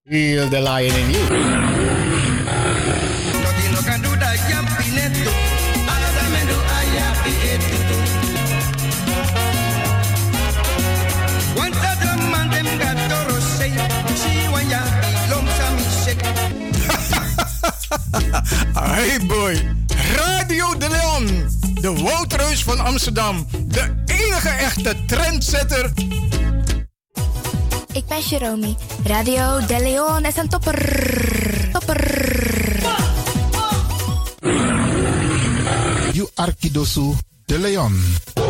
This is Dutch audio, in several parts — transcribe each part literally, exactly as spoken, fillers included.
Feel the lion in you. Hey boy, Radio de Leon, de Woudreus van Amsterdam, de enige echte trendsetter. Ik ben Jerome. Radio de Leon is een topper. Topper. You Arkidosu de Leon.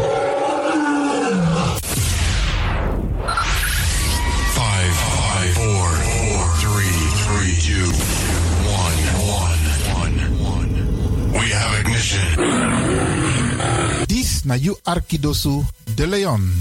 Five, five, four, four, three, three, two, one, one, one, one. We have ignition. This na You Arkidosu de Leon.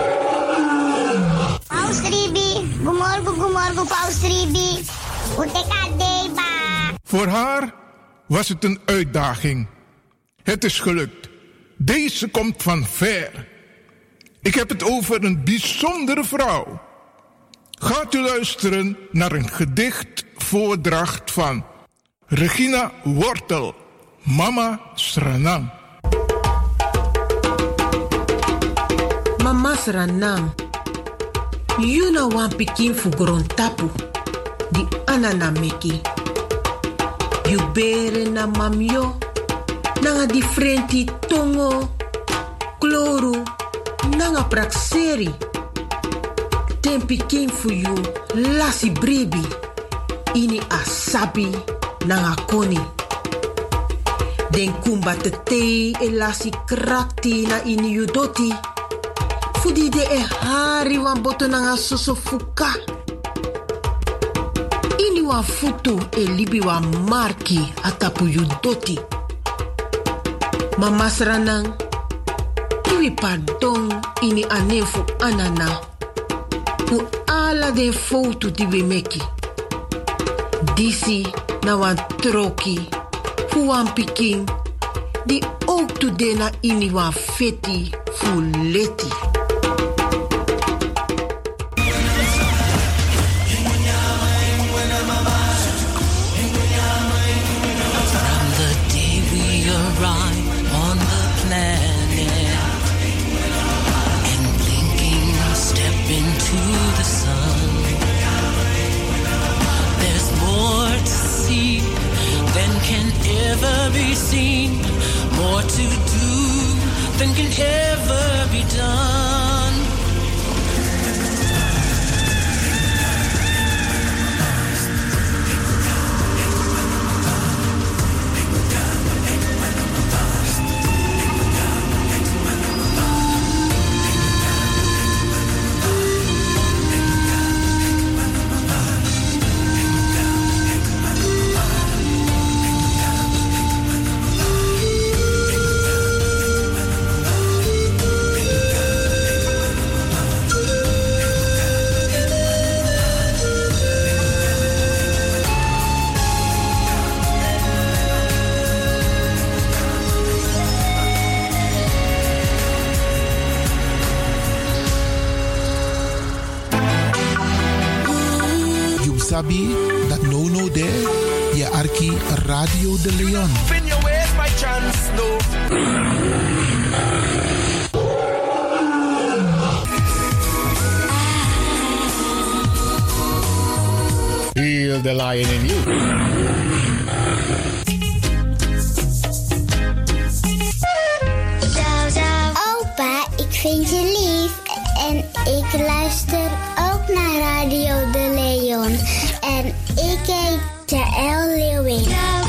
Paus Ribi, gumorgo, gumorgo, Paus Ribi. Utekadeba. Voor haar was het een uitdaging. Het is gelukt. Deze komt van ver. Ik heb het over een bijzondere vrouw. Gaat u luisteren naar een gedichtvoordracht van Regina Wortel, Mama Sranam. Mama Sranam. You know one pikin fu tapu di anana meki. You bere na mamyo nanga differenti tongo kloru nanga prakseri. Ten pikin fu you lasi brebi ini asabi nanga koni. Den kumba te te e lasi krakti na ini you doti. Fudi de e hari wan boto nanga soso fuka. Ini wan futu e libi wan marki atapu yu doti. Mama Sranang, iwi pardon ini anefu anana. Fu ala de foto di we meki. Disi na wan troki. Fu wan pikin. Di ook tu de na ini wan feti fu leti. Ever be seen, more to do than can ever be done. Sabi dat no no there, je arki Radio de Leon. Fin your ways by chance, no. Feel the lion in you. Zou, zou. Opa, ik vind je lief. En ik luister ook naar Radio de Leon. En ik heet Jaël Leeuwin.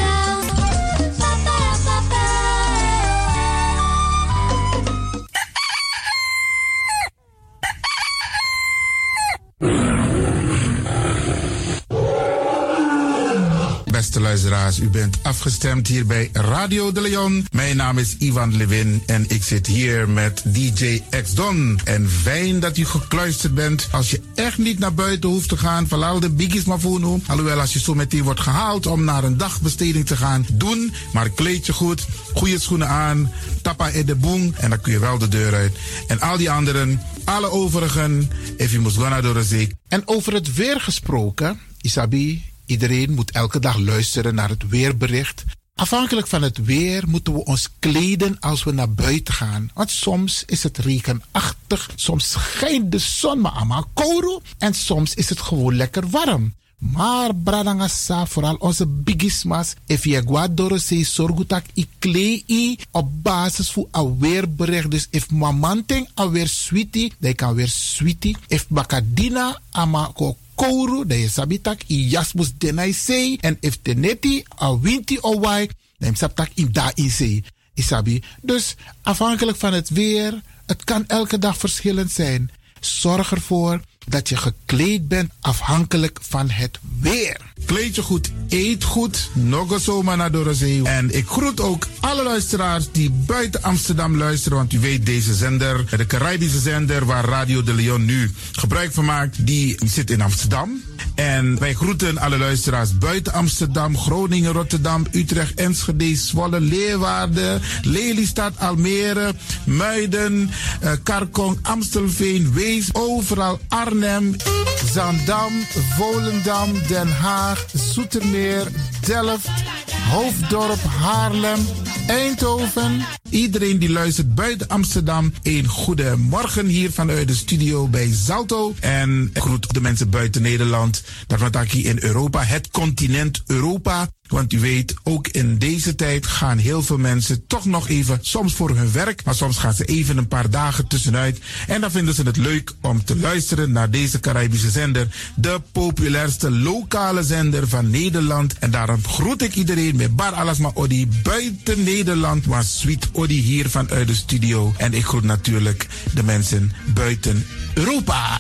Beste luisteraars, u bent afgestemd hier bij Radio de Leon. Mijn naam is Ivan Levin en ik zit hier met D J X-Don. En fijn dat u gekluisterd bent. Als je echt niet naar buiten hoeft te gaan, verlaal de biggies maar voor nu. Alhoewel, als je zo meteen wordt gehaald om naar een dagbesteding te gaan, doen. Maar kleed je goed, goede schoenen aan, tappa in de boom en dan kun je wel de deur uit. En al die anderen, alle overigen, if you must go naar de zee. En over het weer gesproken. Isabi, iedereen moet elke dag luisteren naar het weerbericht. Afhankelijk van het weer moeten we ons kleden als we naar buiten gaan. Want soms is het regenachtig, soms schijnt de zon maar allemaal kouro en soms is het gewoon lekker warm. Maar bradangasa, vooral onze bigismas, if je guadoro se sorgutak i klei op basis van een weerbericht. Dus if mamanting a weer sweetie, dan kan weer sweetie. If bakadina ama ko kouru, dan je sabitak i jasmus denai sei. En if teneti a winti o wai, dan je sabitak in da in sei. Isabi. Dus afhankelijk van het weer, het kan elke dag verschillend zijn. Zorg ervoor dat je gekleed bent afhankelijk van het weer. Kleed je goed, eet goed, nog zomaar naar Dorozee. En ik groet ook alle luisteraars die buiten Amsterdam luisteren. Want u weet, deze zender, de Caribische zender waar Radio de Leon nu gebruik van maakt, die zit in Amsterdam. En wij groeten alle luisteraars buiten Amsterdam, Groningen, Rotterdam, Utrecht, Enschede, Zwolle, Leeuwarden, Lelystad, Almere, Muiden, uh, Karkong, Amstelveen, Wees, overal Arnhem, Zaandam, Volendam, Den Haag, Zoetermeer, Delft, Hoofddorp, Haarlem, Eindhoven. Iedereen die luistert buiten Amsterdam, een goede morgen hier vanuit de studio bij Zalto. En ik groet de mensen buiten Nederland, dat wat ik hier in Europa, het continent Europa. Want u weet, ook in deze tijd gaan heel veel mensen toch nog even, soms voor hun werk, maar soms gaan ze even een paar dagen tussenuit. En dan vinden ze het leuk om te luisteren naar deze Caribische zender, de populairste lokale zender van Nederland. En daarom groet ik iedereen met Bar Alasma Odi buiten Nederland, maar Sweet Odi hier vanuit de studio. En ik groet natuurlijk de mensen buiten Europa.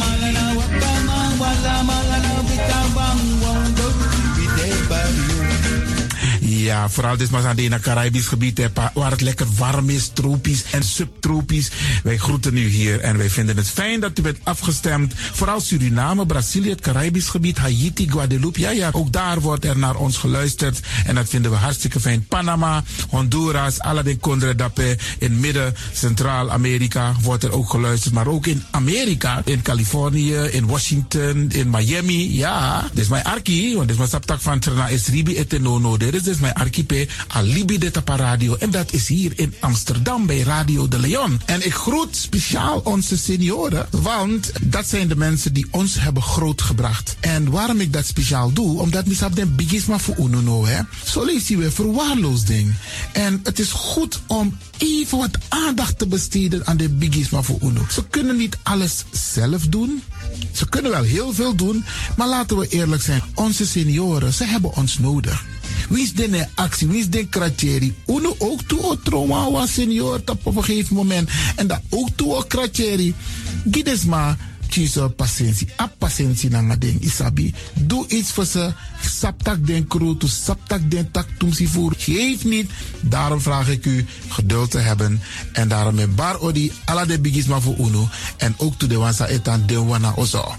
Ja, vooral dit maar aan het Caribisch gebied, hè, waar het lekker warm is, tropisch en subtropisch. Wij groeten u hier en wij vinden het fijn dat u bent afgestemd. Vooral Suriname, Brazilië, het Caribisch gebied, Haiti, Guadeloupe. Ja, ja, ook daar wordt er naar ons geluisterd. En dat vinden we hartstikke fijn. Panama, Honduras, Aladdin Condre Dapé. In midden, Centraal-Amerika wordt er ook geluisterd. Maar ook in Amerika, in Californië, in Washington, in Miami. Ja, dit is mijn arki, want dit is mijn saptak van Trana Esribi etenono. Dit is dus mijn archipel Alibi de Tapa Radio. En dat is hier in Amsterdam bij Radio de Leon. En ik groet speciaal onze senioren, want dat zijn de mensen die ons hebben grootgebracht. En waarom ik dat speciaal doe, omdat misap den bigisma voor uno, hè. Zo lees je weer verwaarloosding. En het is goed om even wat aandacht te besteden aan de bigisma voor uno. Ze kunnen niet alles zelf doen. Ze kunnen wel heel veel doen, maar laten we eerlijk zijn. Onze senioren, ze hebben ons nodig. Wie is de actie, wie is de kratjeri? Uno ook toe o trauma was senior op een gegeven moment. En dat ook toe o kratjeri. Gides maar kiezen patiëntie. A patiëntie na ding isabi. Doe iets voor ze. Saptak den kroto, saptak den tak tumsi voer. Geef niet. Daarom vraag ik u geduld te hebben. En daarom met bar odi ala de bigisma voor uno. En ook toe de wansa etan de wana ozo.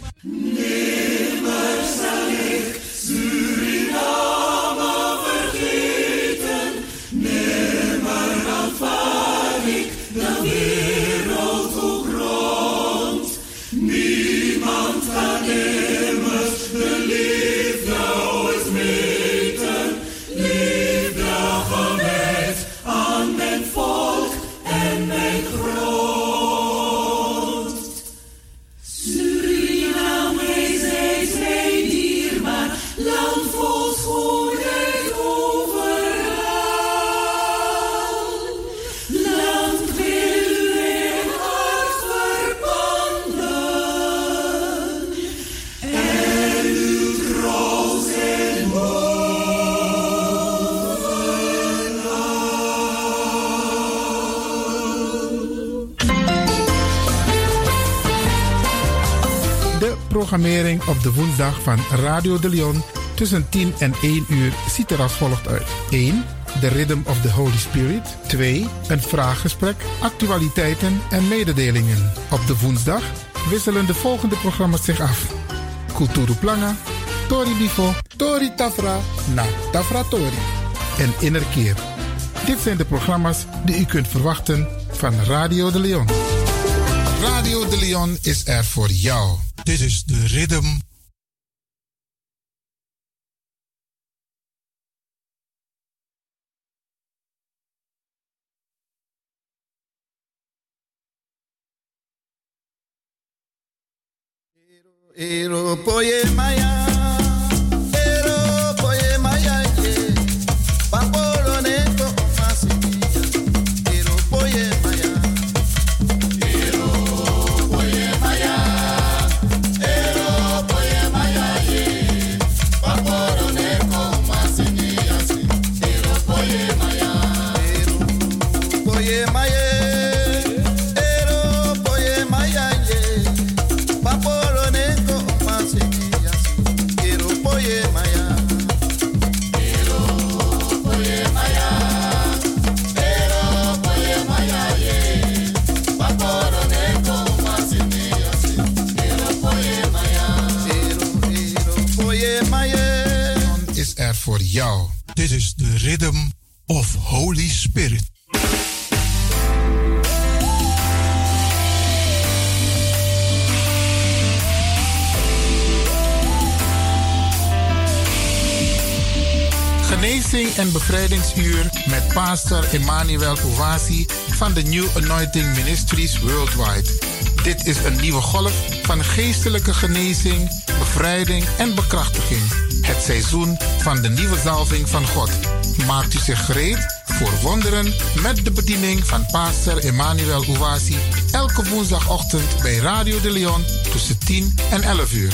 Programmering op de woensdag van Radio de Leon tussen tien en één uur ziet er als volgt uit. één. The Rhythm of the Holy Spirit. twee. Een vraaggesprek, actualiteiten en mededelingen. Op de woensdag wisselen de volgende programma's zich af. Kulturu Planga, Tori Bifo, Tori Tafra, na Tafra Tori. En Innerkeer. Dit zijn de programma's die u kunt verwachten van Radio de Leon. Radio de Leon is er voor jou. Dit is de Rhythm Ero poye maya, ero poye maya ye, paporo neko masiya, ero poye maya, ero poye maya, ero poye maya ye, paporo neko masiya, ero poye maya, ero poye maya, ero poye maya ye, paporo er voor jou. Dit is de Rhythm of Holy Spirit. Genezing en bevrijdingsuur met pastor Emmanuel Owasi van de New Anointing Ministries Worldwide. Dit is een nieuwe golf van geestelijke genezing, bevrijding en bekrachtiging. Het seizoen van de nieuwe zalving van God. Maakt u zich gereed voor wonderen met de bediening van pastor Emmanuel Owasi elke woensdagochtend bij Radio de Leon tussen tien en elf uur.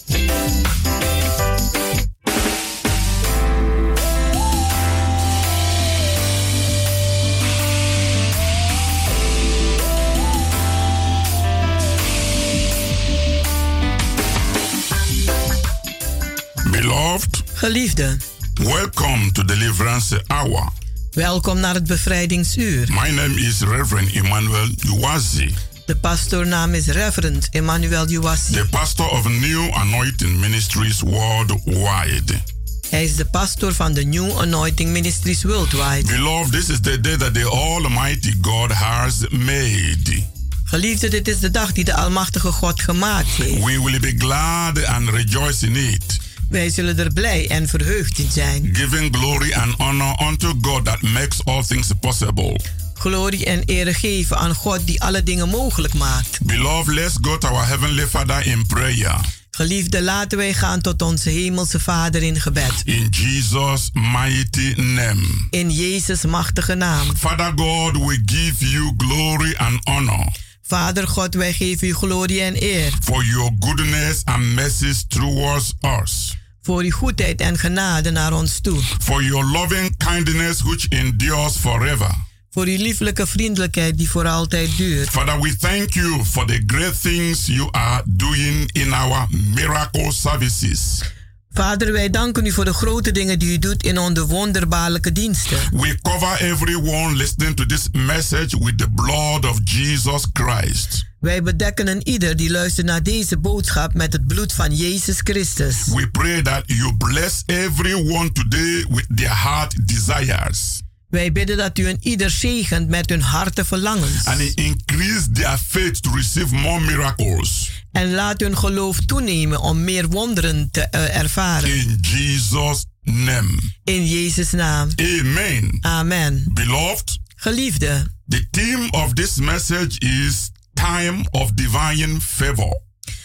Beloved, geliefde, welcome to Deliverance Hour. Welkom naar het bevrijdingsuur. My name is Reverend Emmanuel Uwazi. De pastoornaam is Reverend Emmanuel Uwazi. The pastor of New Anointing Ministries Worldwide. Hij is de pastor van de New Anointing Ministries Worldwide. Beloved, this is the day that the Almighty God has made. Geliefde, dit is de dag die de Almachtige God gemaakt heeft. We will be glad and rejoice in it. Wij zullen er blij en verheugd in zijn. Giving glory and honor unto God that makes all things possible. Glorie en eer geven aan God die alle dingen mogelijk maakt. Beloved, let's go to our Heavenly Father in prayer. Geliefde, laten wij gaan tot onze hemelse Vader in gebed. In Jesus' mighty name. In Jezus' machtige naam. Father God, we give you glory and honor. Vader God, wij geven u glorie en eer. For your goodness and mercies towards us. Voor uw goedheid en genade naar ons toe. For your loving kindness which endures forever. Voor uw lieflijke vriendelijkheid die voor altijd duurt. Father, we thank you for the great things you are doing in our miracle services. Vader, wij danken u voor de grote dingen die u doet in onze wonderbaarlijke diensten. We cover everyone listening to this message with the blood of Jesus Christ. Wij bedekken een ieder die luistert naar deze boodschap met het bloed van Jezus Christus. We pray that you bless everyone today with their heart desires. Wij bidden dat u een ieder zegent met hun harte verlangens. And increase their faith to receive more miracles. En laat hun geloof toenemen om meer wonderen te uh, ervaren. In Jesus' name. In Jezus' naam. Amen. Amen. Beloved, geliefde, the theme of this message is time of divine favor.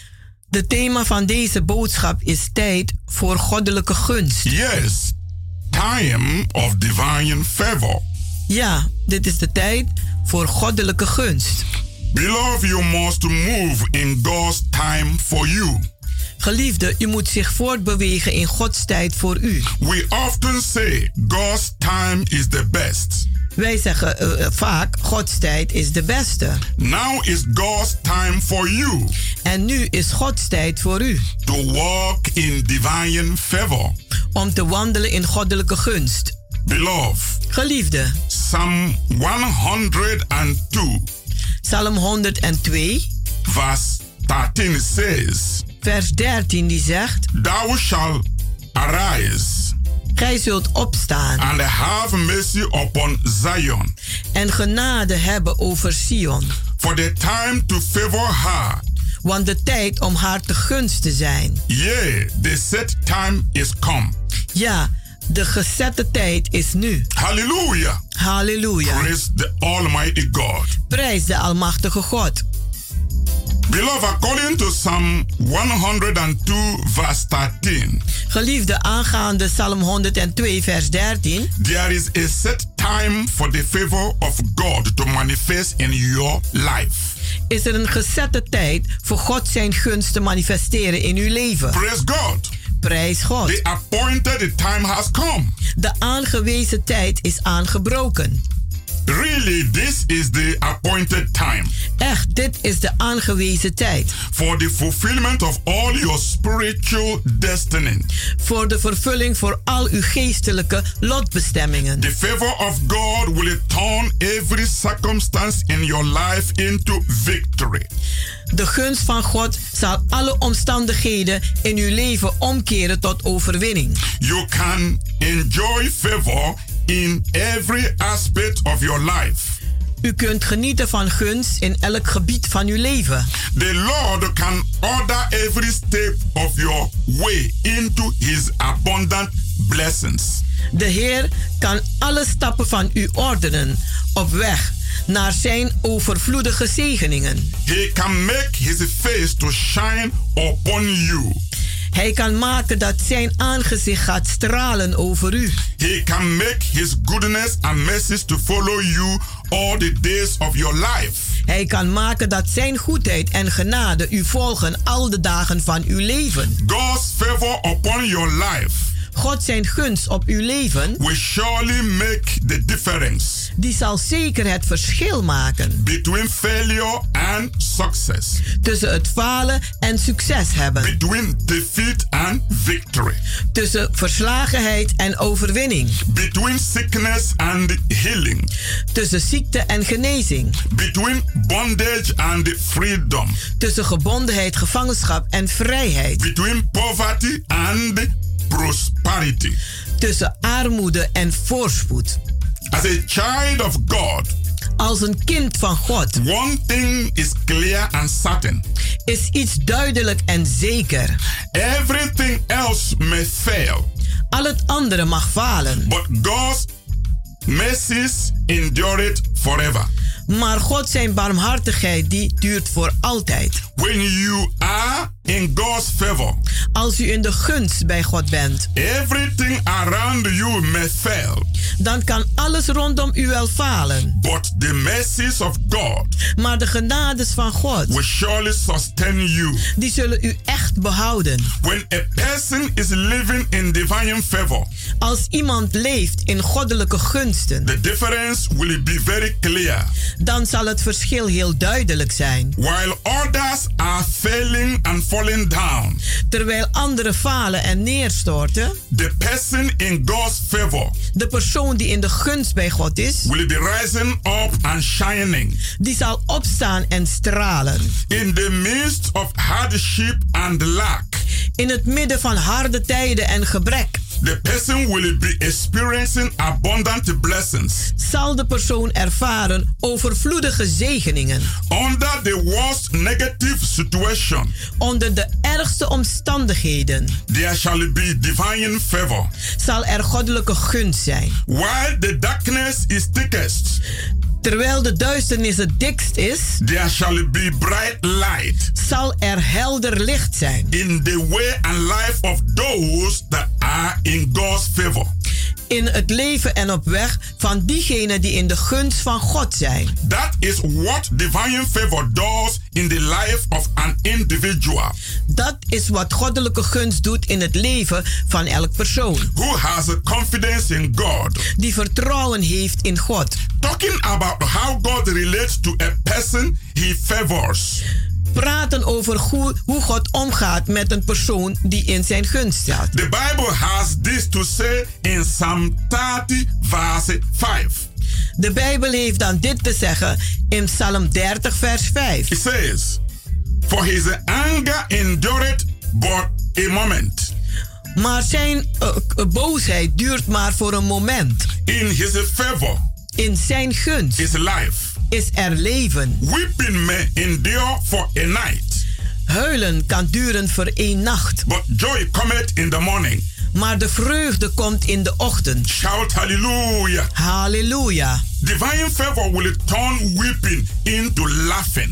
De thema van deze boodschap is tijd voor goddelijke gunst. Yes, time of divine favor. Ja, dit is de tijd voor goddelijke gunst. Beloved, you must move in God's time for you. Geliefde, u moet zich voortbewegen in Gods tijd voor u. We often say God's time is the best. Wij zeggen uh, vaak, Gods tijd is de beste. Now is God's time for you. En nu is Gods tijd voor u. To walk in divine favor. Om te wandelen in goddelijke gunst. Beloved. Geliefde. Psalm honderdtwee. Psalm honderdtwee. Vers dertien says. Vers dertien die zegt. Thou shalt arise. Gij zult opstaan. And have mercy upon Zion. En genade hebben over Sion. For the time to favor her. Want de tijd om haar te gunst te zijn. Yeah, the set time is come. Ja, de gezette tijd is nu. Hallelujah. Hallelujah. Praise the Almighty God. Prijs de Almachtige God. Beloved, according to Psalm honderdtwee, verse thirteen. Geliefde, aangaande Psalm honderdtwee, vers dertien. There is a set time for the favor of God to manifest in your life. Is er een gezette tijd voor God zijn gunst te manifesteren in uw leven? Praise God. Prijs God. The appointed time has come. De aangewezen tijd is aangebroken. Really, this is the appointed time. Echt, dit is de aangewezen tijd. For the fulfillment of all your spiritual destiny. Voor de vervulling voor al uw geestelijke lotbestemmingen. The favor of God will turn every circumstance in your life into victory. De gunst van God zal alle omstandigheden in uw leven omkeren tot overwinning. You can enjoy favor in every aspect of your life. U kunt genieten van gunst in elk gebied van uw leven. The Lord can order every step of your way into his abundant blessings. De Heer kan alle stappen van u ordenen op weg naar zijn overvloedige zegeningen. He can make his face to shine upon you. Hij kan maken dat zijn aangezicht gaat stralen over u. He can make his goodness and mercy to follow you all the days of your life. Hij kan maken dat zijn goedheid en genade u volgen al de dagen van uw leven. God's favor upon your life. God zijn gunst op uw leven will surely make the difference. Die zal zeker het verschil maken. Between failure and success. Tussen het falen en succes hebben. Between defeat and victory. Tussen verslagenheid en overwinning. Between sickness and healing. Tussen ziekte en genezing. Between bondage and freedom. Tussen gebondenheid, gevangenschap en vrijheid. Between poverty and prosperity. Tussen armoede en voorspoed. As a child of God, als een kind van God, one thing is clear and certain. Is iets duidelijk en zeker. Everything else may fail. Al het andere mag falen. But God's mercies endure it forever. Maar God zijn barmhartigheid die duurt voor altijd. When you are in God's favor, als u in de gunst bij God bent, everything around you may fail. Dan kan alles rondom u wel falen. But the mercies of God, maar de genades van God, will surely sustain you. Die zullen u echt behouden. When a person is living in divine favor, als iemand leeft in goddelijke gunsten, the difference will be very clear. Dan zal het verschil heel duidelijk zijn. While others are failing and falling down, terwijl anderen falen en neerstorten, the person in God's favor, de persoon die in de gunst bij God is, will be rising up and shining. Die zal opstaan en stralen. In the midst of hardship and lack, in het midden van harde tijden en gebrek, the person will be experiencing abundant blessings. Zal de persoon ervaren overvloedige zegeningen. Under the worst negative situation, onder de ergste omstandigheden, there shall be divine favor. Zal er goddelijke gunst zijn. While the darkness is thickest, terwijl de duisternis het dikst is, there shall be bright light. Zal er helder licht zijn. In the way and life of those that are in God's favor. In het leven en op weg van diegenen die in de gunst van God zijn. That is what divine favor does in the life of an individual. Dat is wat goddelijke gunst doet in het leven van elk persoon. Who has a confidence in God. Die vertrouwen heeft in God. Talking about how God relates to a person he favors. Praten over hoe, hoe God omgaat met een persoon die in zijn gunst staat. The Bible has this to say in Psalm thirty verse five. De Bijbel heeft dan dit te zeggen in Psalm dertig vers vijf. It says, for his anger endureth but a moment. Maar zijn uh, boosheid duurt maar voor een moment. In his favor. In zijn gunst. Is life. Is er leven. Weeping may endure for a night. Huilen kan duren voor één nacht. But joy cometh in the morning. Maar de vreugde komt in de ochtend. Shout hallelujah. Halleluja. Divine favor will turn weeping into laughing.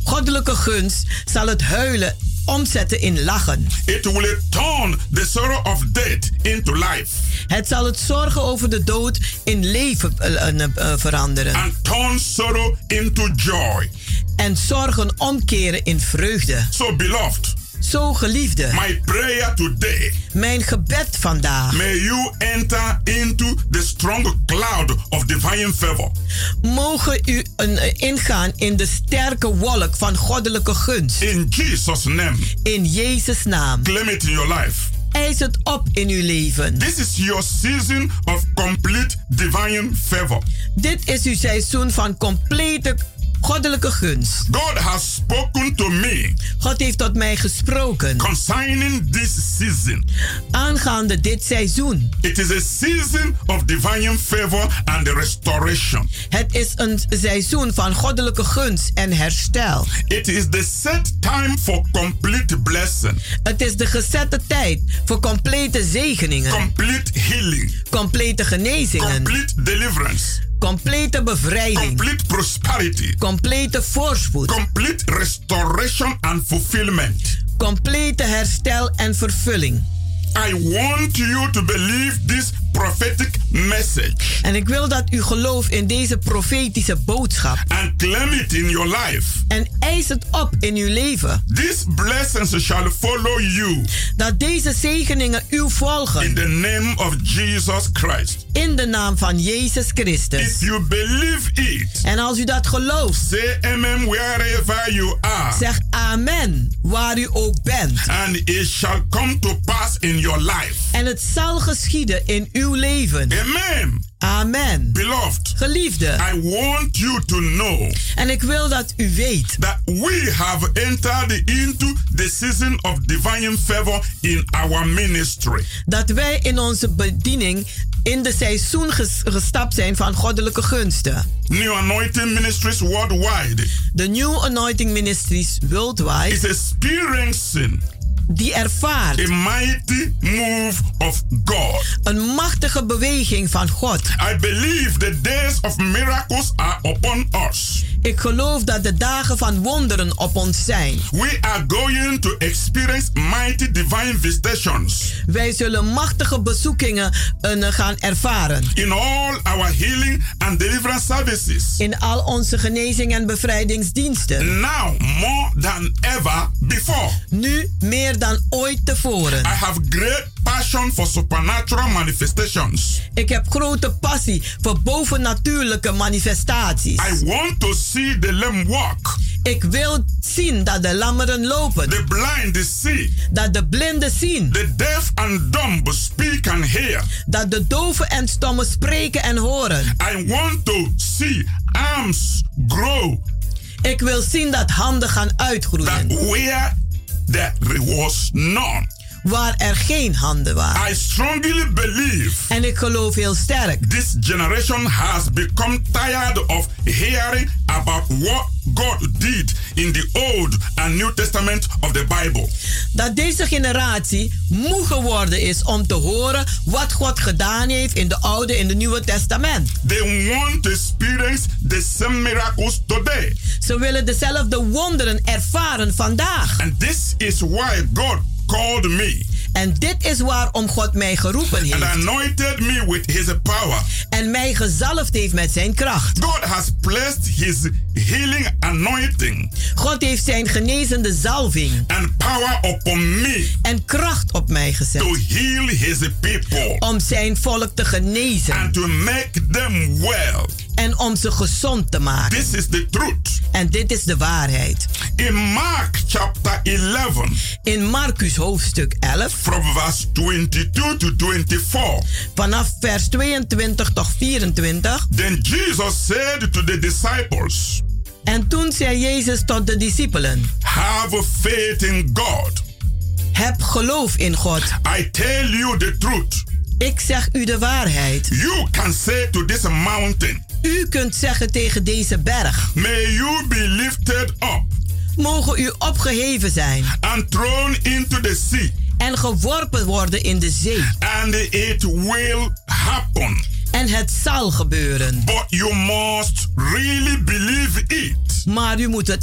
Goddelijke gunst zal het huilen omzetten in lachen. It will turn the sorrow of death into life. Het zal het zorgen over de dood in leven uh, uh, uh, veranderen. And turn sorrow into joy. En zorgen omkeren in vreugde. So beloved. Zo geliefde. My prayer today. Mijn gebed vandaag. May you enter into the strong cloud of divine favor. Mogen u een, uh, ingaan in de sterke wolk van goddelijke gunst. In Jesus' name. In Jezus' naam. Claim it in your life. Eis het op in uw leven. This is your season of complete divine favor. Dit is uw seizoen van complete goddelijke gunst. God has spoken to me. God heeft tot mij gesproken. Concerning this season. Aangaande dit seizoen. It is a season of divine favor and restoration. Het is een seizoen van goddelijke gunst en herstel. It is the set time for complete blessing. Het is de gezette tijd voor complete zegeningen. Complete healing. Complete genezingen. Complete deliverance. Complete bevrijding. Complete prosperity. Complete voorspoed. Complete restoration and fulfillment. Complete herstel en vervulling. I want you to believe this prophetic message. En ik wil dat u gelooft in deze profetische boodschap. And claim it in your life. En eis het op in uw leven. These blessings shall follow you. Dat deze zegeningen u volgen. In the name of Jesus Christ. In de naam van Jezus Christus. If you believe it. En als u dat gelooft. Say amen wherever you are. Zeg amen waar u ook bent. And it shall come to pass in your life. En het zal geschieden in uw leven. Amen. Amen. Beloved. Geliefde. I want you to know. En ik wil dat u weet. That we have entered into the season of divine favor in our ministry. Dat wij in onze bediening in de seizoen ges- gestapt zijn van goddelijke gunsten. New Anointing Ministries worldwide. De New Anointing Ministries worldwide. Is experiencing. Die ervaart a mighty move of God. Een machtige beweging van God. I believe the days of miracles are upon us. Ik geloof dat de dagen van wonderen op ons zijn. We are going to experience mighty divine visitations. Wij zullen machtige bezoekingen uh, gaan ervaren. In all our healing and deliverance services. In al onze genezing en bevrijdingsdiensten. Now more than ever before. Nu meer dan ooit tevoren. I have great passion for supernatural manifestations. Ik heb grote passie voor bovennatuurlijke manifestaties. I want to see the lame walk. Ik wil zien dat de lammeren lopen. The blind see. Dat de blinden zien. The deaf and dumb speak and hear. Dat de doven en stommen spreken en horen. I want to see arms grow. Ik wil zien dat handen gaan uitgroeien. That where there was none. Waar er geen handen waren. I strongly believe. En ik geloof heel sterk. This generation has become tired of hearing about what God did in the Old and New Testament of the Bible. Dat deze generatie moe geworden is om te horen wat God gedaan heeft in de Oude en de Nieuwe Testament. They want to experience the same miracles today. Ze willen dezelfde wonderen ervaren vandaag. And this is why God called me. En dit is waarom God mij geroepen heeft. And anointed me with his power. En mij gezalfd heeft met zijn kracht. God has placed his healing anointing. God heeft zijn genezende zalving. And power upon me. En kracht op mij gezet. To heal his people. Om zijn volk te genezen. And to make them well. En om ze gezond te maken. This is the truth. En dit is de waarheid. In Mark chapter eleven. In Marcus hoofdstuk elf. From verse twenty-two to twenty-four. Vanaf vers tweeëntwintig tot vierentwintig. Then Jesus said to the disciples. En toen zei Jezus tot de discipelen. Have faith in God. Heb geloof in God. I tell you the truth. Ik zeg u de waarheid. You can say to this mountain. U kunt zeggen tegen deze berg. May you be lifted up. Mogen u opgeheven zijn. And thrown into the sea. En geworpen worden in de zee. And it will happen. En het zal gebeuren. But you must really believe it. Maar u moet het echt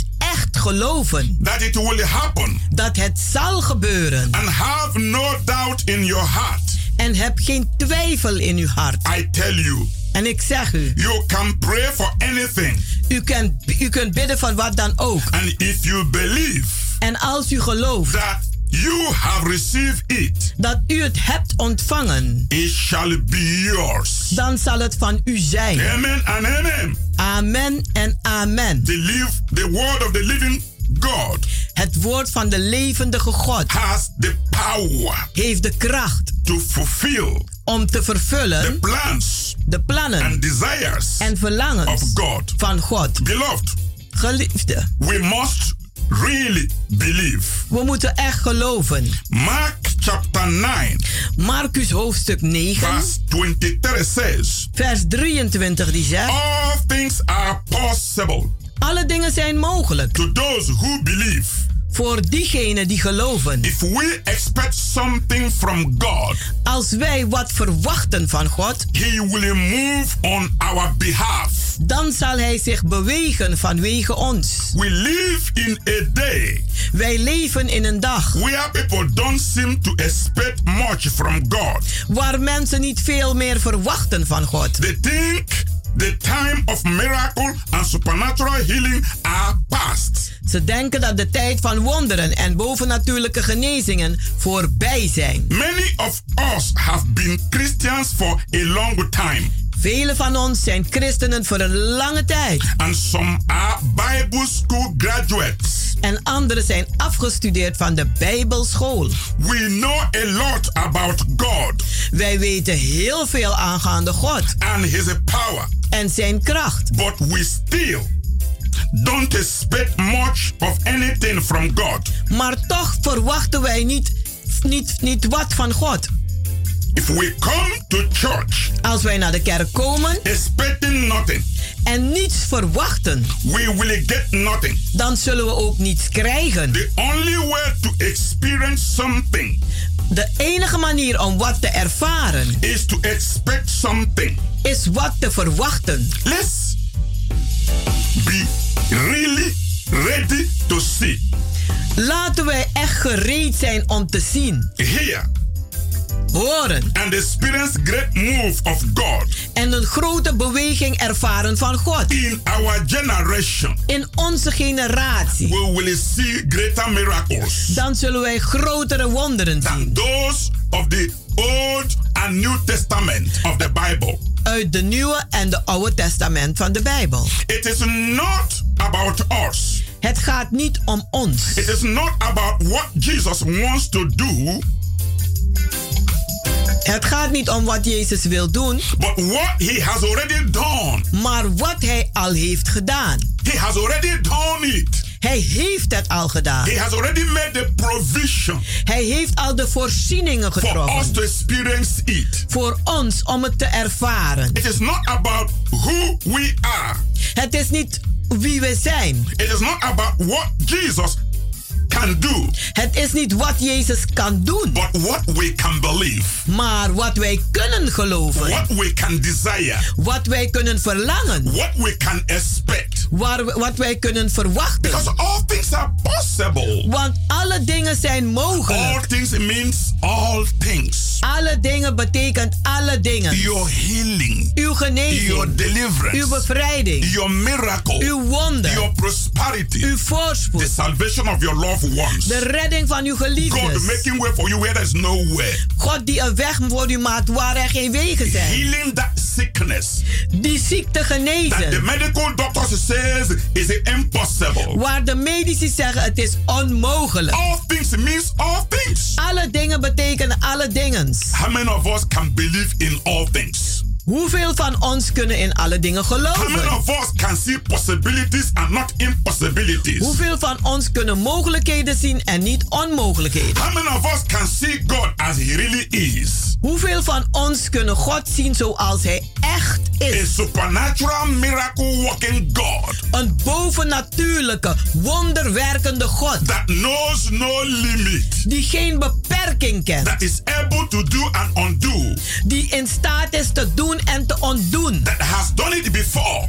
echt geloven. That it will happen. Dat het zal gebeuren. And have no doubt in your heart. En heb geen twijfel in uw hart. I tell you. En ik zeg u. You can pray for anything. U kunt, u kunt bidden voor wat dan ook. And if you believe. En als u gelooft. That you have received it. Dat u het hebt ontvangen. It shall be yours. Dan zal het van u zijn. Amen and amen. Amen en amen. Believe the word of the living God. Het woord van de levendige God. Has the power. Heeft de kracht. To fulfill. Om te vervullen. The plans. De plannen. And desires. En verlangens. Of God. Van God. Beloved. Geliefde. We must really believe. We moeten echt geloven. Mark chapter nine. Marcus hoofdstuk negen. Verse twenty-three says. Vers drieëntwintig die zegt. All things are possible. Alle dingen zijn mogelijk. To those who believe. Voor diegenen die geloven. If we expect something from God. Als wij wat verwachten van God. He will move on our behalf. Dan zal hij zich bewegen vanwege ons. We live in a day. Wij leven in een dag. Where people don't seem to expect much from God. Waar mensen niet veel meer verwachten van God. They think the time of miracle and supernatural healing are past. Ze denken dat de tijd van wonderen en bovennatuurlijke genezingen voorbij zijn. Many of us have been Christians for a long time. Velen van ons zijn christenen voor een lange tijd. And some are Bible school graduates. En anderen zijn afgestudeerd van de Bijbelschool. We know a lot about God. Wij weten heel veel aangaande God. And his power. En zijn kracht. But we still don't expect much of anything from God. Maar toch verwachten wij niet, niet, niet wat van God. If we come to church, als wij naar de kerk komen, expecting nothing, en niets verwachten, we will get nothing. Dan zullen we ook niets krijgen. The only way to experience something, de enige manier om wat te ervaren, is to expect something, is wat te verwachten. Let's be really ready to see. Laten wij echt gereed zijn om te zien. Hear. Horen. And experience great move of God. En een grote beweging ervaren van God. In our generation. In onze generatie. We will see greater miracles. Dan zullen wij grotere wonderen zien. Those of the Old and New Testament of the Bible. Uit de Nieuwe en de Oude Testament van de Bijbel. It is not about us. Het gaat niet om ons. It is not about what Jesus wants to do. Het gaat niet om wat Jezus wil doen. But what he has already done. Maar wat hij al heeft gedaan. He has already done it. Hij heeft het al gedaan. He has already made the provision. Hij heeft al de voorzieningen getroffen. For us to experience it. Voor ons om het te ervaren. It is not about who we are. Het is niet wie we zijn. It is not about what Jesus can do. Het is niet wat Jezus kan doen. But what we can believe. Maar wat wij kunnen geloven. What we can desire. Wat wij kunnen verlangen. What we can expect. Waar, wat wij kunnen verwachten. Because all things are possible. Want alle dingen zijn mogelijk. All things means all things. Alle dingen betekent alle dingen. Your healing. Uw genezing. Your deliverance. Uw bevrijding. Your miracle. Uw wonder. Your prosperity. Uw voorspoed. The salvation of your loved ones. De redding van uw geliefdes. God making way for you where there is no way. God die een weg voor u maakt waar er geen wegen zijn. Healing that sickness. Die ziekte genezen. That the medical doctors says is impossible. Waar de medici zeggen het is onmogelijk. All things means all things. Alle dingen betekenen alle dingen. How many of us can believe in all things? Hoeveel van ons kunnen in alle dingen geloven? How many of us can see possibilities and not impossibilities? Hoeveel van ons kunnen mogelijkheden zien en niet onmogelijkheden? How many of us can see God as he really is? Hoeveel van ons kunnen God zien zoals hij echt is? A supernatural miracle working God. Een bovennatuurlijke, wonderwerkende God. That knows no limit. Die geen beperking kent. That is able to do and undo. Die in staat is te doen en te ontdoen. That has done it before. Die het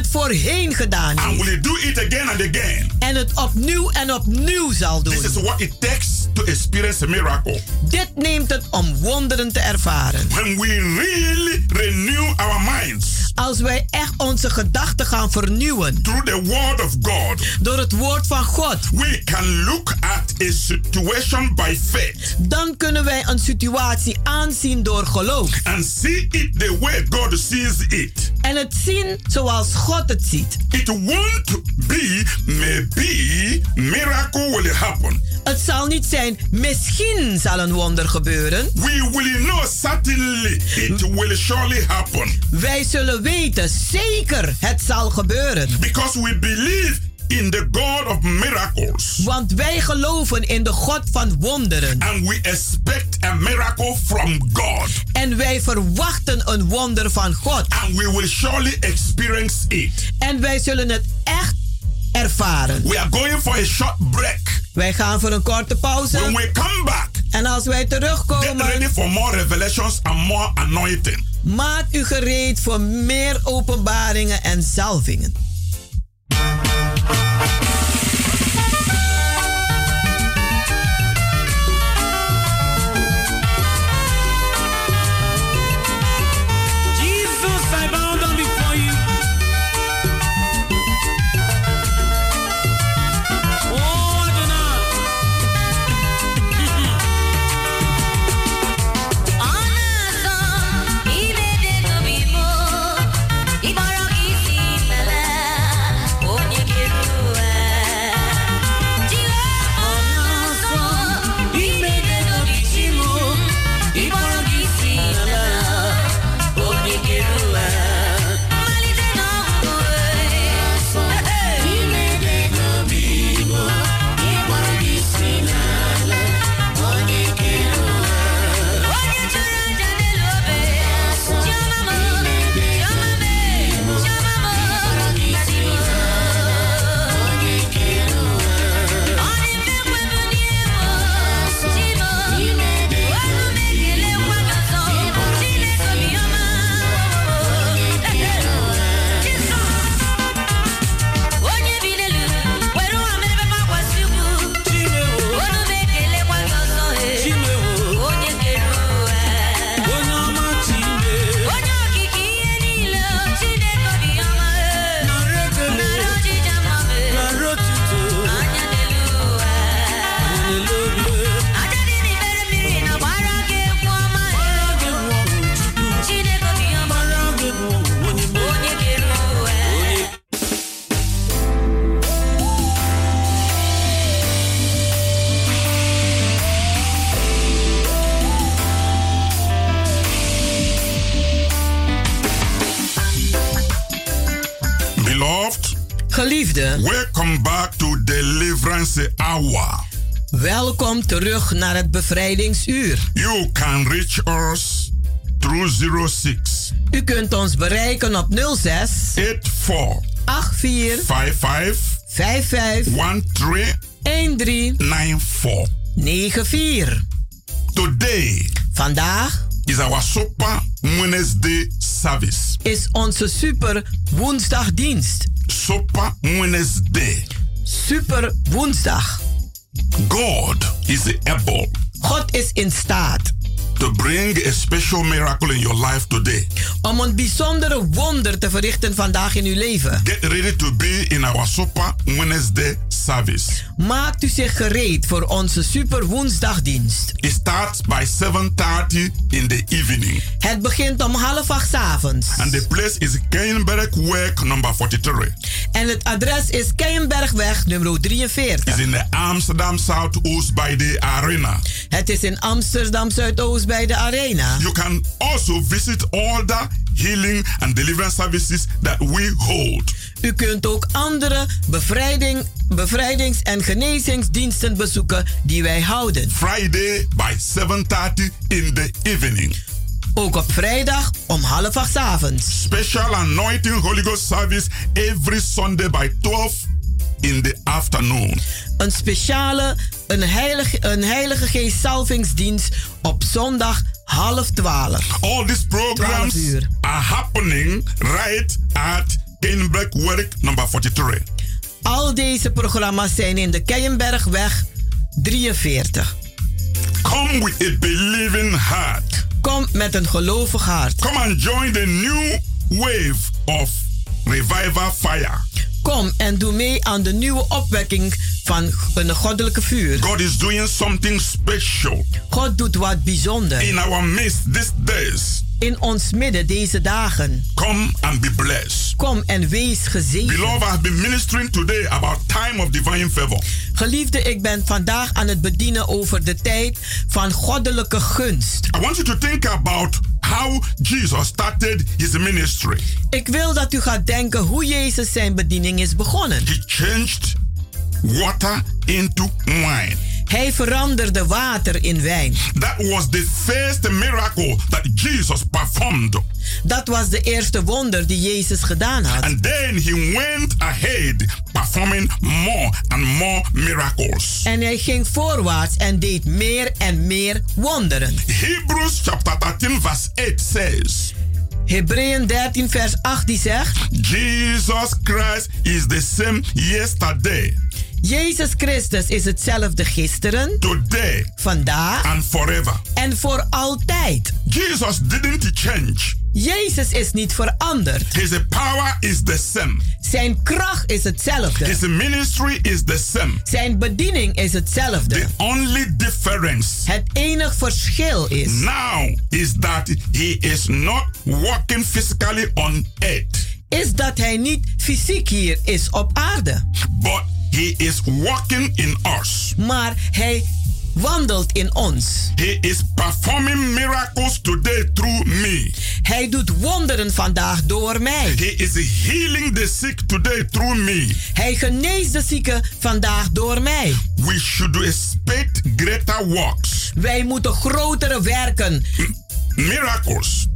het voorheen gedaan And heeft. will do it again and again. En het opnieuw en opnieuw zal doen. This is what it takes to experience a miracle. Dit neemt het om wonderen te ervaren. When we really renew our minds. Als wij echt onze gedachten gaan vernieuwen. Through the word of God. Door het woord van God. We can look at a situation by faith. Dan kunnen wij een situatie aanzien door geloof. And see it the way God sees it. En het zien zoals God het ziet. It won't be maybe miracle will happen. Het zal niet zijn misschien zal een wonder gebeuren. We will know certainly it will surely happen. Wij zullen weten zeker het zal gebeuren. Because we believe in the God of miracles. Want wij geloven in de God van wonderen. And we expect a miracle from God. En wij verwachten een wonder van God. And we will surely experience it. En wij zullen het echt ervaren. We are going for a short break. Wij gaan voor een korte pauze. When we come back, en als wij terugkomen, get ready for more revelations and more anointing. Maak u gereed voor meer openbaringen en zalvingen. Geliefde, welcome back to Deliverance Hour. Welkom terug naar het bevrijdingsuur. You can reach us through zero six. U kunt ons bereiken op nul zes acht vier vijf vier vijf vijf een drie nine four negen vier. Today, vandaag is our Super Wednesday service. Is onze Super Woensdagdienst. Super Wednesday. Super Woensdag. God is able. God is in staat. To bring a special miracle in your life today. Om een bijzondere wonder te verrichten vandaag in uw leven. Get ready to be in our Super Wednesday service. Maakt u zich gereed voor onze Super Woensdagdienst. It starts by seven thirty in the evening. Het begint om half acht 's avonds. And the place is Keienbergweg number forty-three. En het adres is Keienbergweg nummer drieënveertig. It's in the Amsterdam Zuidoost by the Arena. Het is in Amsterdam Zuidoost bij de Arena. You can also visit all the healing and deliverance services that we hold. U kunt ook andere bevrijding, bevrijdings- en genezingsdiensten bezoeken die wij houden. Friday by seven thirty in the evening. Ook op vrijdag om half acht 's avonds. Special anointing Holy Ghost service every Sunday by twelve in the afternoon. Een speciale, een heilige, een heilige geest salvingsdienst op zondag half twaalf. All these programs are happening right at Kenbergweg number forty-three. Al deze programma's zijn in de Keienbergweg drieënveertig. Come with a believing heart. Kom met een gelovig hart. Come and join the new wave of revival fire. Kom en doe mee aan de nieuwe opwekking van een goddelijke vuur. God is doing something special. God doet wat bijzonder. In our midst these days. In ons midden deze dagen. Come and be blessed. Kom en wees gezegend. Beloved, I have been ministering today about time of divine favor. Geliefde, ik ben vandaag aan het bedienen over de tijd van goddelijke gunst. I want you to think about how Jesus started his ministry. Ik wil dat u gaat denken hoe Jezus zijn bediening is begonnen. He changed water into wine. Hij veranderde water in wijn. That was the first miracle that Jesus performed. Dat was de eerste wonder die Jezus gedaan had. And then he went ahead performing more and more miracles. En hij ging voorwaarts en deed meer en meer wonderen. Hebrews chapter thirteen verse eight says. Hebreeën dertien vers acht die zegt. Jesus Christ is the same yesterday. Jezus Christus is hetzelfde gisteren, today, vandaag and forever. En voor altijd. Jesus didn't change. Jezus is niet veranderd. His power is the same. Zijn kracht is hetzelfde. His ministry is the same. Zijn bediening is hetzelfde. The only difference. Het enige verschil is. Now is that he is not walking physically on earth. Is dat hij niet fysiek hier is op aarde. But he is walking in us. Maar hij wandelt in ons. He is performing miracles today through me. Hij doet wonderen vandaag door mij. He is healing the sick today through me. Hij geneest de zieken vandaag door mij. We should expect greater works. Wij moeten grotere werken. Miracles.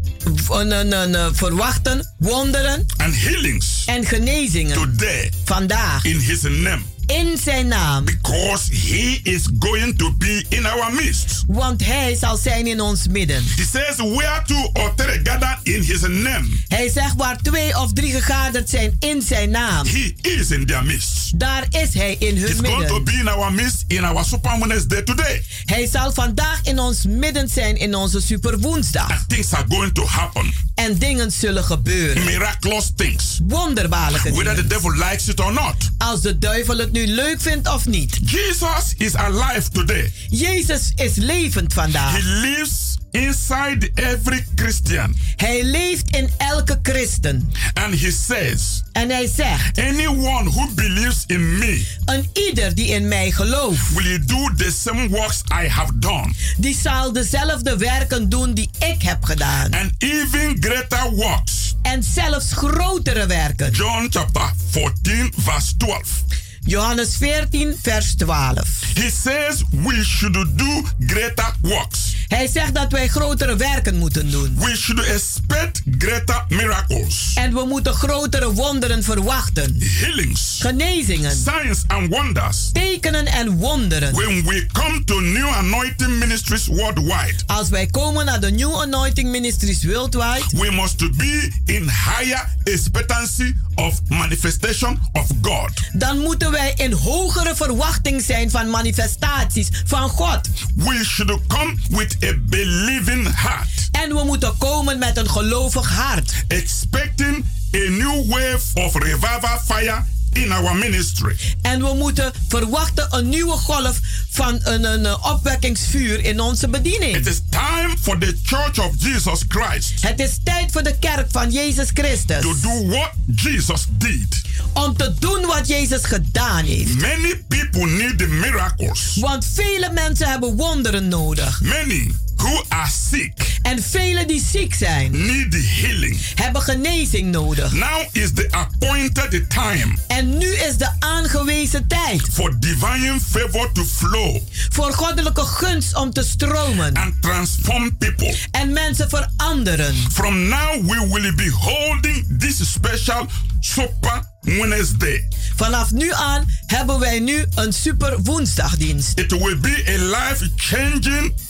Verwachten, wonderen and healings en genezingen today, vandaag in his name. In zijn naam. Because he is going to be in our midst. Want hij zal zijn in ons midden. He says, where two or three gather in his name. Hij zegt waar twee of drie gegaderd zijn in zijn naam. He is in their midst. Daar is hij in hun He's midden. Going to be in our midst in our Super Wednesday today. Hij zal vandaag in ons midden zijn in onze Super Woensdag. And things are going to happen. En dingen zullen gebeuren. Miraculous things. Wonderbaarlijke dingen. Whether the devil likes it or not. Als de duivel het nu leuk vindt of niet. Jesus is alive today. Jezus is levend vandaag. He lives inside every Christian. Hij leeft in elke christen. And he says. En hij zegt. Anyone who believes in me. Een ieder die in mij gelooft. Will do the same works I have done. Die zal dezelfde werken doen die ik heb gedaan. And even greater works. En zelfs grotere werken. John chapter fourteen verse twelve. Johannes veertien vers twaalf. He says we should do greater works. Hij zegt dat wij grotere werken moeten doen. We should expect greater miracles. En we moeten grotere wonderen verwachten. Healings. Genezingen. Signs and wonders. Tekenen en wonderen. When we come to New Anointing Ministries worldwide. Als wij komen naar de New Anointing Ministries worldwide. We must be in higher expectancy of manifestation of God. Dan moeten wij in hogere verwachting zijn van manifestaties van God. We should come with a believing heart. En we moeten komen met een gelovig hart. Expecting a new wave of revival fire in our ministry. En we moeten verwachten een nieuwe golf van een, een opwekkingsvuur in onze bediening. It is time for the Church of Jesus Christ. Het is tijd voor de kerk van Jezus Christus. To do what Jesus did. Om te doen wat Jezus gedaan heeft. Many people need the miracles. Want vele mensen hebben wonderen nodig. Many who are sick. En velen die ziek zijn. Need the healing. Hebben genezing nodig. Now is the appointed time. En nu is de aangewezen tijd. For divine favor to flow. Voor goddelijke gunst om te stromen. And transform people. En mensen veranderen. From now we will be holding this special Super Wednesday. Vanaf nu aan hebben wij nu een super woensdagdienst. It will be a life changing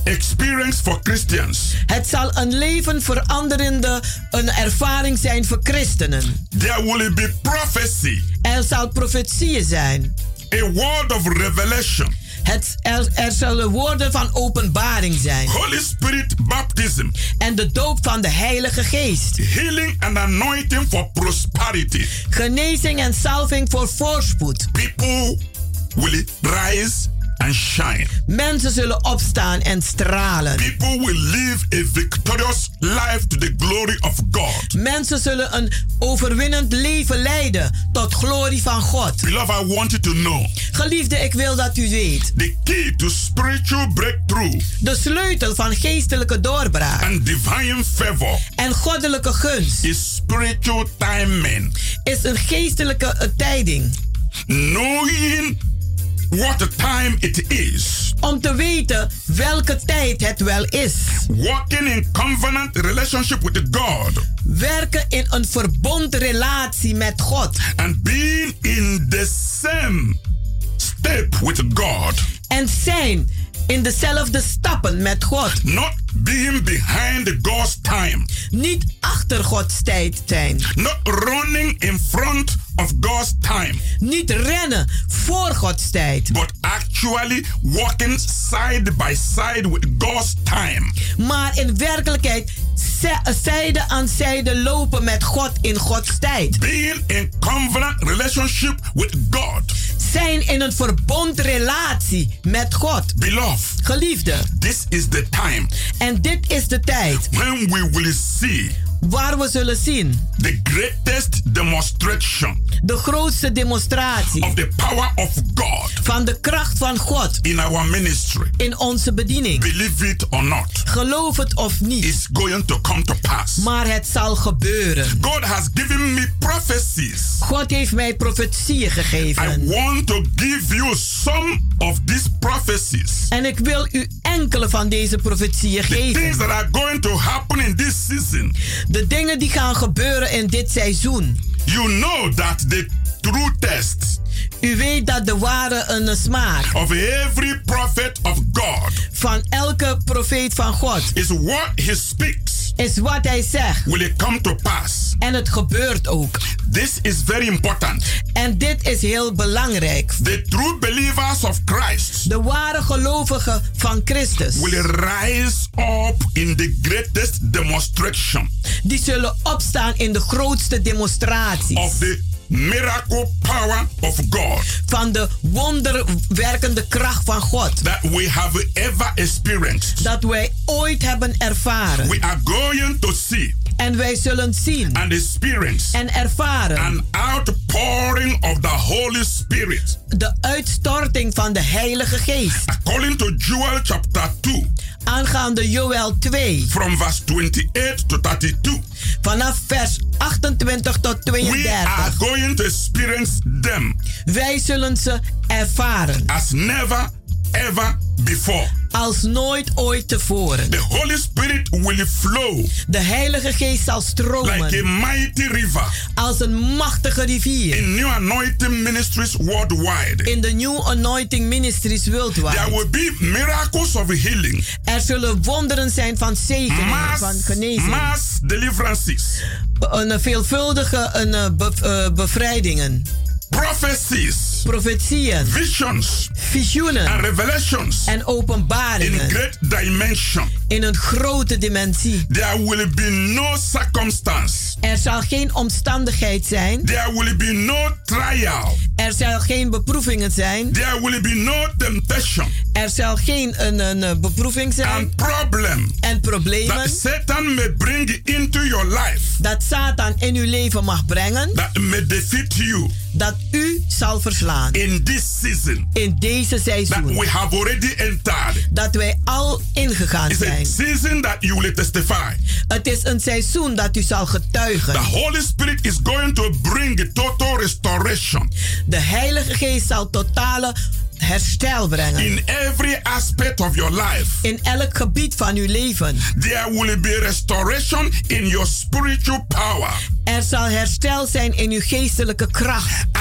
experience for Christians. Het zal een leven veranderende een ervaring zijn voor christenen. There will be prophecy. Er zal profetieën zijn. A word of revelation. Het, er, er zullen woorden van openbaring zijn. Holy Spirit baptism. En de doop van de Heilige Geest. Healing and anointing for prosperity. Genezing en salving voor voorspoed. People will rise and shine. Mensen zullen opstaan en stralen. People will live a victorious life to the glory of God. Mensen zullen een overwinnend leven leiden tot glorie van God. Beloved, I want you to know. Geliefde, ik wil dat u weet. The key to spiritual breakthrough. De sleutel van geestelijke doorbraak. And divine favor. En goddelijke gunst. Is spiritual timing. Is een geestelijke uh, tijding. Knowing what the time it is. Om te weten welke tijd het wel is. Walking in covenant relationship with God. Werken in een verbondrelatie met God. And being in the same step with God. En zijn in dezelfde stappen met God. Not being behind God's time. Niet achter Gods tijd zijn. Not running in front of God's time. Niet rennen voor Gods tijd. But actually walking side by side with God's time. Maar in werkelijkheid zijde aan zijde lopen met God in Gods tijd. Being in covenant relationship with God. Zijn in een verbondrelatie met God. Beloved, geliefde, this is the time. En dit is de tijd. When we will see. Waar we zullen zien. The greatest demonstration. De grootste demonstratie. Of the power of God. Van de kracht van God. In our ministry. In onze bediening. Believe it or not. Geloof het of niet. It's going to come to pass. Maar het zal gebeuren. God has given me prophecies. God heeft mij profetieën gegeven. I want to give you some of these prophecies. En ik wil u enkele van deze profetieën geven. The things that are going to happen in this season. De dingen die gaan gebeuren in dit seizoen. You know that the true test. U weet dat de ware een smaak. Of every prophet of God. Van elke profeet van God. Is what he speaks. Is wat hij zegt. Will it come to pass? En het gebeurt ook. This is very important. En dit is heel belangrijk. The true believers of Christ. De ware gelovigen van Christus. Will rise up in the greatest demonstration. Die zullen opstaan in de grootste demonstraties. Of the miracle power of God. Van de wonderwerkende kracht van God. That we have ever experienced. Dat wij ooit hebben ervaren. We are going to see. En wij zullen zien. And experience. En ervaren. An outpouring of the Holy Spirit. De uitstorting van de Heilige Geest. According to Joel chapter two. Aangaande Joel twee. From verse twenty-eight to thirty-two. Vanaf vers achtentwintig tot tweeëndertig. We are going to experience them. Wij zullen ze ervaren. As never ever before. Als nooit ooit tevoren. The Holy Spirit will flow. De Heilige Geest zal stromen. Like a mighty river. Als een machtige rivier. In New Anointing Ministries worldwide. In de New Anointing Ministries worldwide. There will be miracles of healing. Er zullen wonderen zijn van zegeningen, mass, van genezing. Mass deliverances. Een veelvuldige een, be, uh, bevrijdingen. Prophecies. Profetieën. Visions. Visioenen. And revelations. En openbaringen. In great dimension. In een grote dimensie. There will be no circumstance. Er zal geen omstandigheid zijn. There will be no trial. Er zal geen beproevingen zijn. There will be no temptation. Er zal geen een, een, een beproeving zijn. And problem. En problemen. That Satan may bring into your life. Dat Satan in uw leven mag brengen. That may defeat you. Dat u zal verslaan. In this season. In deze seizoen. That we have already entered. Dat wij al ingegaan It's zijn. a season that you will testify. Het is een seizoen dat u zal getuigen. The Holy Spirit is going to bring total restoration. De Heilige Geest zal totale herstel brengen. In every aspect of your life. In elk gebied van uw leven. There will be restoration in your spiritual power. Er zal herstel zijn in uw geestelijke kracht.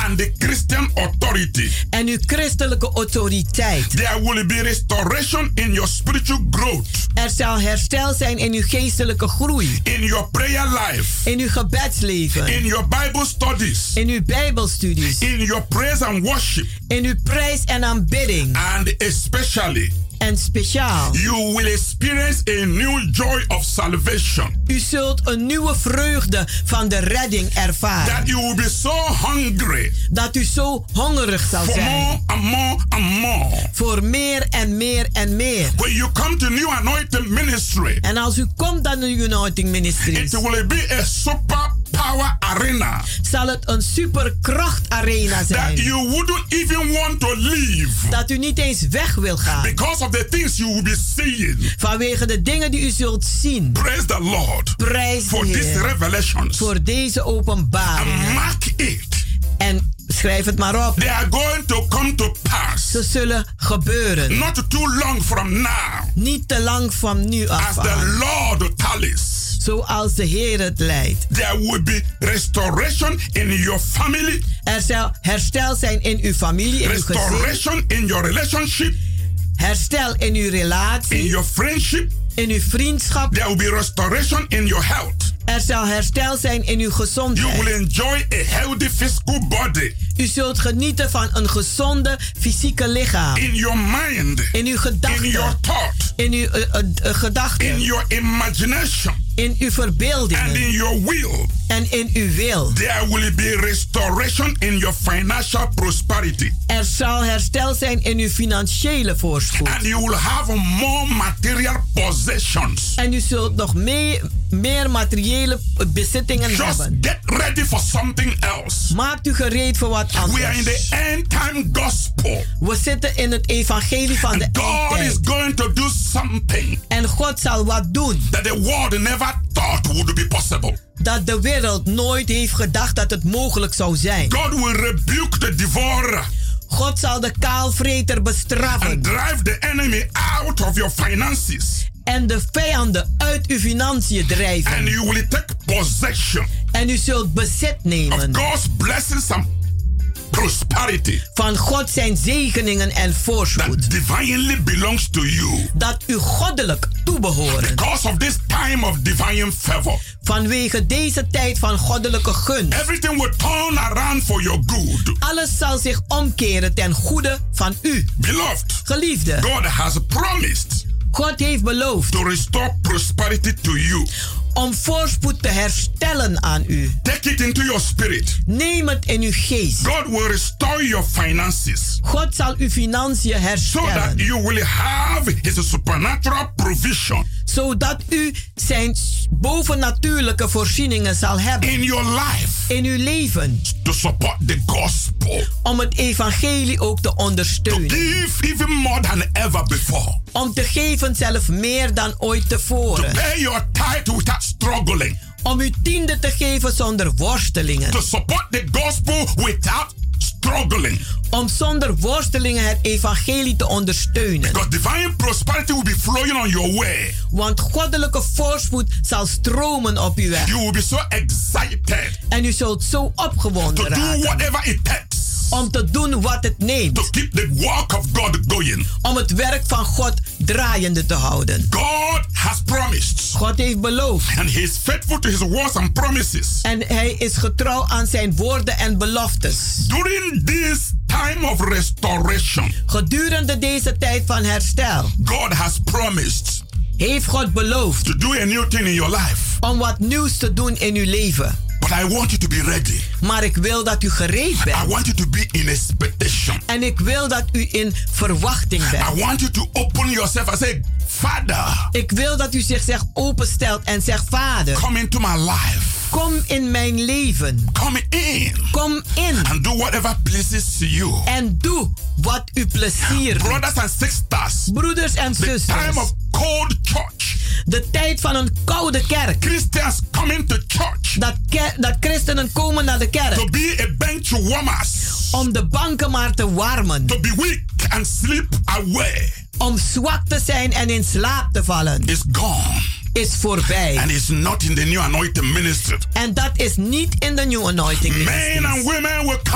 and the Christian authority. En uw christelijke autoriteit. There will be restoration in your spiritual growth. Er zal herstel zijn in uw geestelijke groei. In your prayer life. In uw gebedsleven. In your Bible studies. In uw bijbelstudies. In your praise and worship. In uw prijs en aanbidding. And especially. En speciaal. You will experience a new joy of salvation. U zult een nieuwe vreugde van de redding ervaren. That you will be so hungry. Dat u zo hongerig zal for zijn. More and more and more. Voor meer en meer en meer. When you come to New Anointing Ministry. En als u komt aan de New Anointing Ministry. It will be a super power arena. Zal het een superkracht arena zijn. That you wouldn't even want to leave. Dat u niet eens weg wil gaan. Because of the things you will be seeing. Vanwege de dingen die u zult zien. Praise the Lord. Prijs for de Heer. These revelations. Voor deze openbaringen. And mark it. En schrijf het maar op. They are going to come to pass. Ze zullen gebeuren. Not too long from now. Niet te lang van nu af. As the Lord tallies. Zoals de Heer het leidt. There will be restoration in your family. Er zal herstel zijn in uw familie, in uw gezin. Restoration in your relationship. Herstel in uw relatie. In your friendship. In uw vriendschap. There will be restoration in your health. Er zal herstel zijn in uw gezondheid. You will enjoy a healthy physical body. U zult genieten van een gezonde fysieke lichaam. In your mind. In uw gedachten. In your thought. In uw uh, uh, uh, gedachten. In your imagination. In uw verbeeldingen. And in your will. En in uw wil. There will be restoration in your financial prosperity. Er zal herstel zijn in uw financiële voorspoed. And you will have more material possessions. En u zult nog meer, meer materiële bezittingen Just hebben. get ready for something else. Maakt u gereed voor wat anders. We are in the end time gospel. We zitten in het evangelie van And de God eindtijd. is going to do something. En God zal wat doen. That the world never thought would be possible. Dat de wereld nooit heeft gedacht dat het mogelijk zou zijn. God will rebuke the devourer. God zal de kaalvreter bestraffen. And drive the enemy out of your finances. En de vijanden uit uw financiën drijven. And you will take possession. En u zult bezit nemen. Of God's blessings and prosperity. Van God zijn zegeningen en voorspoed. That divinely belongs to you. Dat u goddelijk toebehoren. Because of this time of divine favor. Vanwege deze tijd van goddelijke gunst. Everything will turn around for your good. Alles zal zich omkeren ten goede van u. Beloved. Geliefde. God has promised. God heeft beloofd. To restore prosperity to you. Om voorspoed te herstellen aan u. Take it into your spirit. Neem het in uw geest. God will restore your finances. God zal uw financiën herstellen. So that you will have his supernatural provision. Zodat u zijn bovennatuurlijke voorzieningen zal hebben. In your life. In uw leven. To support the gospel. Om het evangelie ook te ondersteunen. To give even more than ever before. Om te geven zelf meer dan ooit tevoren. To pay your tithe without struggling. Om uw tiende te geven zonder worstelingen. To support the gospel without struggling. Om zonder worstelingen het evangelie te ondersteunen. Because divine prosperity will be flowing on your way. Want goddelijke voorspoed zal stromen op uw weg. You will be so excited. En u zult zo opgewonden to raken. do whatever it takes. Om te doen wat het neemt. To keep the work of God going. Om het werk van God draaiende te houden. God has promised. God heeft beloofd. And he is faithful to his words and promises. En hij is getrouw aan zijn woorden en beloftes. During this time of restoration. Gedurende deze tijd van herstel. God has promised. Heeft God beloofd. To do a new thing in your life. Om wat nieuws te doen in uw leven. But I want you to be ready. Maar ik wil dat u gereed bent. I want you to be in expectation. En ik wil dat u in verwachting bent. I want you to open yourself and say, Father. Ik wil dat u zichzelf openstelt en zegt, Vader. Come into my life. Kom in mijn leven. Come in. Kom in. And do whatever pleases you. En doe wat u plezier doet. Brothers and sisters. Broeders en zusters. The time of cold church. De tijd van een koude kerk. Christians coming to church. Dat, dat christenen komen naar de kerk. To be a bench warmers. Om de banken maar te warmen. To be weak and sleep away. Om zwak te zijn en in slaap te vallen. Is gone. Is voorbij. And it's not in the new anointing ministry. En dat is niet in de new anointing ministry. Men and women will come.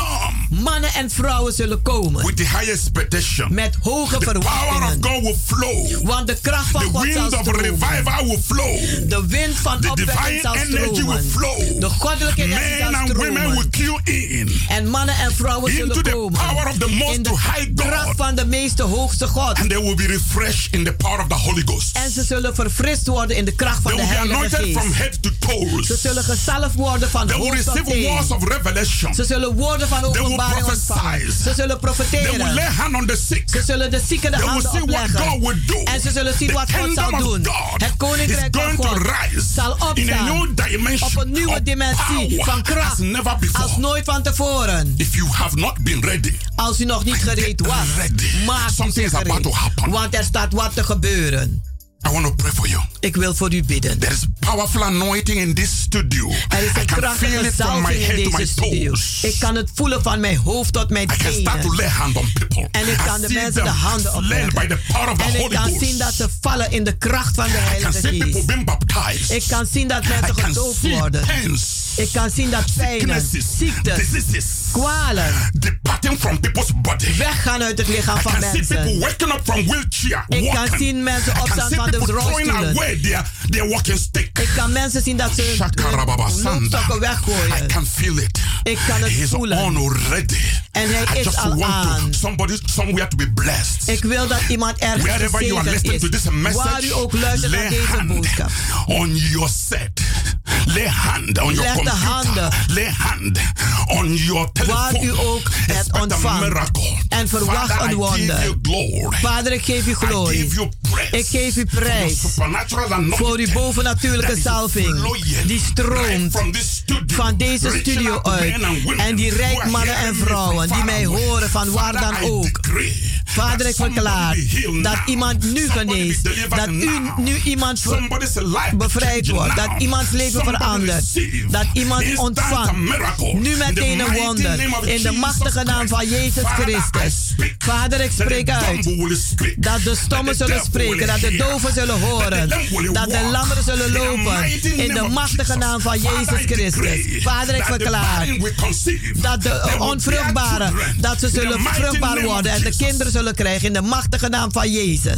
Mannen en vrouwen zullen komen. With the high expectation. Met hoge The power of verwachtingen. God will flow. Want de kracht van The God zal wind of stromen. revival will flow. De wind van The opwekking divine zal energy will stromen. flow. De goddelijke energie Men zal and women will stromen. queue in. En mannen en vrouwen Into zullen the komen. power of the most In de high kracht God. van de meeste hoogste God. And they will be refreshed in the power of the Holy Ghost. En ze zullen verfrist worden in de kracht van They de will be Heilige anointed from Geest. head to toes. Ze zullen gezalfd worden van They will hoofd tot receive words teen. of revelation. Ze zullen woorden van They will openbaring ontvangen. prophesy. Ze zullen They will profeteren. lay hand on the sick. Ze zullen de zieken de They will handen see what opleggen. God will do. En ze zullen zien The wat God kingdom zal of doen. God Het is koninkrijk van going to God rise zal in a opstaan new dimension op een nieuwe of dimensie power van kracht as never before. als nooit van tevoren. If you have not been ready, Als u nog niet gereed was, ready. maak u Something zich is about to gereed. happen. Want er staat wat te gebeuren. I want to pray for you. Ik wil voor u bidden. There is powerful anointing in this studio. Er is I een can feel krachtige it from my zalving in head to my deze studio. toes. Ik kan het voelen van mijn hoofd tot mijn I can start to tenen. lay hand on people. En ik kan I de see mensen them de handen slain opleggen. by the power of the En ik Holy kan Ghost. zien dat ze vallen in de kracht van de I can Heilige see people Geest. being baptized. Ik kan zien dat I mensen can gedoopt see worden. pains, Ik kan zien dat pijnen, sicknesses, ziektes, diseases kwalen departing from people's body. weggaan uit het lichaam I van can see people mensen. waking up from wheelchair, Ik kan walking. zien mensen I can opstaan see van de people throwing rolstoelen. away their, their walking stick. Ik kan mensen zien dat ze Shakarababa hun Sanda. loopstokken I weggooien. can feel it. Ik kan het He is voelen. on already. En hij I is just al want aan. to somebody somewhere to be blessed. Ik wil dat iemand ergens Wherever you are gezegend listening to is. this message, Waar u ook luistert naar lay deze hand boodschap. on your set. Lay hand on your Leg de computer. handen. Lay hand on your telephone. Waar u ook het Expect a ontvangt. miracle. En verwacht Father, een I wonder. give you glory. Vader, ik geef u I glorie. give you praise. Ik geef u For prijs the supernatural anointing voor uw bovennatuurlijke that is zalving. flowing Die right stroomt from this studio, van deze reaching studio out to uit. men and women En die who reikt are mannen en hearing me vrouwen from die far mij away. horen van waar Father, dan I ook. decree Vader, that ik somebody verklaar be healed dat now. iemand nu Somebody be geneest. delivered Dat u now. nu iemand ver- Somebody's life bevrijd changing wordt. now. Dat iemands leven Somebody verandert. receive Dat iemand instant ontvangt. miracle. Nu In the meteen een mighty wonder. name of In de Jesus machtige naam van Christ. Jezus Father, I Christus. speak Vader, ik that spreek the uit dumb will speak. dat de That stommen the zullen deaf spreken. will Dat de hear. doven zullen That the horen. lame will Dat de walk. lammeren zullen In the lopen. mighty In de name of machtige Jesus. naam van Father, Jezus I decree Christus. Vader, ik that the verklaar barren will conceive. dat They de will onvruchtbaren, bear children. dat ze In the zullen mighty vruchtbaar name of worden en de Jesus. kinderen zullen krijgen in de machtige naam van Jezus.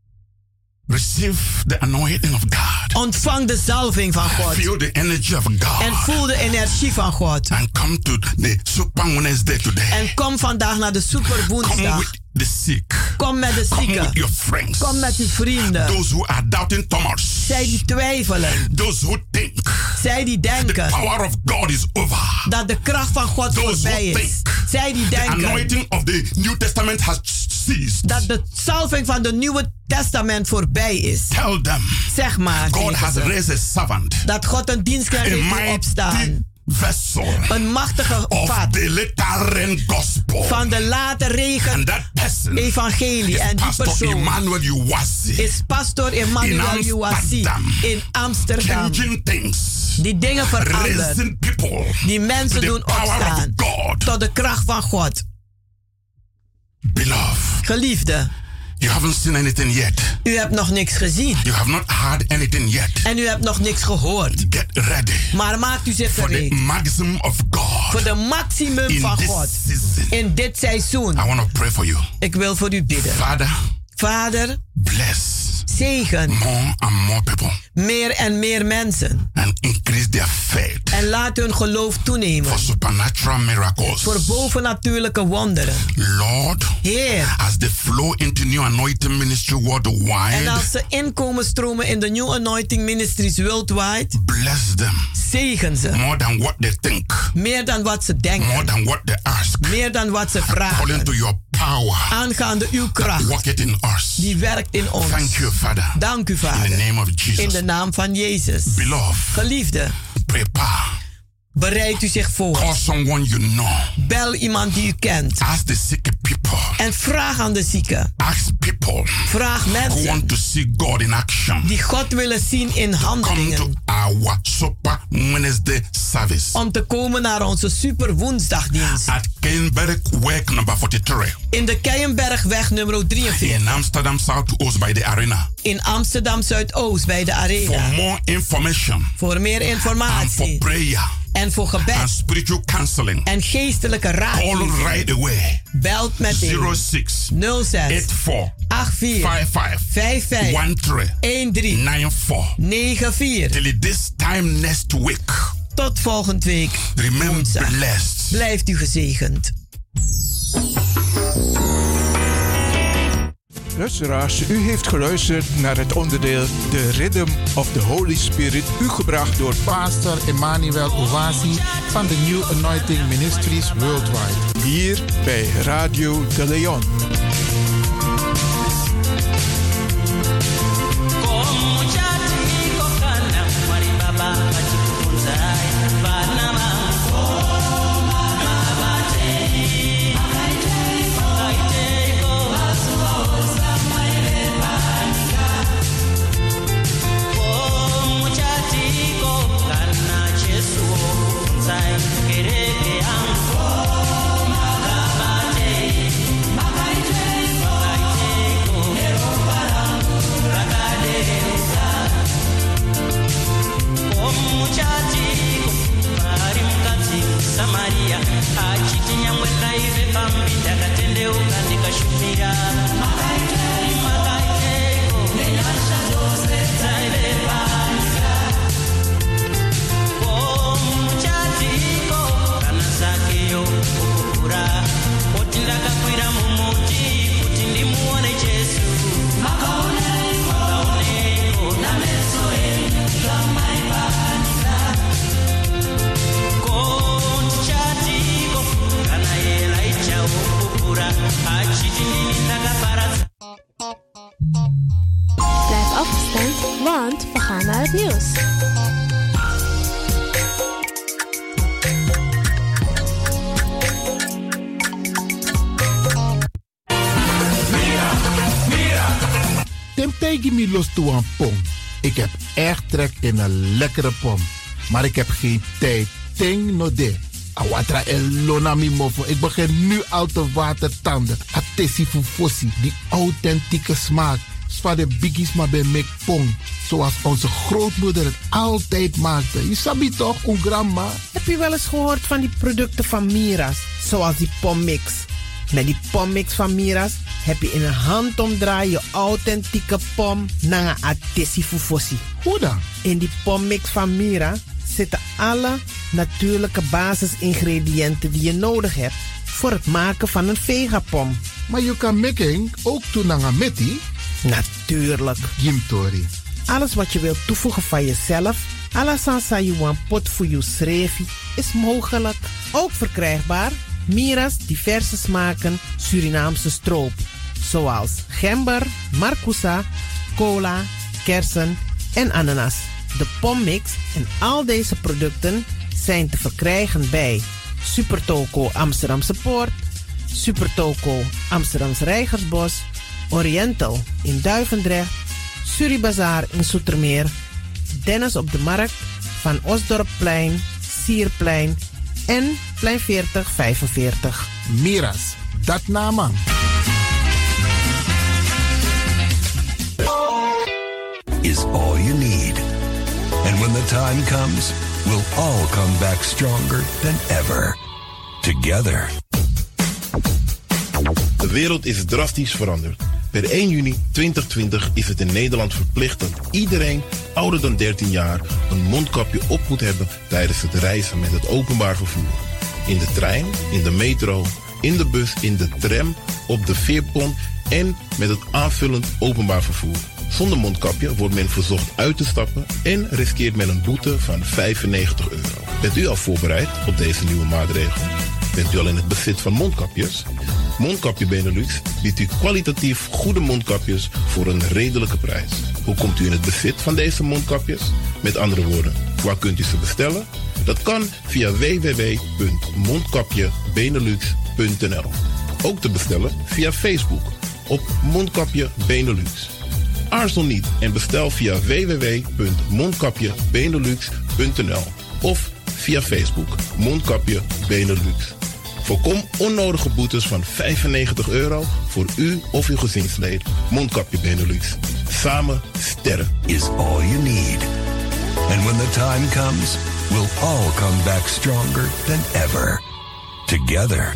Receive the anointing of God. Ontvang de zalving van God. Feel the energy of God. En voel de energie van God. And come to the Super Wednesday today. En kom vandaag naar de Super Come Woensdag. with the sick. Kom met de Come zieken. with your friends. Kom met uw vrienden. Those who are doubting Thomas. Zij die twijfelen. Those who think. Zij die The denken power of God is over. dat de kracht van God Those voorbij who is. think Zij die the denken anointing of the New Testament has ceased. dat de zalving van het Nieuwe Testament voorbij is. Tell them. Zeg maar God tegen has ze, raised a servant. dat God een dienstknecht A heeft doen mighty opstaan. vessel Een machtige of vat the later rain gospel. van de late regen And that person evangelie. is En die Pastor persoon Emmanuel Uwasi. is pastor Emmanuel In Uwasi Amsterdam. in Amsterdam. Changing things. Die dingen veranderen. Raising people Die to mensen the doen power of opstaan God. tot de kracht van God. Beloved, Geliefde, you haven't seen anything yet. u hebt nog niks gezien. You have not heard anything yet. En u hebt nog niks gehoord. Get ready Maar maakt u zich for the gereed maximum of God voor de maximum in van this God season. in dit seizoen. I want to pray for you. Ik wil voor u bidden. Father, Vader, bless zegen more and more people meer en meer mensen. and increase their faith En laat hun geloof toenemen for supernatural miracles. voor bovennatuurlijke wonderen. Lord, Heer, as they flow into new anointing ministry en worldwide, als ze inkomen stromen in de New Anointing Ministries worldwide, bless them zegen ze. more than what they think, Meer dan wat ze more denken. than what they ask, Meer dan wat ze according vragen. to your power. Aangaande uw kracht. Work it in us. Die werkt in ons. Thank you, Father. Dank u, In the Vader. name of In Jesus. de naam van Jezus. Beloved, Geliefde, prepare. bereid u zich voor. Call someone you know. Bel iemand die u kent. Ask the sick people. En vraag aan de zieken. Ask people Vraag who mensen want to see God in action. die God willen zien in Come to handelingen. our Super Wednesday service Om te komen naar onze super woensdagdienst. at Keienberg Weg number forty-three In de Keienbergweg nummer drieënveertig. in Amsterdam Zuidoost by the arena. In Amsterdam Zuidoost bij de For Arena. more information Voor meer and for informatie prayer, En voor gebed. And spiritual counseling. En geestelijke raad. Call right away. Belt meteen. zero six nul zes eight four acht vier five five one three one three nine four negen vier. Till this time next week. Tot volgende week. Remember blessed. Blijft u gezegend. Luisteraars, u heeft geluisterd naar het onderdeel The Rhythm of the Holy Spirit, u gebracht door Pastor Emmanuel Owasi van de New Anointing Ministries Worldwide. Hier bij Radio De Leon. Samaria achiti nyamwe naive pambi ndakatendeuka ndikashumira makaiteko nenyasha dzose dzaive panyika muchatiko kana zakeyo kukura oti ndakakwira mumuti kuti ndimuone Jesu makaoneko makaoneko nameso enyu zvamaipanika Blijf afgestemd, want we gaan naar het nieuws. Temptegi mi los toe een pom. Ik heb echt trek in een lekkere pom. Maar ik heb geen tijd. Ting no de. Awatra elona mi mofo. Ik begin nu al te watertanden. Atesi fufosi. Die authentieke smaak. Zwa de biggies maar bij mek pong. Zoals onze grootmoeder het altijd maakte. Je sabi toch, een grandma? Heb je wel eens gehoord van die producten van Mira's? Zoals die pommix. Met die pommix van Mira's heb je in een handomdraai je authentieke pom naar een atesi fufosi. Hoe dan? In die pommix van Mira zitten alle natuurlijke basisingrediënten die je nodig hebt voor het maken van een vegapom. Maar je kan making ook doen naar een metti? Natuurlijk. Gimtori. Alles wat je wilt toevoegen van jezelf, alla sansa you want pot voor je srevi, is mogelijk. Ook verkrijgbaar Mira's diverse smaken Surinaamse stroop. Zoals gember, marcousa, cola, kersen en ananas. De pommix en al deze producten zijn te verkrijgen bij Supertoco Amsterdamse Poort, Supertoco Amsterdamse Reigersbos, Oriental in Duivendrecht, Suribazaar in Zoetermeer, Dennis op de Markt, Van Osdorpplein, Sierplein en Plein veertig vijfenveertig. Mira's, dat naam. Is all you need. And when the time comes, we'll all come back stronger than ever. Together. De wereld is drastisch veranderd. Per één juni tweeduizend twintig is het in Nederland verplicht dat iedereen ouder dan dertien jaar een mondkapje op moet hebben tijdens het reizen met het openbaar vervoer. In de trein, in de metro, in de bus, in de tram, op de veerpont en met het aanvullend openbaar vervoer. Zonder mondkapje wordt men verzocht uit te stappen en riskeert men een boete van vijfennegentig euro. Bent u al voorbereid op deze nieuwe maatregel? Bent u al in het bezit van mondkapjes? Mondkapje Benelux biedt u kwalitatief goede mondkapjes voor een redelijke prijs. Hoe komt u in het bezit van deze mondkapjes? Met andere woorden, waar kunt u ze bestellen? Dat kan via w w w punt mondkapje benelux punt n l. Ook te bestellen via Facebook op Mondkapje Benelux. Aarzel niet en bestel via w w w punt mondkapje benelux punt n l of via Facebook Mondkapje Benelux. Voorkom onnodige boetes van vijfennegentig euro voor u of uw gezinsleden. Mondkapje Benelux. Samen sterren. Is all you need. And when the time comes, we'll all come back stronger than ever. Together.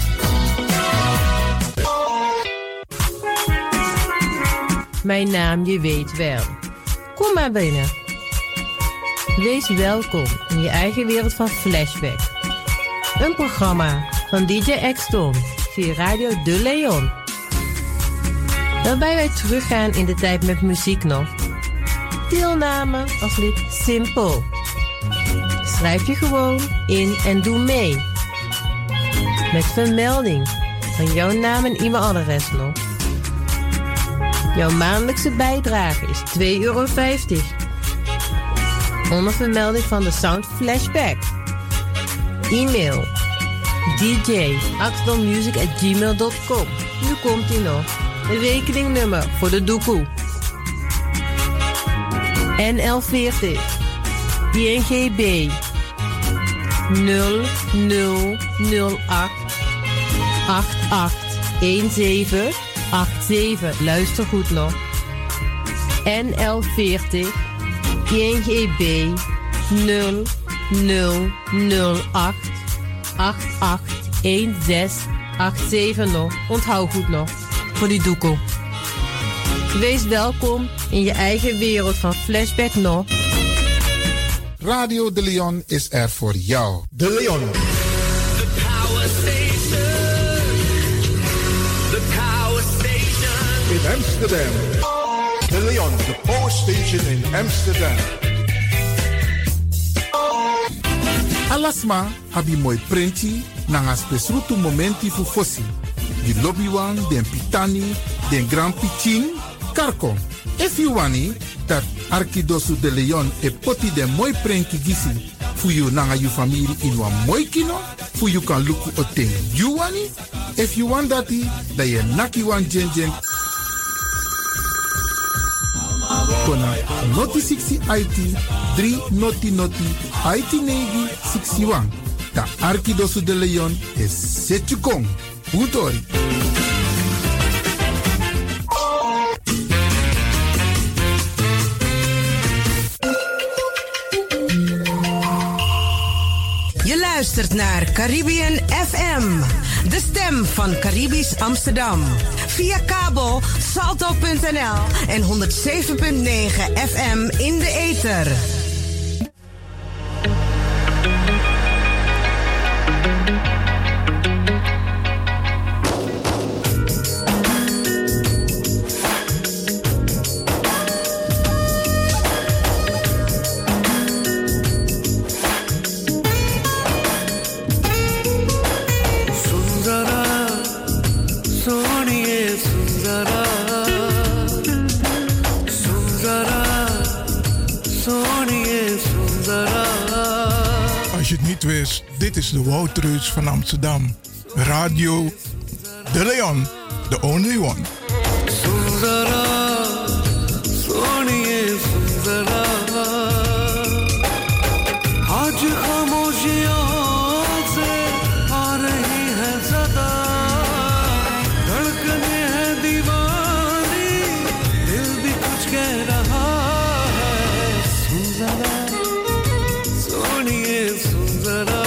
Mijn naam, je weet wel. Kom maar binnen. Wees welkom in je eigen wereld van Flashback. Een programma van D J X-Don via Radio De Leon. Waarbij wij teruggaan in de tijd met muziek nog. Deelname als lid simpel. Schrijf je gewoon in en doe mee. Met vermelding van jouw naam en e-mailadres nog. Jouw maandelijkse bijdrage is twee euro vijftig. Onder vermelding van de Sound Flashback. E-mail d j axdon music at gmail dot com. Nu komt ie nog. Een rekeningnummer voor de doekoe. N L veertig I N G B nul nul nul acht acht acht een zeven acht zeven. Luister goed nog. N L veertig I N G B nul nul nul acht acht acht een zes acht zeven nog. Onthoud goed nog. Voor die doekoe. Wees welkom in je eigen wereld van Flashback nog. Radio De Leon is er voor jou. De Leon. The power station. The power station. In Amsterdam. De Leon, the power station in Amsterdam. Alasma abi mooi prenti nanga spesrutu momenti fu fossi. Di lobby wan, den pitani, den grand pitching, karko. If you wani, dat Arkidosu de Leon e poti den mooi prenti gisi fu you nanga you family in wan mooi kino, fu you kan luku oteng you wani. If you want dati, da ye naki wan jen jen. Kona noti sixty I T, three noti noti, I T negi sixty-one. Da Arkidosu de Leon is setjukong. Utori. Je luistert naar Caribbean F M, de stem van Caribisch Amsterdam. Via kabel salto punt n l en honderd zeven punt negen F M in de ether. Wist, dit is de Woutreus van Amsterdam. Radio De Leon, the only one. Sundara, soniye Sundara. Aaj khamoshiyon se aa rahi hai sada. Dhadkane hai diwani, dil bhi kuch keh raha hai. Sundara, soniye Sundara.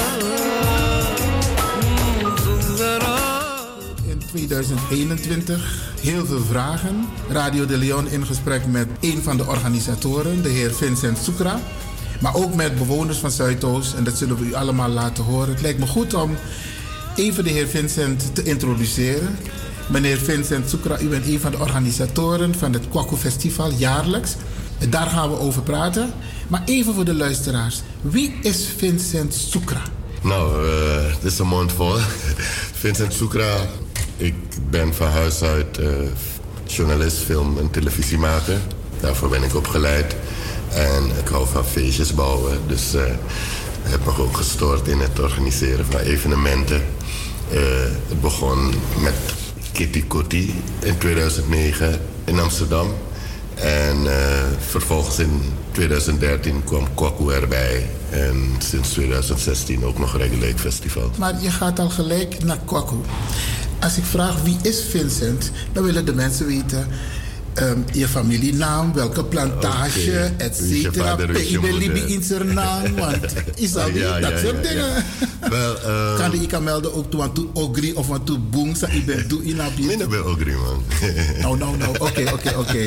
twintig eenentwintig. Heel veel vragen. Radio De Leon in gesprek met een van de organisatoren, de heer Vincent Soekra. Maar ook met bewoners van Zuidoost. En dat zullen we u allemaal laten horen. Het lijkt me goed om even de heer Vincent te introduceren. Meneer Vincent Soekra, u bent een van de organisatoren van het Kwaku Festival jaarlijks. Daar gaan we over praten. Maar even voor de luisteraars. Wie is Vincent Soekra? Nou, uh, dit is een mond vol. Vincent Soekra. Ik ben van huis uit uh, journalist, film- en televisiemaker. Daarvoor ben ik opgeleid. En ik hou van feestjes bouwen. Dus uh, heb me ook gestoord in het organiseren van evenementen. Uh, het begon met Kitty Kotti in tweeduizend negen in Amsterdam. En uh, vervolgens in tweeduizend dertien kwam Kwaku erbij. En sinds tweeduizend zestien ook nog Reggae Lake Festival. Maar je gaat al gelijk naar Kwaku. Als ik vraag wie is Vincent, dan willen de mensen weten Um, je familienaam, welke plantage, okay. et cetera. Ik ben Libi in zijn naam, want is al ja, dat ja, soort ja, dingen. Ja. Wel, uh, kan je kan melden ook toe toe ogri of aan toe boeng, sa ik ben toe in ab. Ik ben ogri man. Nou, nou, nou. Oké, oké, oké.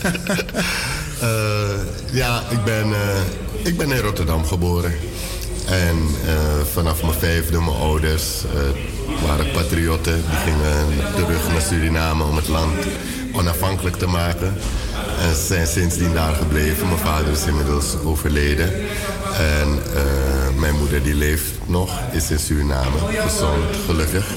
Ja, ik ben, uh, ik ben in Rotterdam geboren. En uh, vanaf mijn vijfde, mijn ouders uh, waren patriotten. Die gingen terug naar Suriname om het land onafhankelijk te maken. En ze zijn sindsdien daar gebleven. Mijn vader is inmiddels overleden. En uh, mijn moeder die leeft nog, is in Suriname. Gezond, gelukkig.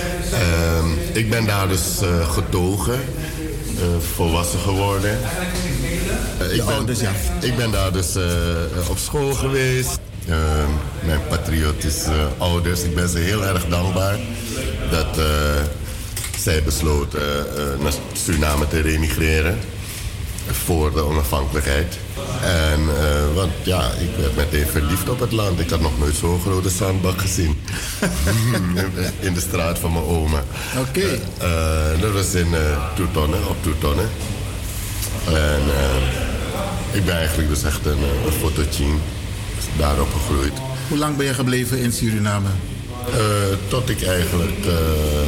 Uh, ik ben daar dus uh, getogen. Uh, volwassen geworden. Uh, ik, ben, ouders, ja. ik ben daar dus uh, op school geweest. Uh, mijn patriotische uh, ouders, ik ben ze heel erg dankbaar dat uh, zij besloten uh, naar Suriname te remigreren voor de onafhankelijkheid. En uh, want ja, ik werd meteen verliefd op het land. Ik had nog nooit zo'n grote zandbak gezien. In de straat van mijn oma. Oké. Okay. Uh, uh, dat was in uh, Toetonnen, op Toetonnen. En uh, ik ben eigenlijk dus echt een, een fototien daar opgegroeid. Hoe lang ben je gebleven in Suriname? Uh, tot ik eigenlijk uh,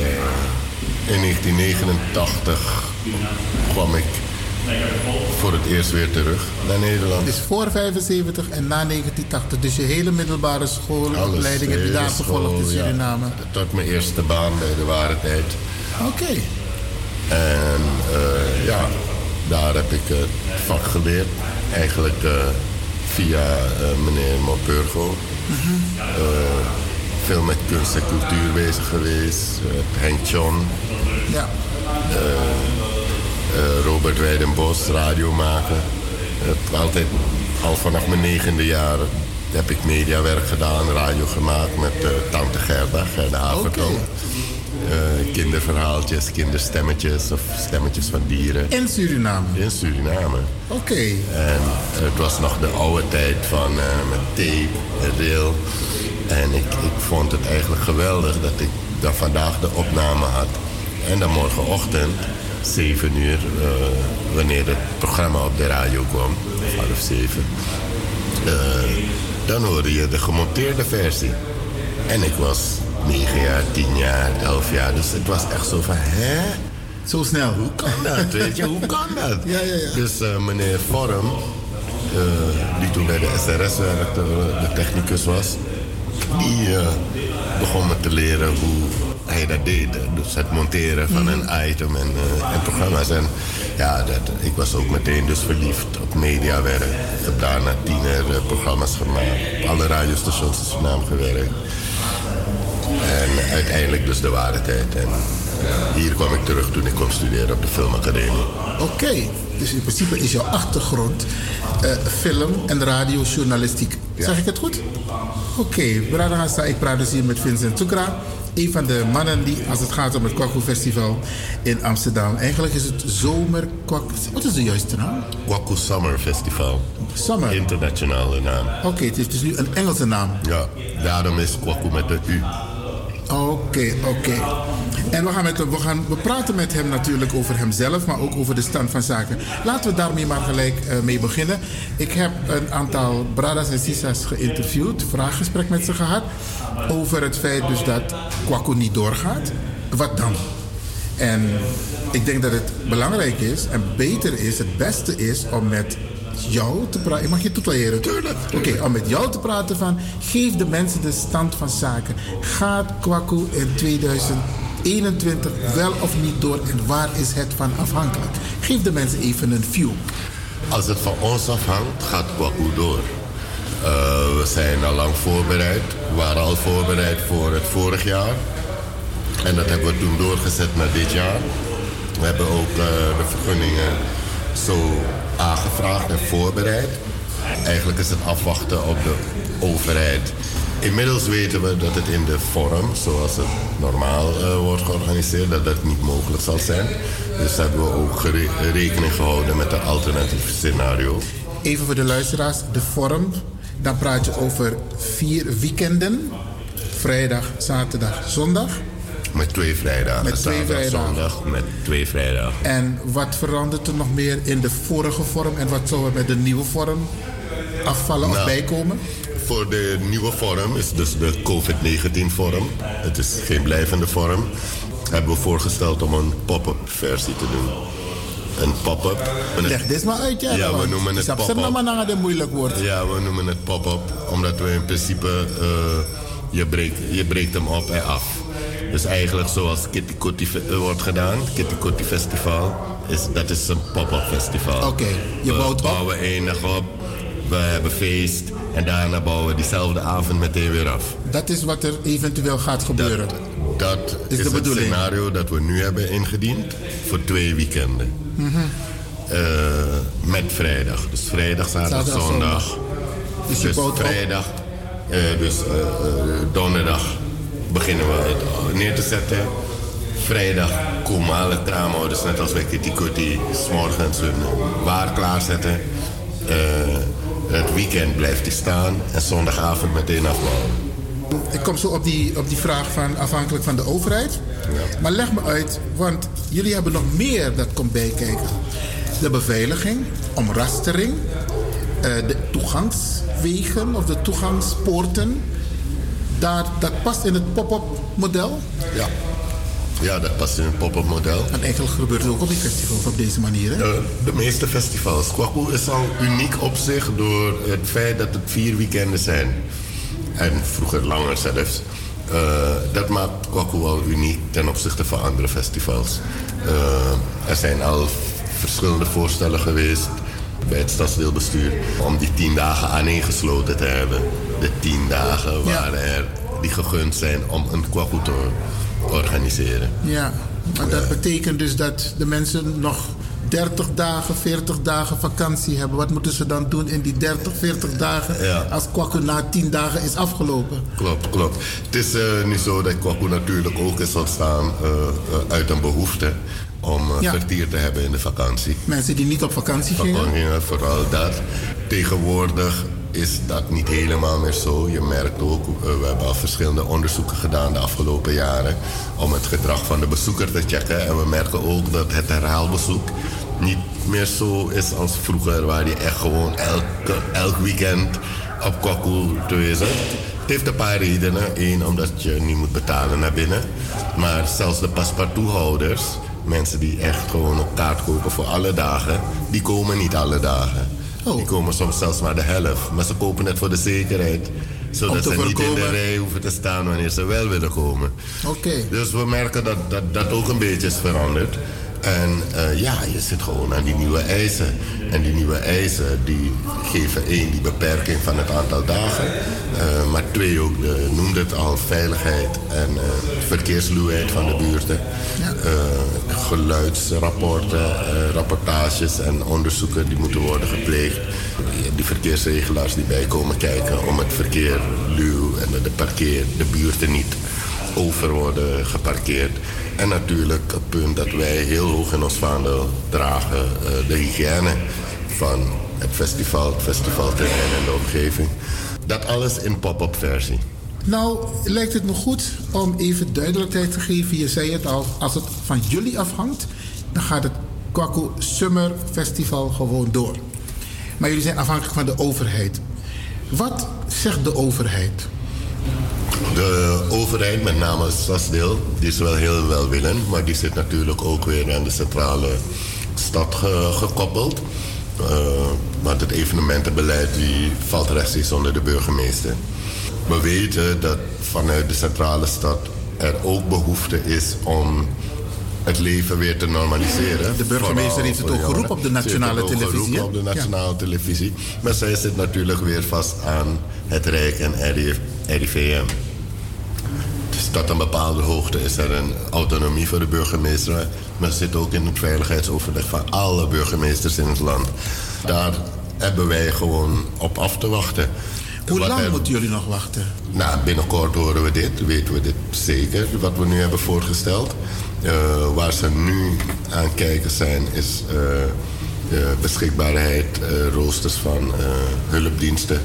in negentien negenentachtig kwam ik voor het eerst weer terug naar Nederland. Dus voor vijfenzeventig en na negentien tachtig. Dus je hele middelbare schoolopleiding heb je daar gevolgd in Suriname? Ja, tot mijn eerste baan bij de Ware Tijd. Oké. Okay. En uh, ja, daar heb ik het vak geleerd. Eigenlijk uh, via uh, meneer Mopurgo. Mm-hmm. Uh, veel met kunst en cultuur bezig geweest. Uh, Henk John. Ja. Uh, uh, Robert Weidenbos, radio maken. Uh, altijd, al vanaf mijn negende jaar heb ik mediawerk gedaan, radio gemaakt met uh, tante Gerda, Gerda Havertong. Okay. Uh, kinderverhaaltjes, kinderstemmetjes of stemmetjes van dieren. In Suriname? In Suriname. Oké. Okay. En het was nog de oude tijd van uh, met tape en reel. En ik, ik vond het eigenlijk geweldig dat ik dan vandaag de opname had. En dan morgenochtend, zeven uur, uh, wanneer het programma op de radio kwam, half zeven, uh, dan hoorde je de gemonteerde versie. En ik was negen jaar, tien jaar, elf jaar. Dus het was echt zo van, hè? Zo snel. Hoe kan dat, weet je? Hoe kan dat? Ja, ja, ja. Dus uh, meneer Vorm, uh, die toen bij de S R S werkte, de technicus was, die uh, begon me te leren hoe hij dat deed. Dus het monteren van een item en, uh, en programma's. En ja, dat, ik was ook meteen dus verliefd op mediawerk. Ik heb daarna tiener uh, programma's gemaakt. Op alle radiostations in Suriname gewerkt. En uiteindelijk dus de Ware Tijd. En hier kwam ik terug toen ik kwam studeren op de Filmacademie. Oké, okay. Dus in principe is jouw achtergrond uh, film- en radiojournalistiek. Ja. Zeg ik het goed? Oké, okay. Ik praat dus hier met Vincent Soekra. Een van de mannen die, als het gaat om het Kwaku Festival in Amsterdam. Eigenlijk is het zomer Kwaku... Wat is de juiste naam? Kwaku Summer Festival. Summer? Internationale naam. Oké, okay, het is dus nu een Engelse naam. Ja, daarom is Kwaku met de U. Oké, okay, oké. Okay. En we gaan, met hem, we gaan we praten met hem natuurlijk over hemzelf, maar ook over de stand van zaken. Laten we daarmee maar gelijk uh, mee beginnen. Ik heb een aantal bradas en sisas geïnterviewd, vraaggesprek met ze gehad, over het feit dus dat Kwaku niet doorgaat. Wat dan? En ik denk dat het belangrijk is en beter is, het beste is om met jou te praten. Ik mag je tutoyeren. Tuurlijk. Oké, okay, om met jou te praten van, geef de mensen de stand van zaken. Gaat Kwaku in tweeduizend eenentwintig wel of niet door en waar is het van afhankelijk? Geef de mensen even een view. Als het van ons afhangt, gaat Kwaku door. Uh, we zijn al lang voorbereid. We waren al voorbereid voor het vorig jaar. En dat hebben we toen doorgezet naar dit jaar. We hebben ook uh, de vergunningen zo aangevraagd en voorbereid. Eigenlijk is het afwachten op de overheid. Inmiddels weten we dat het in de vorm, zoals het normaal uh, wordt georganiseerd, dat dat niet mogelijk zal zijn. Dus hebben we ook gere- rekening gehouden met een alternatief scenario. Even voor de luisteraars, de vorm, dan praat je over vier weekenden. Vrijdag, zaterdag, zondag. Met twee vrijdagen. Met twee Zaterdag, vrijdagen. zondag met twee vrijdagen. En wat verandert er nog meer in de vorige vorm en wat zou er met de nieuwe vorm afvallen Nou, of bijkomen? Voor de nieuwe vorm is dus de covid negentien vorm. Het is geen blijvende vorm. Hebben we voorgesteld om een pop-up versie te doen. Een pop-up. Leg dit maar uit, ja. Ja, we want noemen het ik snap pop-up. ze maar naar een moeilijk woord. Ja, we noemen het pop-up. Omdat we in principe, uh, je, breekt, je breekt hem op en af. Dus eigenlijk zoals Kitty Kotti fe- wordt gedaan, Kitty Kotti Festival, is, dat is een pop-up festival. Oké, okay, je we bouwt op. bouwen enig op, we hebben feest en daarna bouwen we diezelfde avond meteen weer af. Dat is wat er eventueel gaat gebeuren. Dat, dat is, is de het bedoeling. scenario dat we nu hebben ingediend voor twee weekenden. Mm-hmm. Uh, met vrijdag. Dus vrijdag, zaterdag, Zaterdag, zondag. zondag. Dus je Dus bouwt op. vrijdag, uh, dus uh, uh, donderdag beginnen we het neer te zetten. Vrijdag komen alle kraamhouders, net als bij Kitty Kotti, 's morgens hun waar klaarzetten. Uh, het weekend blijft die staan en zondagavond meteen afbouwen. Ik kom zo op die, op die vraag van afhankelijk van de overheid. Ja. Maar leg me uit, want jullie hebben nog meer dat komt bijkijken. De beveiliging, omrastering, uh, de toegangswegen of de toegangspoorten. Daar, dat past in het pop-up model? Ja. Ja, dat past in het pop-up model. En eigenlijk gebeurt het ook op die festivals op deze manier, hè? Uh, de meeste festivals. Kwaku is al uniek op zich door het feit dat het vier weekenden zijn. En vroeger langer zelfs. Uh, dat maakt Kwaku al uniek ten opzichte van andere festivals. Uh, er zijn al verschillende voorstellen geweest bij het stadsdeelbestuur om die tien dagen aaneengesloten te hebben. De tien dagen waar ja. er die gegund zijn om een Kwaku te organiseren. Ja, maar dat betekent dus dat de mensen nog dertig dagen, veertig dagen vakantie hebben. Wat moeten ze dan doen in die dertig, veertig dagen ja. als Kwaku na tien dagen is afgelopen? Klopt, klopt. Het is uh, niet zo dat Kwaku natuurlijk ook is ontstaan uh, uh, uit een behoefte om uh, ja. vertier te hebben in de vakantie. Mensen die niet op vakantie gingen? Vakantie, vooral dat. Tegenwoordig is dat niet helemaal meer zo. Je merkt ook, uh, we hebben al verschillende onderzoeken gedaan de afgelopen jaren om het gedrag van de bezoeker te checken. En we merken ook dat het herhaalbezoek niet meer zo is als vroeger, waar je echt gewoon elke, elk weekend op Kwaku te wezen. Het heeft een paar redenen. Eén, omdat je niet moet betalen naar binnen. Maar zelfs de paspartouthouders, mensen die echt gewoon een kaart kopen voor alle dagen, die komen niet alle dagen. Oh. Die komen soms zelfs maar de helft. Maar ze kopen het voor de zekerheid. Zodat ze niet in de rij hoeven te staan wanneer ze wel willen komen. Okay. Dus we merken dat, dat dat ook een beetje is veranderd. En uh, ja, je zit gewoon aan die nieuwe eisen. En die nieuwe eisen die geven één, die beperking van het aantal dagen. Uh, maar twee ook, de, noemde het al, veiligheid en uh, verkeersluwheid van de buurten. Ja. Uh, geluidsrapporten, uh, rapportages en onderzoeken die moeten worden gepleegd. Die verkeersregelaars die bij komen kijken om het verkeer luw en de, parkeer, de buurten niet over worden geparkeerd. En natuurlijk het punt dat wij heel hoog in ons vaandel dragen, uh, de hygiëne van het festival, het festivalterrein en de omgeving. Dat alles in pop-up versie. Nou, lijkt het me goed om even duidelijkheid te geven. Je zei het al, als het van jullie afhangt, dan gaat het Kwaku Summer Festival gewoon door. Maar jullie zijn afhankelijk van de overheid. Wat zegt de overheid? De overheid, met name het stadsdeel, die is wel heel welwillend, maar die zit natuurlijk ook weer aan de centrale stad ge- gekoppeld. Uh, want het evenementenbeleid die valt rechtstreeks onder de burgemeester. We weten dat vanuit de centrale stad er ook behoefte is om het leven weer te normaliseren. De burgemeester heeft het ook geroepen op de nationale televisie. op de nationale ja. televisie. Maar zij zit natuurlijk weer vast aan het Rijk en R I V M. Dus tot een bepaalde hoogte is er een autonomie voor de burgemeester. Maar zit ook in het veiligheidsoverleg van alle burgemeesters in het land. Daar hebben wij gewoon op af te wachten. Hoe wat lang er, moeten jullie nog wachten? Nou, binnenkort horen we dit, weten we dit zeker, wat we nu hebben voorgesteld. Uh, waar ze nu aan kijken zijn, is uh, de beschikbaarheid, uh, roosters van uh, hulpdiensten,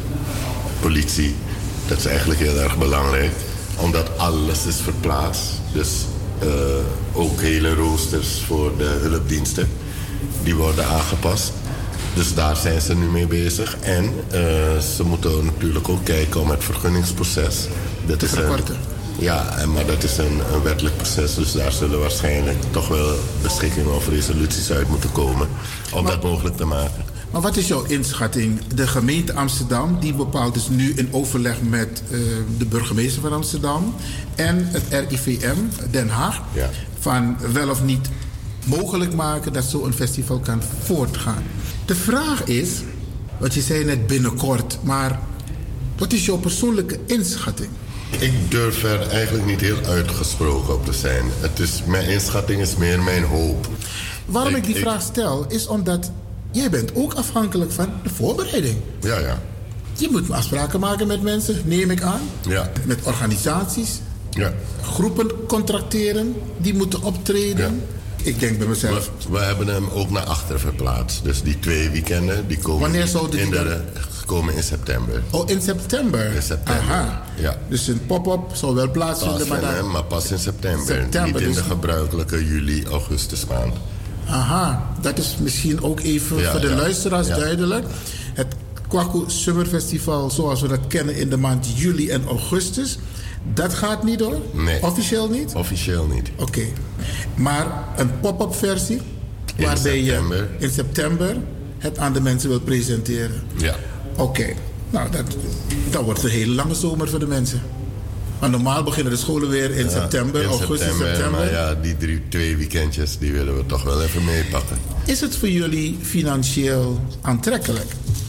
politie. Dat is eigenlijk heel erg belangrijk, omdat alles is verplaatst. Dus uh, ook hele roosters voor de hulpdiensten. Die worden aangepast. Dus daar zijn ze nu mee bezig. En uh, ze moeten natuurlijk ook kijken om het vergunningsproces. Dat is een, ja, maar dat is een, een wettelijk proces. Dus daar zullen waarschijnlijk toch wel beschikkingen of resoluties uit moeten komen. Om maar, dat mogelijk te maken. Maar wat is jouw inschatting? De gemeente Amsterdam die bepaalt dus nu in overleg met uh, de burgemeester van Amsterdam en het R I V M Den Haag ja. van wel of niet mogelijk maken dat zo'n festival kan voortgaan. De vraag is, wat je zei net binnenkort, maar wat is jouw persoonlijke inschatting? Ik durf er eigenlijk niet heel uitgesproken op te zijn. Het is, mijn inschatting is meer mijn hoop. Waarom ik, ik die ik, vraag stel, is omdat jij bent ook afhankelijk van de voorbereiding. Ja, ja. Je moet afspraken maken met mensen, neem ik aan. Ja. Met organisaties. Ja. Groepen contracteren, die moeten optreden. Ja. Ik denk bij mezelf. We, we hebben hem ook naar achter verplaatst. Dus die twee weekenden, die komen, Wanneer zouden die in, de, dan... komen in september. Oh, in september? In september, aha. Ja. Dus een pop-up zal wel plaatsvinden. Maar, dan... maar pas in september. september Niet in dus... de gebruikelijke juli, augustus maand. Aha, dat is misschien ook even ja, voor de ja, luisteraars ja. duidelijk. Het Kwaku Summer Festival, zoals we dat kennen in de maand juli en augustus, dat gaat niet door? Nee. Officieel niet? Officieel niet. Oké. Okay. Maar een pop-up versie, in waarbij september. je in september het aan de mensen wil presenteren? Ja. Oké. Okay. Nou, dat, dat wordt een hele lange zomer voor de mensen. Maar normaal beginnen de scholen weer in ja, september, in augustus, september, september. Maar ja, die drie, twee weekendjes, die willen we toch wel even meepakken. Is het voor jullie financieel aantrekkelijk?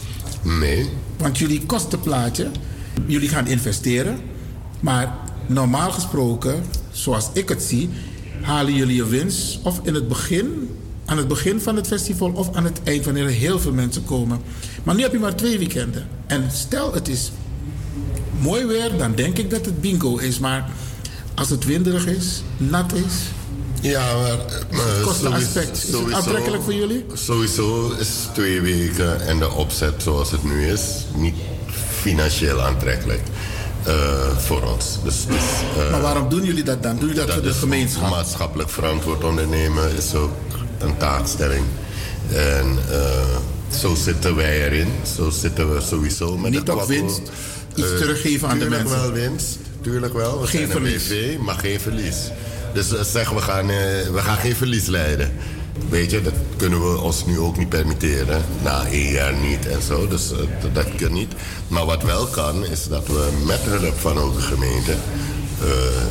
Nee. Want jullie kostenplaatje, jullie gaan investeren. Maar normaal gesproken, zoals ik het zie, halen jullie je winst of in het begin, aan het begin van het festival of aan het eind, wanneer er heel veel mensen komen. Maar nu heb je maar twee weekenden. En stel het is mooi weer, dan denk ik dat het bingo is. Maar als het winderig is, nat is... Ja, maar... maar het kostenaspect, is het aantrekkelijk voor jullie? Sowieso is twee weken en de opzet zoals het nu is niet financieel aantrekkelijk. Uh, voor ons. Dus, dus, uh, maar waarom doen jullie dat dan? Doen jullie dat, dat voor de gemeenschap? Maatschappelijk verantwoord ondernemen is ook een taakstelling. En uh, zo zitten wij erin. Zo zitten we sowieso met niet op winst, iets uh, teruggeven aan de mensen. Tuurlijk wel winst, tuurlijk wel. We geen verlies. B V, maar geen verlies. Dus uh, zeg, we gaan, uh, we gaan geen verlies leiden. Weet je, dat kunnen we ons nu ook niet permitteren. Na één jaar niet en zo, dus uh, dat kan niet. Maar wat wel kan, is dat we met hulp van ook de gemeente... Uh,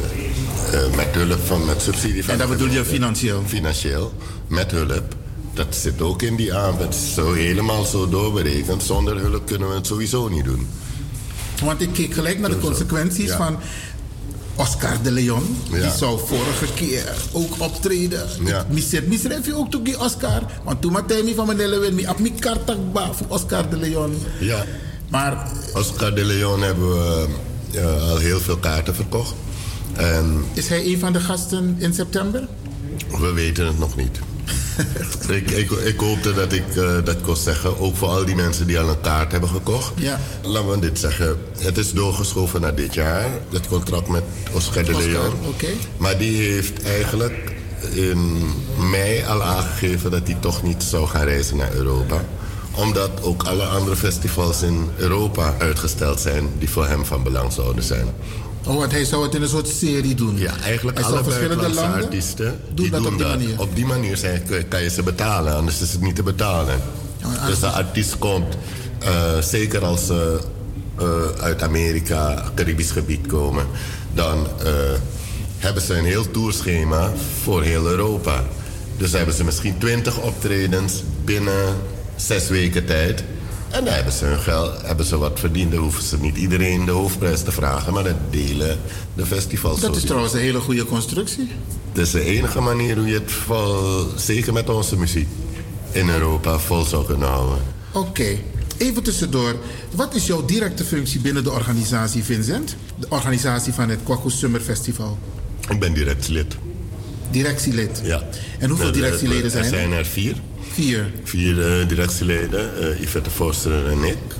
uh, met hulp van, met subsidie van en dat de bedoel gemeente, je financieel? Financieel, met hulp. Dat zit ook in die aanbod. Zo helemaal zo doorberekend. Zonder hulp kunnen we het sowieso niet doen. Want ik keek gelijk naar de consequenties ja. van... Oscar de Leon, ja. die zou vorige keer ook optreden. Ja. Misschrijf je ook toe die Oscar? Want toen had hij van mijn Lewin, ik heb mijn kaart voor Oscar de Leon. Ja, maar Oscar de Leon hebben we uh, al heel veel kaarten verkocht. En is hij een van de gasten in september? We weten het nog niet. ik, ik, ik hoopte dat ik uh, dat kon zeggen, ook voor al die mensen die al een kaart hebben gekocht. Ja. Laten we dit zeggen, het is doorgeschoven naar dit jaar, het contract met Oscar de Leon. Okay. Maar die heeft eigenlijk in mei al aangegeven dat hij toch niet zou gaan reizen naar Europa. Omdat ook alle andere festivals in Europa uitgesteld zijn die voor hem van belang zouden zijn. Oh, want hij zou het in een soort serie doen. Ja, eigenlijk hij alle verschillende landen artiesten doen die dat doen op die dat. manier. Op die manier zijn, kan je ze betalen, anders is het niet te betalen. Ja, dus de artiest komt, uh, zeker als ze uh, uit Amerika, Caribisch gebied komen, dan uh, hebben ze een heel tourschema voor heel Europa. Dus hebben ze misschien twintig optredens binnen zes weken tijd. En dan hebben ze hun geld, hebben ze wat verdiend. Dan hoeven ze niet iedereen de hoofdprijs te vragen, maar dat delen de festivals. Dat is doen. Trouwens een hele goede constructie. Dat is de enige manier hoe je het vol, zeker met onze muziek, in Europa vol zou kunnen houden. Oké, okay. Even tussendoor. Wat is jouw directe functie binnen de organisatie, Vincent? De organisatie van het Kwaku Summer Festival. Ik ben directielid. Directielid? Ja. En hoeveel directieleden zijn er? Er zijn er vier. Vier? Vier uh, directieleden, uh, Yvette Forster en ik.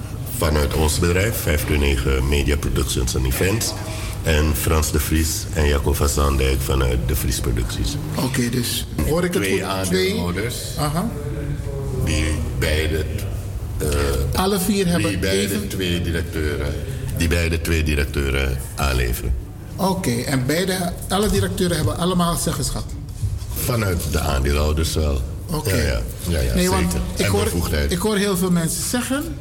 vanuit ons bedrijf, vijfentwintig Media Productions and Events. En Frans de Vries en Jacob van Zandijk vanuit de Vries Producties. Oké, okay, dus hoor ik het twee goed? Aandeelhouders, Twee Aha. Die beide... Uh, Alle vier hebben die beide even... twee directeuren, die beide twee directeuren aanleveren. Oké, okay, en beide, alle directeuren hebben allemaal zeggenschap? Vanuit de aandeelhouders wel. Oké. Okay. Ja, ja, ja, ja, nee, zeker. Want ik, hoor, ik hoor heel veel mensen zeggen...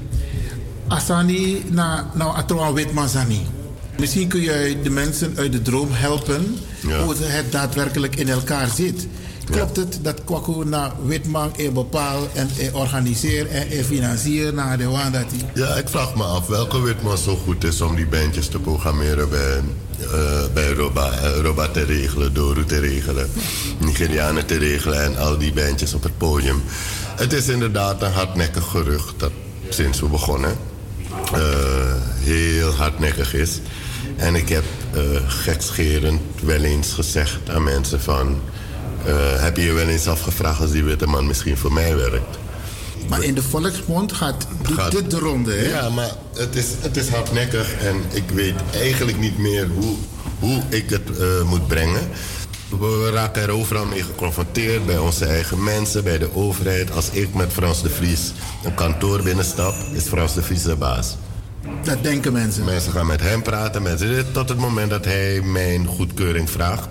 Asani, na, nou, Atoan Witman Sani. Misschien kun je de mensen uit de droom helpen... Ja. Hoe het daadwerkelijk in elkaar zit. Klopt het dat Kwaku naar Witman een bepaal en organiseert en financiert naar de Wandati? Ja, ik vraag me af welke Witman zo goed is om die bandjes te programmeren bij, uh, bij Roba, uh, Roba te regelen, Doru te regelen, Nigerianen te regelen en al die bandjes op het podium. Het is inderdaad een hardnekkig gerucht dat sinds we begonnen uh, heel hardnekkig is. En ik heb uh, gekscherend wel eens gezegd aan mensen van... Uh, heb je je wel eens afgevraagd als die witte man misschien voor mij werkt? Maar in de volksmond gaat, gaat dit de ronde, hè? Ja, maar het is, het is hardnekkig en ik weet eigenlijk niet meer hoe, hoe ik het uh, moet brengen. We raken er overal mee geconfronteerd, bij onze eigen mensen, bij de overheid. Als ik met Frans de Vries een kantoor binnenstap, is Frans de Vries de baas. Dat denken mensen. Mensen gaan met hem praten, mensen, tot het moment dat hij mijn goedkeuring vraagt.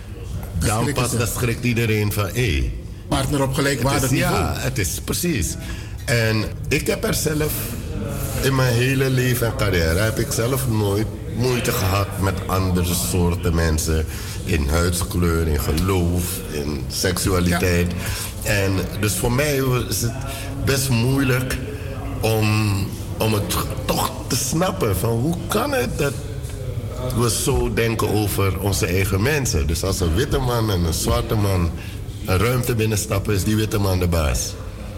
Dan pas dat schrikt iedereen van, hé. Hey, partner op gelijkwaardig niveau. Ja, het is precies. En ik heb er zelf in mijn hele leven en carrière... heb ik zelf nooit moeite gehad met andere soorten mensen. In huidskleur, in geloof, in seksualiteit. Ja. En dus voor mij is het best moeilijk om, om het toch te snappen. Van hoe kan het dat we zo denken over onze eigen mensen. Dus als een witte man en een zwarte man een ruimte binnenstappen, is die witte man de baas.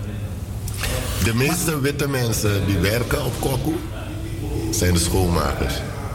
De meeste witte mensen die werken op Kwaku zijn de schoonmakers.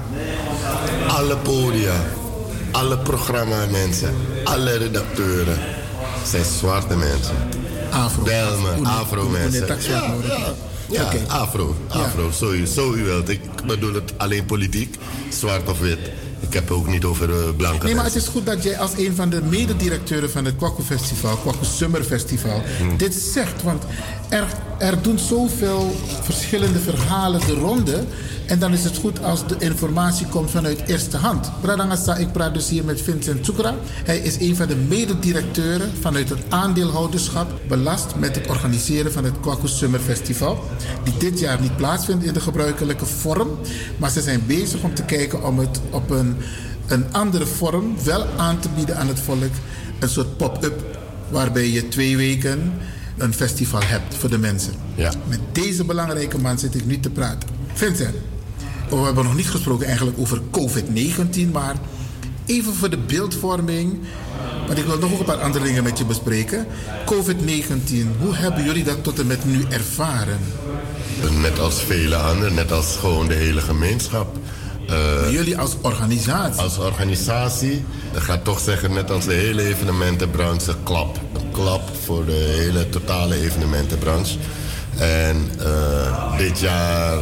Alle podia, alle programmamensen, alle redacteuren zijn zwarte mensen. Afro. Bel me, afro-mensen. Ja, okay. afro, afro, ja. Zo, zo u wilt. Ik bedoel het alleen politiek, zwart of wit. Ik heb het ook niet over uh, blanke Nee, maar mensen. het is goed dat jij als een van de mededirecteuren van het Kwaku Festival, Kwaku Summer Festival, hmm. dit zegt. Want er, er doen zoveel verschillende verhalen de ronde. En dan is het goed als de informatie komt vanuit eerste hand. Bradangasa, ik praat dus hier met Vincent Tsukra. Hij is een van de mededirecteuren vanuit het aandeelhouderschap belast met het organiseren van het Kwaku Summer Festival. Die dit jaar niet plaatsvindt in de gebruikelijke vorm. Maar ze zijn bezig om te kijken om het op een, een andere vorm wel aan te bieden aan het volk. Een soort pop-up waarbij je twee weken een festival hebt voor de mensen. Ja. Met deze belangrijke man zit ik nu te praten. Vincent, we hebben nog niet gesproken eigenlijk over covid negentien, maar even voor de beeldvorming, want ik wil nog ook een paar andere dingen met je bespreken. covid negentien, hoe hebben jullie dat tot en met nu ervaren? Net als vele anderen, net als gewoon de hele gemeenschap. Uh, jullie als organisatie? Als organisatie, ik ga toch zeggen, net als de hele evenementenbranche, klap. Een klap voor de hele totale evenementenbranche. En uh, dit jaar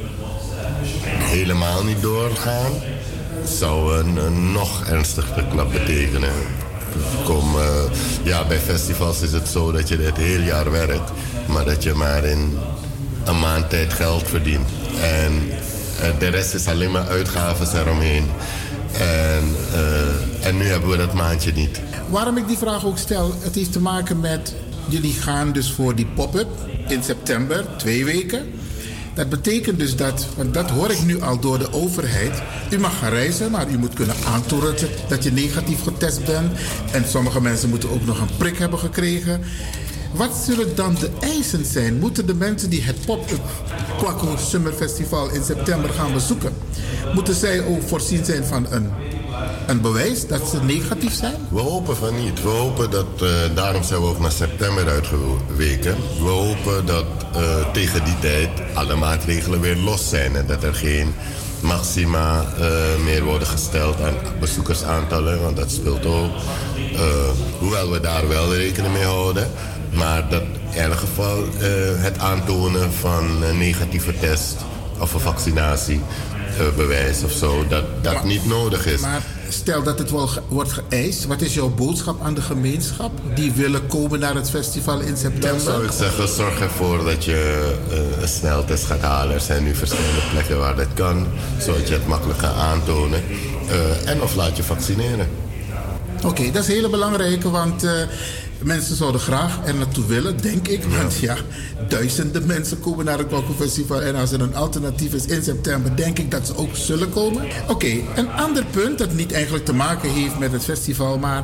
helemaal niet doorgaan zou een, een nog ernstiger klap betekenen. Kom, uh, ja, bij festivals is het zo dat je het hele jaar werkt, maar dat je maar in een maand tijd geld verdient. En uh, de rest is alleen maar uitgaven eromheen. En, uh, en nu hebben we dat maandje niet. Waarom ik die vraag ook stel, het heeft te maken met, jullie gaan dus voor die pop-up in september, twee weken. Dat betekent dus dat, want dat hoor ik nu al door de overheid. U mag gaan reizen, maar u moet kunnen aantonen dat je negatief getest bent. En sommige mensen moeten ook nog een prik hebben gekregen. Wat zullen dan de eisen zijn? Moeten de mensen die het pop-up Kwaku Summer Festival in september gaan bezoeken, moeten zij ook voorzien zijn van een, een bewijs dat ze negatief zijn? We hopen van niet. We hopen dat, uh, daarom zijn we ook naar september uitgeweken. We hopen dat uh, tegen die tijd alle maatregelen weer los zijn en dat er geen maxima uh, meer worden gesteld aan bezoekersaantallen, want dat speelt ook. Uh, hoewel we daar wel rekening mee houden, maar dat in elk geval uh, het aantonen van een negatieve test of een vaccinatiebewijs of zo, dat dat Maar- niet nodig is. Maar stel dat het wel ge- wordt geëist. Wat is jouw boodschap aan de gemeenschap die willen komen naar het festival in Dan september? zou ik zeggen, zorg ervoor dat je uh, een sneltest gaat halen. Er zijn nu verschillende plekken waar dat kan, zodat je het makkelijk gaat aantonen. Uh, en of laat je vaccineren. Oké, dat is een hele belangrijke, want eh, mensen zouden graag er naartoe willen, denk ik. Want ja, duizenden mensen komen naar het Kwaku Festival. En als er een alternatief is in september, denk ik dat ze ook zullen komen. Oké, een ander punt dat niet eigenlijk te maken heeft met het festival, maar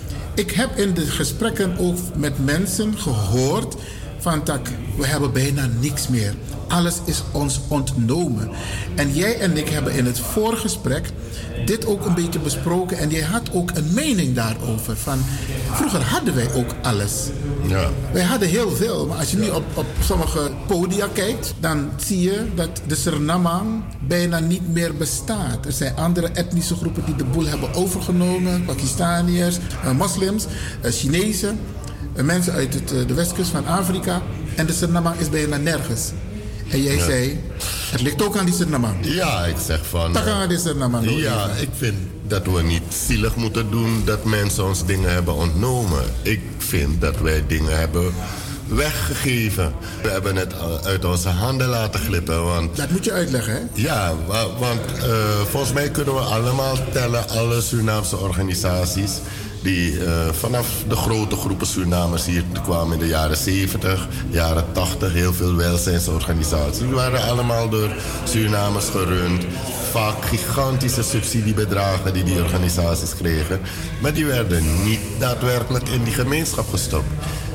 ik heb in de gesprekken ook met mensen gehoord van dat we hebben bijna niks meer. Alles is ons ontnomen. En jij en ik hebben in het voorgesprek dit ook een beetje besproken. En jij had ook een mening daarover. Van, vroeger hadden wij ook alles. Ja. Wij hadden heel veel. Maar als je nu op, op sommige podia kijkt, dan zie je dat de Surinamang bijna niet meer bestaat. Er zijn andere etnische groepen die de boel hebben overgenomen. Pakistaniërs, eh, moslims, eh, Chinezen. eh, mensen uit het, eh, de westkust van Afrika. En de Surinamang is bijna nergens. En jij Ja. zei, het ligt ook aan die Surinamang. Ja, ik zeg van... Dat gaan we die Surinamang doen. Ja, ik vind dat we niet zielig moeten doen dat mensen ons dingen hebben ontnomen. Ik vind dat wij dingen hebben weggegeven. We hebben het uit onze handen laten glippen. Want, dat moet je uitleggen, hè? Ja, wa- want uh, volgens mij kunnen we allemaal tellen, alle Surinaamse organisaties die uh, vanaf de grote groepen Surinamers hier kwamen in de jaren zeventig, jaren tachtig, heel veel welzijnsorganisaties. Die waren allemaal door Surinamers gerund. Vaak gigantische subsidiebedragen die die organisaties kregen. Maar die werden niet daadwerkelijk in die gemeenschap gestopt.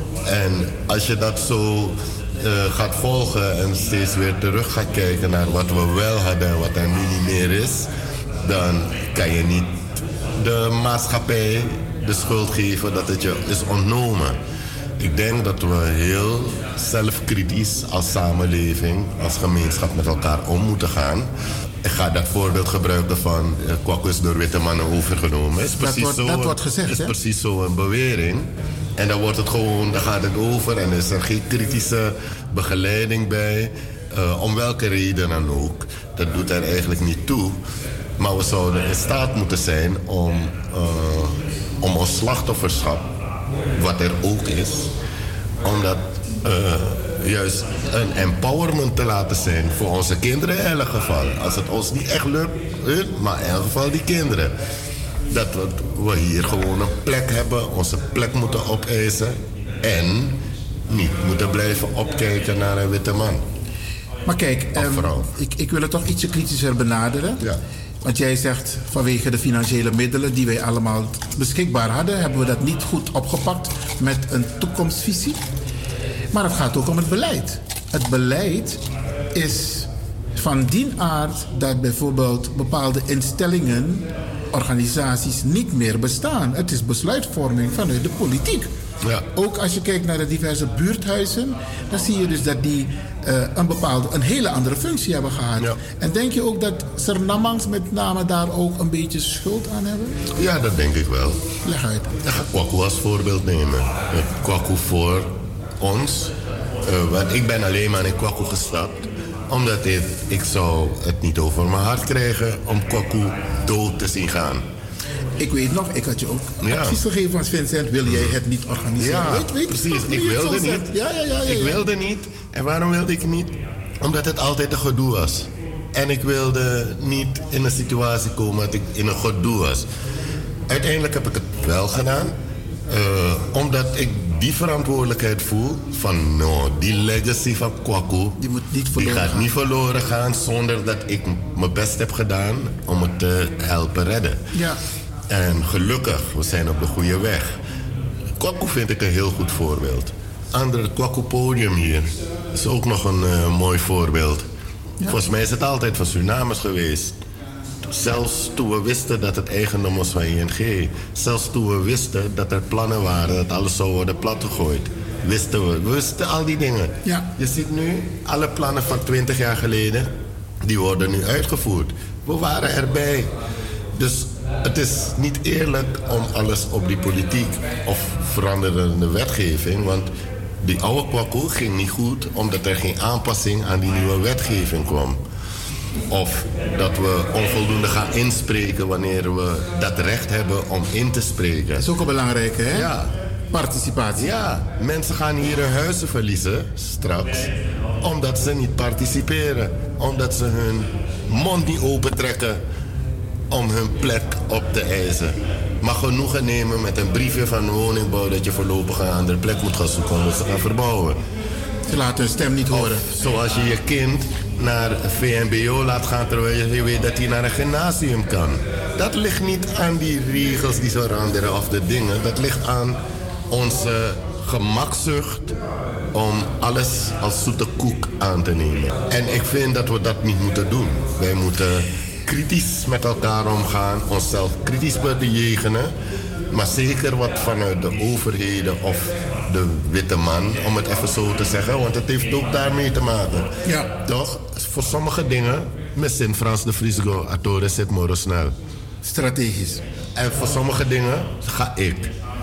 En als je dat zo uh, gaat volgen en steeds weer terug gaat kijken naar wat we wel hadden en wat er nu niet meer is, dan kan je niet de maatschappij de schuld geven dat het je is ontnomen. Ik denk dat we heel zelfkritisch als samenleving, als gemeenschap met elkaar om moeten gaan. Ik ga dat voorbeeld gebruiken van uh, Kwaku is door witte mannen overgenomen. Is precies wordt- zo, dat wordt gezegd, is hè? precies zo een bewering. En dan wordt het gewoon, dan gaat het over en er is er geen kritische begeleiding bij. Uh, om welke reden dan ook. Dat doet er eigenlijk niet toe. Maar we zouden in staat moeten zijn om, uh, om ons slachtofferschap, wat er ook is, om dat uh, juist een empowerment te laten zijn voor onze kinderen in elk geval. Als het ons niet echt lukt, uh, maar in elk geval die kinderen. Dat we, we hier gewoon een plek hebben, onze plek moeten opeisen en niet moeten blijven opkijken naar een witte man. Maar kijk, um, ik, ik wil het toch ietsje kritischer benaderen. Ja. Want jij zegt vanwege de financiële middelen die wij allemaal beschikbaar hadden, hebben we dat niet goed opgepakt met een toekomstvisie. Maar het gaat ook om het beleid. Het beleid is van die aard dat bijvoorbeeld bepaalde instellingen, organisaties niet meer bestaan. Het is besluitvorming vanuit de politiek. Ja. Ook als je kijkt naar de diverse buurthuizen, dan zie je dus dat die uh, een bepaalde, een hele andere functie hebben gehad. Ja. En denk je ook dat Surinamangs met name daar ook een beetje schuld aan hebben? Ja, dat denk ik wel. Leg uit. Ik ga Kwaku als voorbeeld nemen. Kwaku voor ons. Uh, want ik ben alleen maar in Kwaku gestapt. Omdat ik, ik zou het niet over mijn hart krijgen om Kwaku dood te zien gaan. Ik weet nog, ik had je ook Ja. advies gegeven als Vincent, wil jij het niet organiseren? Ja, weet, weet, precies. hoe Ik je het wilde zo niet. zegt. Ja, ja, ja, ja, Ik ja. wilde niet. En waarom wilde ik niet? Omdat het altijd een gedoe was. En ik wilde niet in een situatie komen dat ik in een gedoe was. Uiteindelijk heb ik het wel gedaan. Uh, omdat ik die verantwoordelijkheid voel van no, die legacy van Kwaku, die, moet niet die gaat gaan. niet verloren gaan zonder dat ik mijn best heb gedaan om het te helpen redden. Ja. En gelukkig, we zijn op de goede weg. Kwaku vind ik een heel goed voorbeeld. Andere Kwaku Podium hier is ook nog een uh, mooi voorbeeld. Ja. Volgens mij is het altijd van Surinamers geweest. Zelfs toen we wisten dat het eigendom was van I N G. Zelfs toen we wisten dat er plannen waren dat alles zou worden platgegooid. Wisten we, we wisten al die dingen. Ja. Je ziet nu, alle plannen van twintig jaar geleden, die worden nu uitgevoerd. We waren erbij. Dus het is niet eerlijk om alles op die politiek of veranderende wetgeving. Want die oude Kwaku ging niet goed omdat er geen aanpassing aan die nieuwe wetgeving kwam. Of dat we onvoldoende gaan inspreken wanneer we dat recht hebben om in te spreken. Dat is ook een belangrijke, hè? Ja. Participatie. Ja, mensen gaan hier hun huizen verliezen straks. Omdat ze niet participeren. Omdat ze hun mond niet opentrekken om hun plek op te eisen. Maar genoegen nemen met een briefje van de woningbouw dat je voorlopig een andere plek moet gaan zoeken om ze gaan verbouwen. Ze laten hun stem niet horen. Of zoals je je kind naar V M B O laat gaan terwijl je weet dat hij naar een gymnasium kan. Dat ligt niet aan die regels die ze veranderen of de dingen. Dat ligt aan onze gemakzucht om alles als zoete koek aan te nemen. En ik vind dat we dat niet moeten doen. Wij moeten kritisch met elkaar omgaan, onszelf kritisch bejegenen, maar zeker wat vanuit de overheden of de witte man, om het even zo te zeggen, want het heeft ook daarmee te maken. Ja. Toch? Voor sommige dingen, met zin Frans de Vries Atore zit moro snel. Strategisch. En voor sommige dingen ga ik.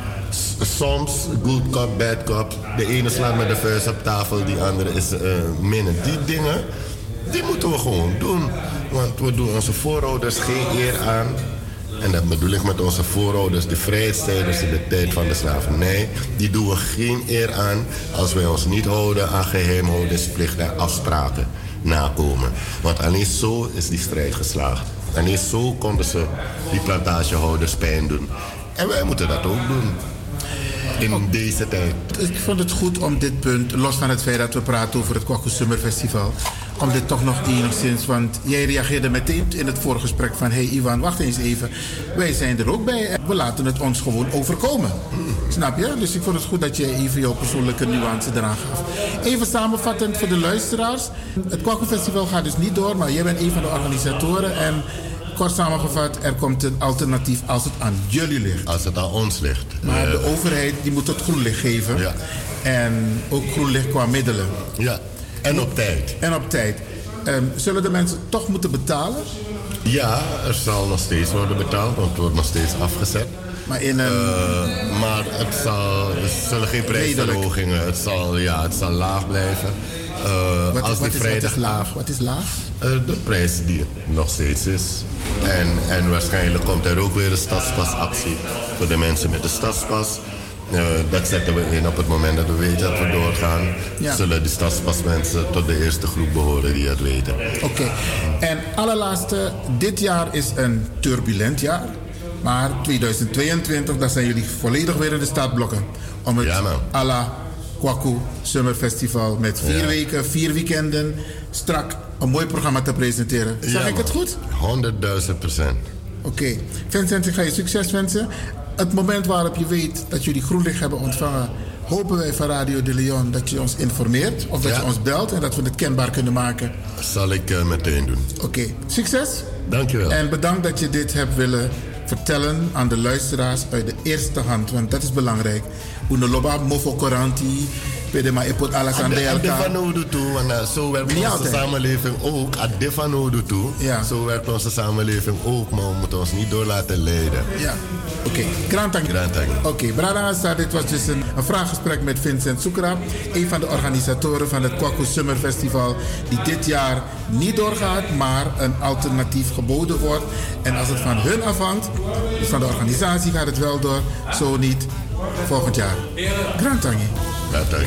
Soms good cop, bad cop. De ene slaat met de vuist op tafel, die andere is uh, minnen. Die dingen, die moeten we gewoon doen. Want we doen onze voorouders geen eer aan. En dat bedoel ik met onze voorouders, de vrijheidstijders in de tijd van de slavernij. Die doen we geen eer aan als wij ons niet houden aan geheimhoudingsplichten en afspraken nakomen. Want alleen zo is die strijd geslaagd. Alleen zo konden ze die plantagehouders pijn doen. En wij moeten dat ook doen. In oh, deze tijd. Ik vond het goed om dit punt, los van het feit dat we praten over het Kwaku Summer Festival, om dit toch nog enigszins, want jij reageerde meteen in het voorgesprek van hey Ivan, wacht eens even. Wij zijn er ook bij en we laten het ons gewoon overkomen. Hmm. Snap je? Dus ik vond het goed dat jij even jouw persoonlijke nuance eraan gaf. Even samenvattend voor de luisteraars. Het Kwaku Festival gaat dus niet door, maar jij bent een van de organisatoren en kort samengevat, er komt een alternatief als het aan jullie ligt. Als het aan ons ligt. Maar uh, de overheid die moet het groen licht geven. Ja. En ook groen licht qua middelen. Ja, en op tijd. En op tijd. Um, zullen de mensen toch moeten betalen? Ja, er zal nog steeds worden betaald, want het wordt nog steeds afgezet. Maar in een... Uh, maar het zal, er zullen geen prijsverhogingen. Het zal, ja, het zal laag blijven. Uh, wat, als is, die wat, is, vrijdag... wat is laag? Wat is laag? Uh, de prijs die het nog steeds is. En, en waarschijnlijk komt er ook weer een stadspasactie voor de mensen met de stadspas. Uh, dat zetten we in op het moment dat we weten dat we doorgaan. Ja. Zullen de stadspasmensen tot de eerste groep behoren die dat weten. Oké. Okay. En allerlaatste, dit jaar is een turbulent jaar. Maar tweeduizend tweeëntwintig, daar zijn jullie volledig weer in de startblokken. Om het ja, à la Kwaku Summer Festival met vier ja. weken, vier weekenden, strak een mooi programma te presenteren. Zeg ja, ik het goed? honderdduizend procent. Oké. Okay. Vincent, ik ga je succes wensen. Het moment waarop je weet dat jullie groenlicht hebben ontvangen, hopen wij van Radio de Leon dat je ons informeert of dat ja. je ons belt en dat we het kenbaar kunnen maken. Dat zal ik uh, meteen doen. Oké. Okay. Succes. Dankjewel. En bedankt dat je dit hebt willen vertellen aan de luisteraars uit de eerste hand, want dat is belangrijk. Unoloba mofo koranti, pedema epot alasande elkaar. Adefanodu toe, want zo werkt onze altijd. Samenleving ook. Adefanodu toe, ja. Zo werkt onze samenleving ook, maar we moeten ons niet door laten leiden. Ja. Oké, okay. Grantangi. Oké, okay. Brada, dit was dus een, een vraaggesprek met Vincent Soekra, een van de organisatoren van het Kwaku Summer Festival, die dit jaar niet doorgaat, maar een alternatief geboden wordt. En als het van hun afhangt, dus van de organisatie, gaat het wel door, zo niet volgend jaar. Grantangi. Grantangi.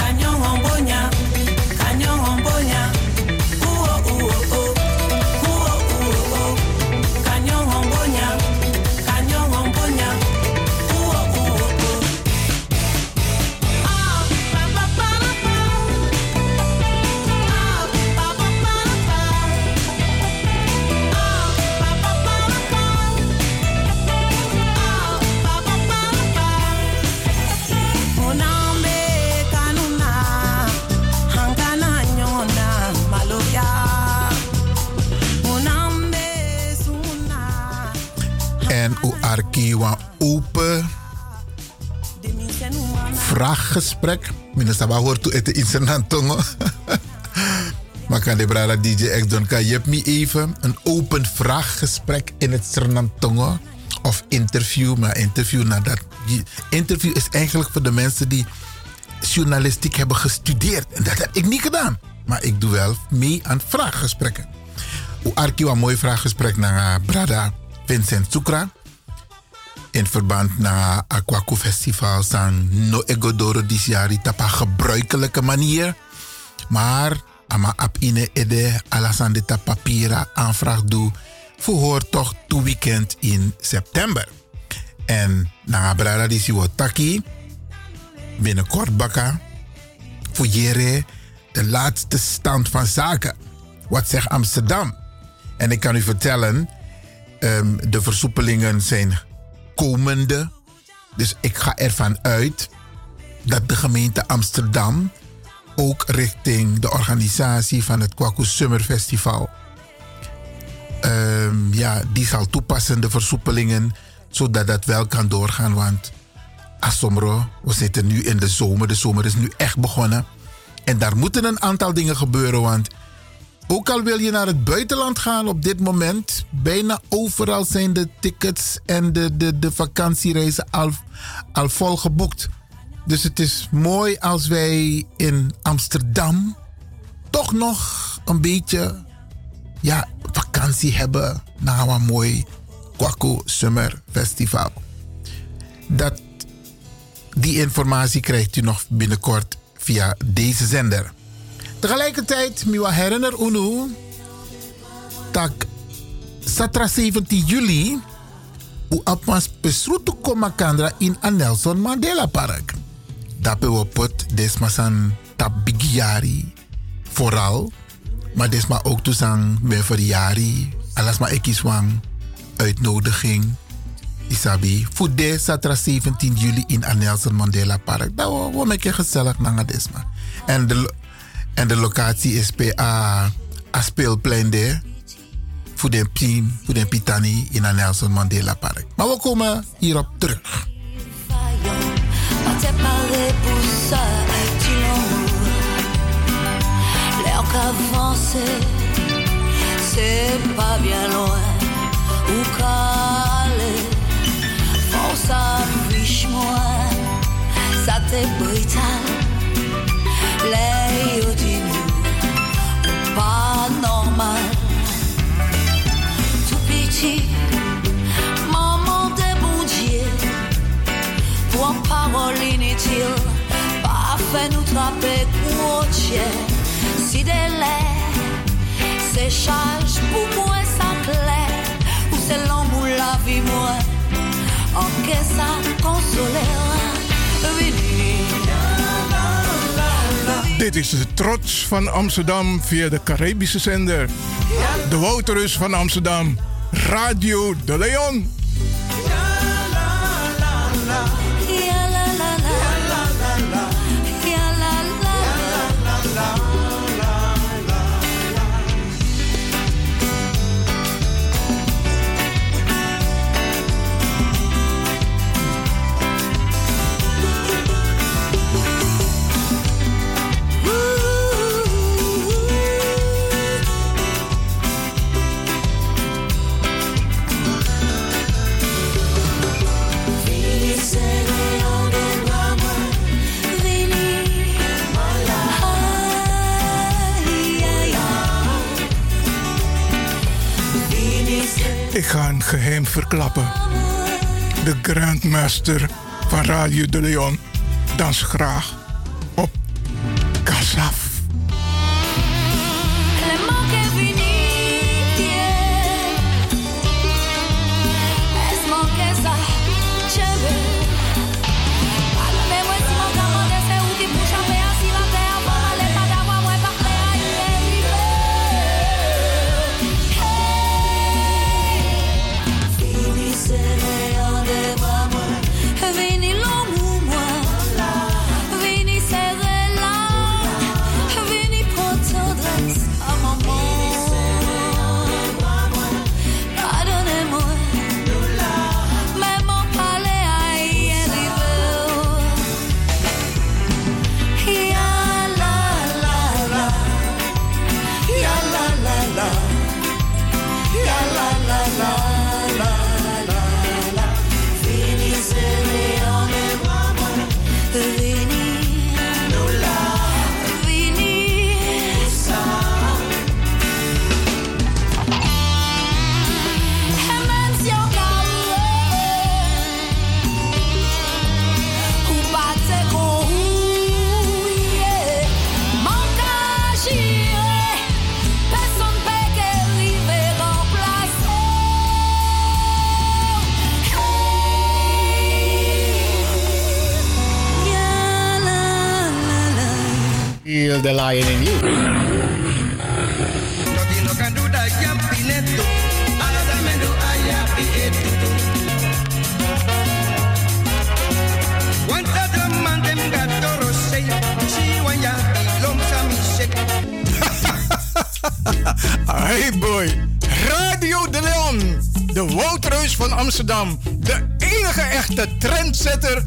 En u arkiwa open vraaggesprek. Minister, waar hoort u het iets aan tongo? Maar kan de brada D J X-Don, kan je me even een open vraaggesprek in het Sernantongo? Of interview, maar interview nadat. Interview is eigenlijk voor de mensen die journalistiek hebben gestudeerd. En dat heb ik niet gedaan. Maar ik doe wel mee aan vraaggesprekken. U arki een mooi vraaggesprek naar Brada Vincent Soekra. In verband naar Aquaco Festival sang no egodoro dis jari tapa gebruikelijke manier. Maar ama ap ine ede alasande tapa papira aanvraag doe verhoor toch toe weekend in september. En na Brada disi wo taki binnenkort bakka voor jere de laatste stand van zaken. Wat zegt Amsterdam? En ik kan u vertellen, um, de versoepelingen zijn komende. Dus ik ga ervan uit dat de gemeente Amsterdam ook richting de organisatie van het Kwaku Summer Festival, um, ja, die zal toepassen, de versoepelingen, zodat dat wel kan doorgaan. Want Asomro, we zitten nu in de zomer. De zomer is nu echt begonnen. En daar moeten een aantal dingen gebeuren, want ook al wil je naar het buitenland gaan op dit moment, bijna overal zijn de tickets en de, de, de vakantiereizen al, al vol geboekt. Dus het is mooi als wij in Amsterdam toch nog een beetje ja, vakantie hebben na een mooi Kwaku Summer Festival. Dat, die informatie krijgt u nog binnenkort via deze zender. Tegelijkertijd, miwa herinner unu tak satra zeventien juli u apmas pesrutu komakandra in a Nelson Mandela Park. Dape we pot desmasan tap bigiari vooral, maar desma ook toesang ben verjari, alasma ekiswang uitnodiging. Isabi, voor de satra zeventien juli in a Nelson Mandela Park. Dat we, we maken gezellig naar desma. En de En de locatie is bij a, a speelplein daar. Voor de Pien, voor de Pitani in het Nelson Mandela Park. Maar we komen hierop terug. Lei di nous, pas normal. Tout petit, maman de bon Dieu, pour une parole inutile, pas fait nous trapper coucher. Si de lait, c'est charge pour moi ça clair, ou c'est l'amour la vie moi, en que ça consolera. Dit is de trots van Amsterdam via de Caribische zender. De Wouterus van Amsterdam, Radio de Leon. Ik ga een geheim verklappen. De Grandmaster van Radio de Leon dans graag op Kasaf. Daniel the Lion in You. Hey boy, Radio de Leon, de Woudreus van Amsterdam, de enige echte trendsetter.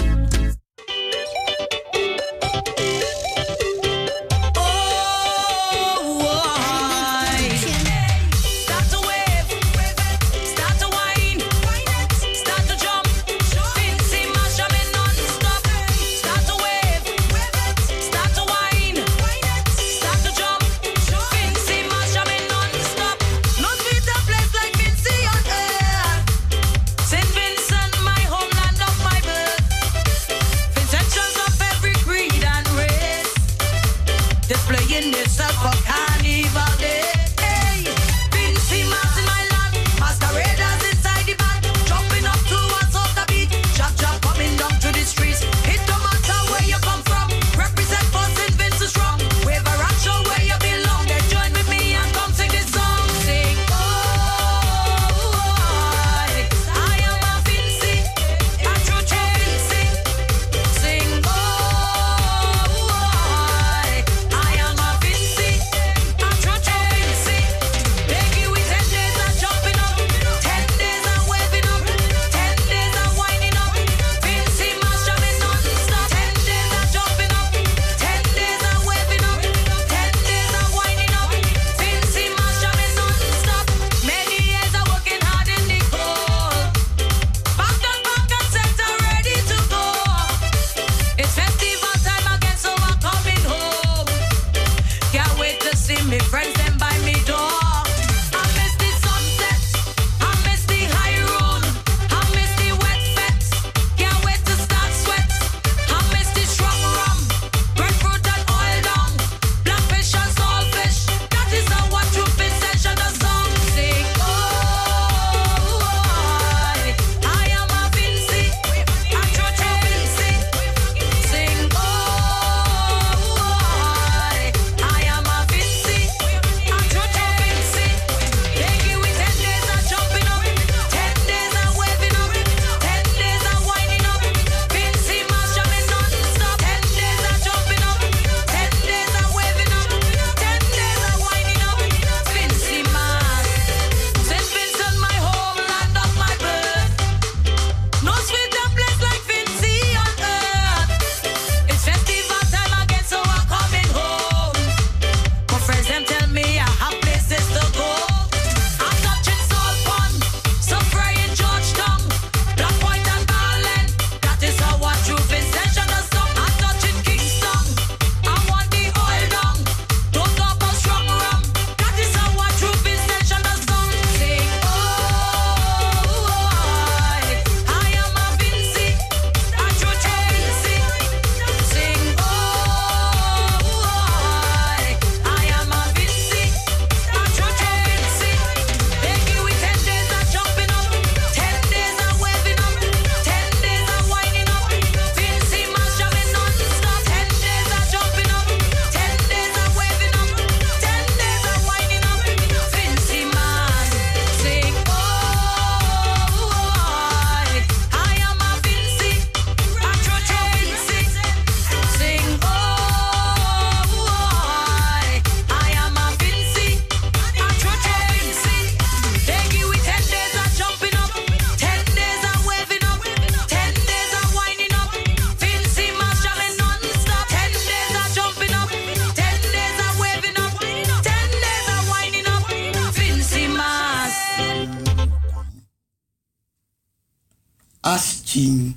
Aschin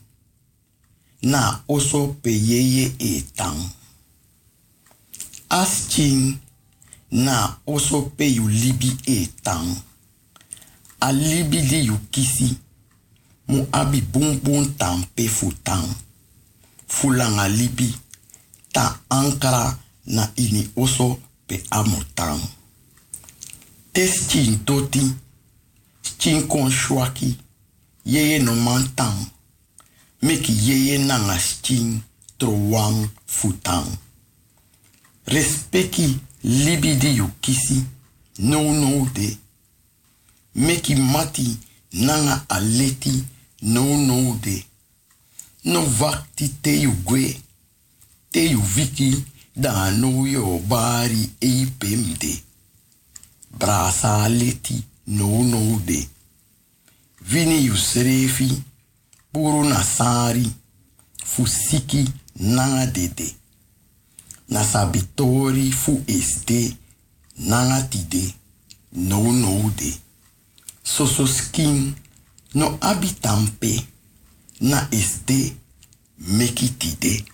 na oso peyeye etang. Aschin na oso pe yu libi etang. A libi di yu kisi. Mu abi bun bun tan pe futang. Fulanga libi. Ta ankara na ini oso pe amotang. Tes chin toti. Chin kon shwaki. Yeye no mantang. Meki yeye nanga chin trowang futang. Respecti libidi yu kisi. No no de. Meki mati nanga aleti. No no de. No vakti te yu gwe. Te yu viki. Da no yo bari e pemde. Brasa aleti. No no de. Vini yu srefi. Puro nasari. Fusiki nanga dede. Nasabitori fu este. Nanga tide. No no de. Soso skin. No abitampe. Na este. Meki tide.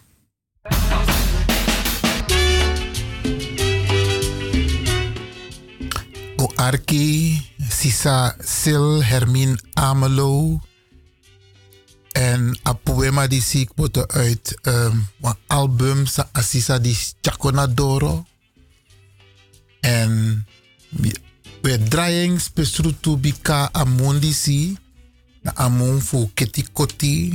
O Arki, Sisa Sil Hermin Amelo. En a poema die zie ik moeten uit um, een album sa Asisa di Chaconadoro. En we draaien spesrutu bika amundi si na amun fu keti koti.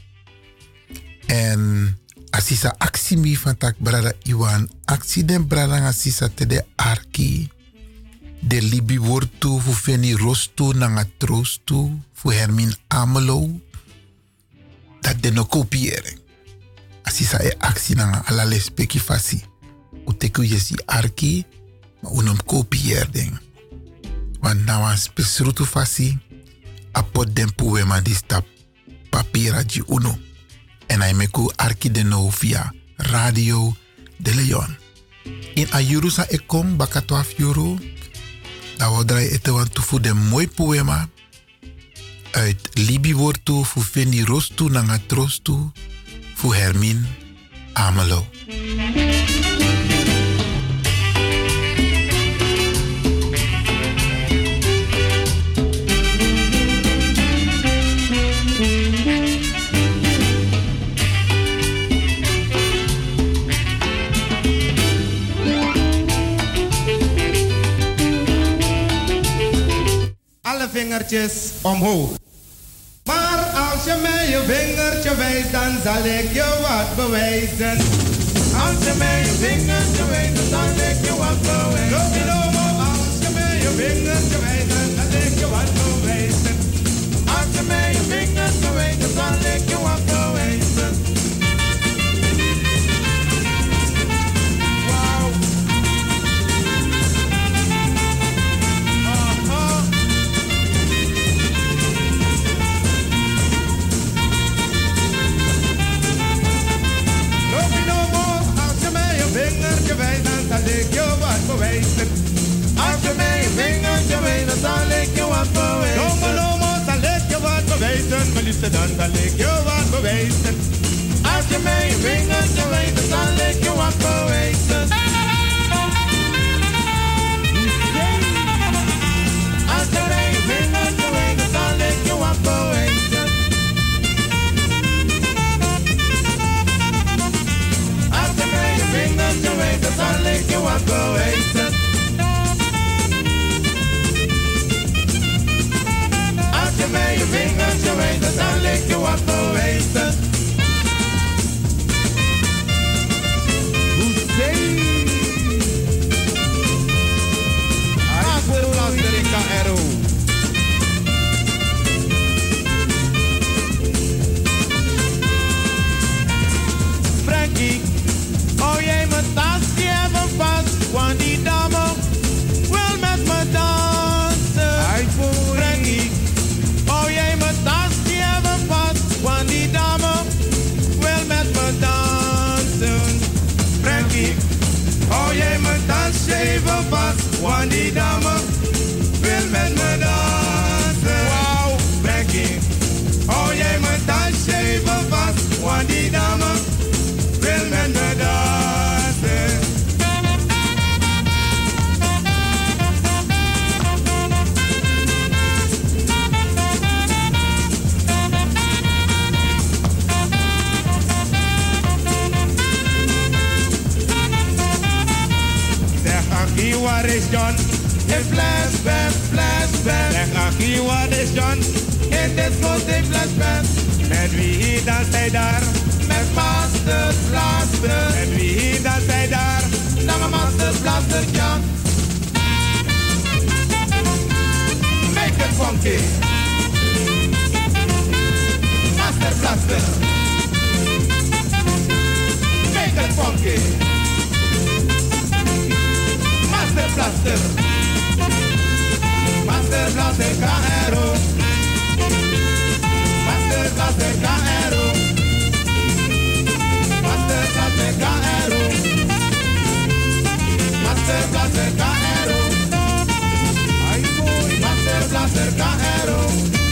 En Asisa aksimi van tak brada Iwan. Aksi den brada Asisa te de Arki. De libi wortu fu feni rostu nanga trostu fu Hermin Amelo. Dat de no kopiëren. Asisa e actie na ala lespeki fasi. Uteku yesi arki, maar unom kopiëren. Want na wan spesrutu fasi, apot den poema di stap papira ji uno. En hij meku arki de no via Radio de Leon. In ayuru sa ekong baka twaalf euro. Da wodrai ete wan tufu de mooi poema. Uit Libi wortu fu Fendi rostu nanga trostu fu Hermin Amelo. Alle vingertjes omhoog. Maar als je mij je vingertje wijst, dan zal ik je wat bewijzen. Als je mij je vingertje wijst, dan zal ik je wat bewijzen. Als je mij je vingertje wijst, dan zal ik je wat bewijzen. Als je mij je vingertje wijst, dan zal ik je wat bewijzen. Als je mij een vingertje wijst, dan zal ik je wat bewijzen. Lomo, lomo, zal ik je wat bewijzen. Mijn liefste, dan zal ik je wat bewijzen. Als je mij een vingertje wijst, dan zal ik je wat bewijzen. Als je mij een vingertje wijst, dan zal ik je wat bewijzen. Als je mij een vingertje wijst, dan zal ik je wat bewijzen. Als je mij je vingertje wijst, dan zal ik je wat bewijzen. Hoezee! Achterplasterika Ero. Frankie, hou jij mijn tasje even vast, want die dame wil met me dansen. Frankie, hou jij mijn tasje even vast, want die dame wil met me dansen. Frankie, hou jij mijn tasje even vast, want die dame wil met me dansen. Wow, Frankie, hou jij mijn tasje even vast, want die dame wil met me dansen. Zeg, waar is John? In flashback, flashback. Zeg, Achie, waar is John? In discotheek flashback. Met wie danst hij daar? Met Master Blaster. Met wie danst hij daar? Master Blaster Jam. Make it funky. Master Blaster. Make it funky. Master Blaster. Master Blaster K R O. Master Blaster K R O. Master Blaster K R O. Master Blaster K R O. Ay boy, Master Blaster K R O.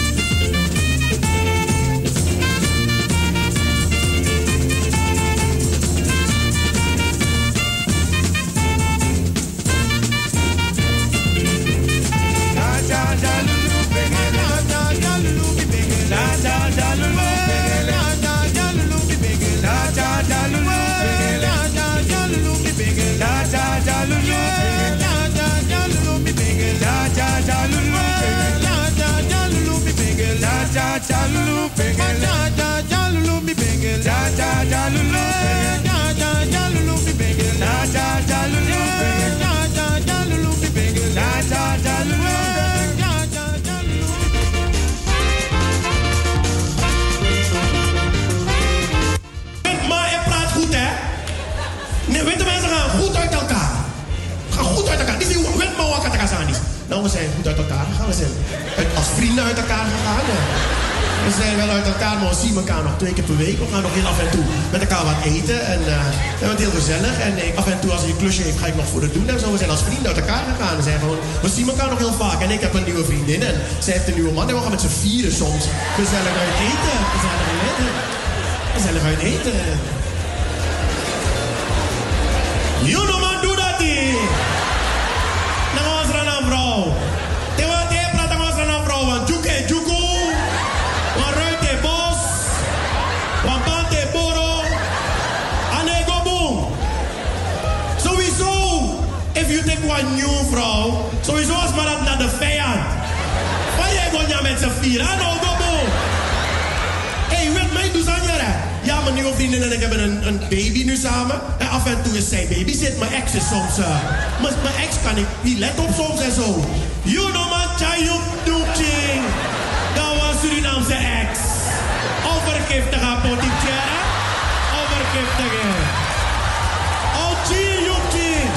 Nou, we zijn goed uit elkaar gegaan. We zijn uit, als vrienden uit elkaar gegaan. Ja. We zijn wel uit elkaar, maar we zien elkaar nog twee keer per week. We gaan nog heel af en toe met elkaar wat eten. En uh, we hebben het heel gezellig. En ik, af en toe als hij een klusje heeft, ga ik nog voor het doen. En zo, we zijn als vrienden uit elkaar gegaan. We, zijn gewoon, we zien elkaar nog heel vaak. En ik heb een nieuwe vriendin. En zij heeft een nieuwe man. En we gaan met z'n vieren soms gezellig uit eten. Gezellig uit eten. Gezellig uit eten. You know man, doe dat niet. Nou, ons er een vrouw. Tewa te praten ons er een vrouw. Want juke juku. Want ruite bos. Want bante boro. Anego boom. Sowieso. If you take one new vrouw. Sowieso als maar dat naar de vijand. Waar jij gewoon ja met z'n vier. Ano go boom. Hé, weet mij doe aan jaren. Ja, mijn nieuwe vriendin en ik hebben een, een baby nu samen. En af en toe is zij baby zit. Mijn ex is soms... Uh, mijn, mijn ex kan ik niet let op soms en zo. You know man, Chayuk Doekching. Dat was Surinaamse ex. Overgiftige potichera. Overgiftige. Ochi Yukching.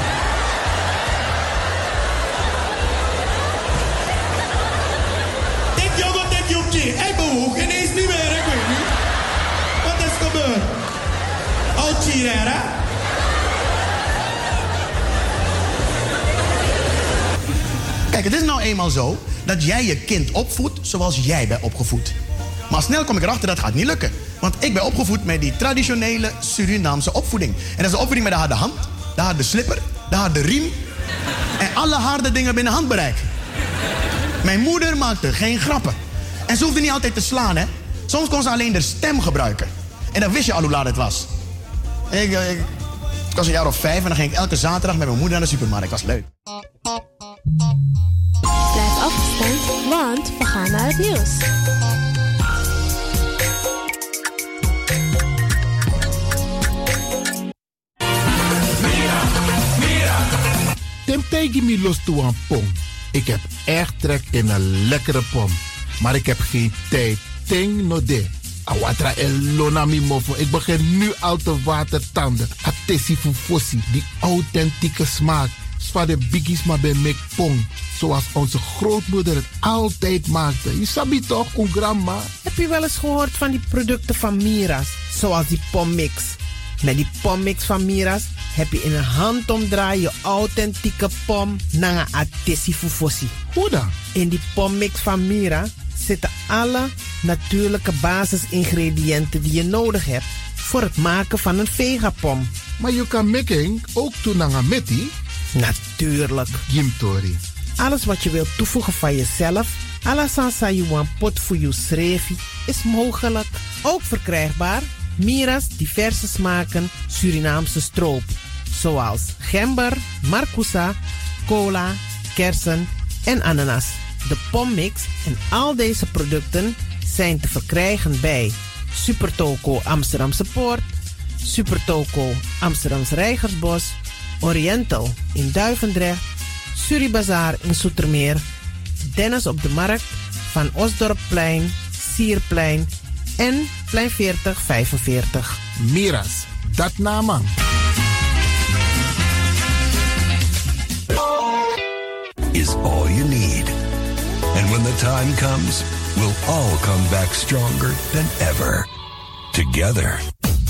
Tik jongen, tik Yukching. Hij bewoog ineens niet meer, ik weet niet. Wat is gebeurd? Ochi hè? Kijk, het is nou eenmaal zo dat jij je kind opvoedt zoals jij bent opgevoed. Maar snel kom ik erachter dat gaat niet lukken. Want ik ben opgevoed met die traditionele Surinaamse opvoeding. En dat is de opvoeding met de harde hand, de harde slipper, de harde riem. En alle harde dingen binnen handbereik. Mijn moeder maakte geen grappen. En ze hoefde niet altijd te slaan, hè. Soms kon ze alleen de stem gebruiken. En dan wist je al hoe laat het was. Ik, ik, ik was een jaar of vijf en dan ging ik elke zaterdag met mijn moeder naar de supermarkt. Dat was leuk. Blijf afgestemd, want we gaan naar het nieuws. Temptegi mi los toe aan pom. Ik heb echt trek in een lekkere pom. Maar ik heb geen tijd. Ting no de. Awatra elona mi mofo. Ik begin nu al te watertanden. Atesi fufosi. Die authentieke smaak. Zwa de biggies maar bij mek pong. Zoals onze grootmoeder het altijd maakte. Je sabi toch, een grandma? Heb je wel eens gehoord van die producten van Mira's? Zoals die pommix. Met die pommix van Mira's heb je in een handomdraai je authentieke pom naar een atesi fufosi. Hoe dan? In die pommix van Mira zitten alle natuurlijke basisingrediënten die je nodig hebt voor het maken van een vegapom. Maar je kan making ook doen naar een metti? Natuurlijk. Gimtori. Alles wat je wilt toevoegen van jezelf, alla sansa you want pot voor je schreefie, is mogelijk. Ook verkrijgbaar Mira's diverse smaken Surinaamse stroop. Zoals gember, marcousa, cola, kersen en ananas. De pommix en al deze producten zijn te verkrijgen bij Supertoco Amsterdamse Poort, Supertoco Amsterdamse Reigersbos, Oriental in Duivendrecht, Suribazaar in Zoetermeer, Dennis op de Markt, Van Osdorpplein, Sierplein en Plein veertig vijfenveertig. Miras, dat naam. Is all you need. And when the time comes, we'll all come back stronger than ever. Together.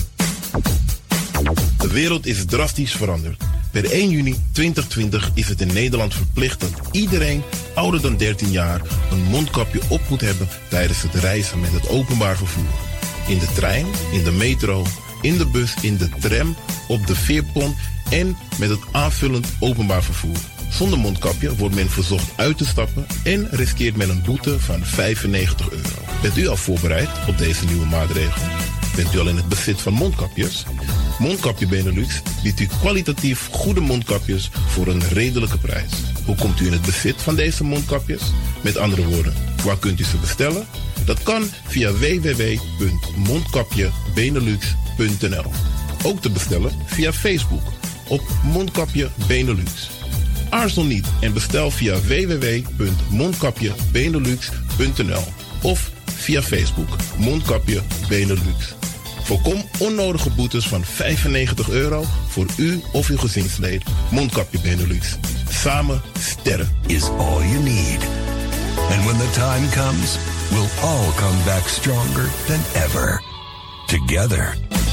De wereld is drastisch veranderd. Per één juni tweeduizend twintig is het in Nederland verplicht dat iedereen ouder dan dertien jaar een mondkapje op moet hebben tijdens het reizen met het openbaar vervoer. In de trein, in de metro, in de bus, in de tram, op de veerpont en met het aanvullend openbaar vervoer. Zonder mondkapje wordt men verzocht uit te stappen en riskeert men een boete van vijfennegentig euro. Bent u al voorbereid op deze nieuwe maatregel? Bent u al in het bezit van mondkapjes? Mondkapje Benelux biedt u kwalitatief goede mondkapjes voor een redelijke prijs. Hoe komt u in het bezit van deze mondkapjes? Met andere woorden, waar kunt u ze bestellen? Dat kan via w w w punt mondkapje benelux punt n l. Ook te bestellen via Facebook op Mondkapje Benelux. Aarzel niet en bestel via w w w punt mondkapje benelux punt n l of via Facebook Mondkapje Benelux. Voorkom onnodige boetes van vijfennegentig euro voor u of uw gezinslid. Mondkapje Benelux. Samen sterren. Is all you need. And when the time comes, we'll all come back stronger than ever. Together.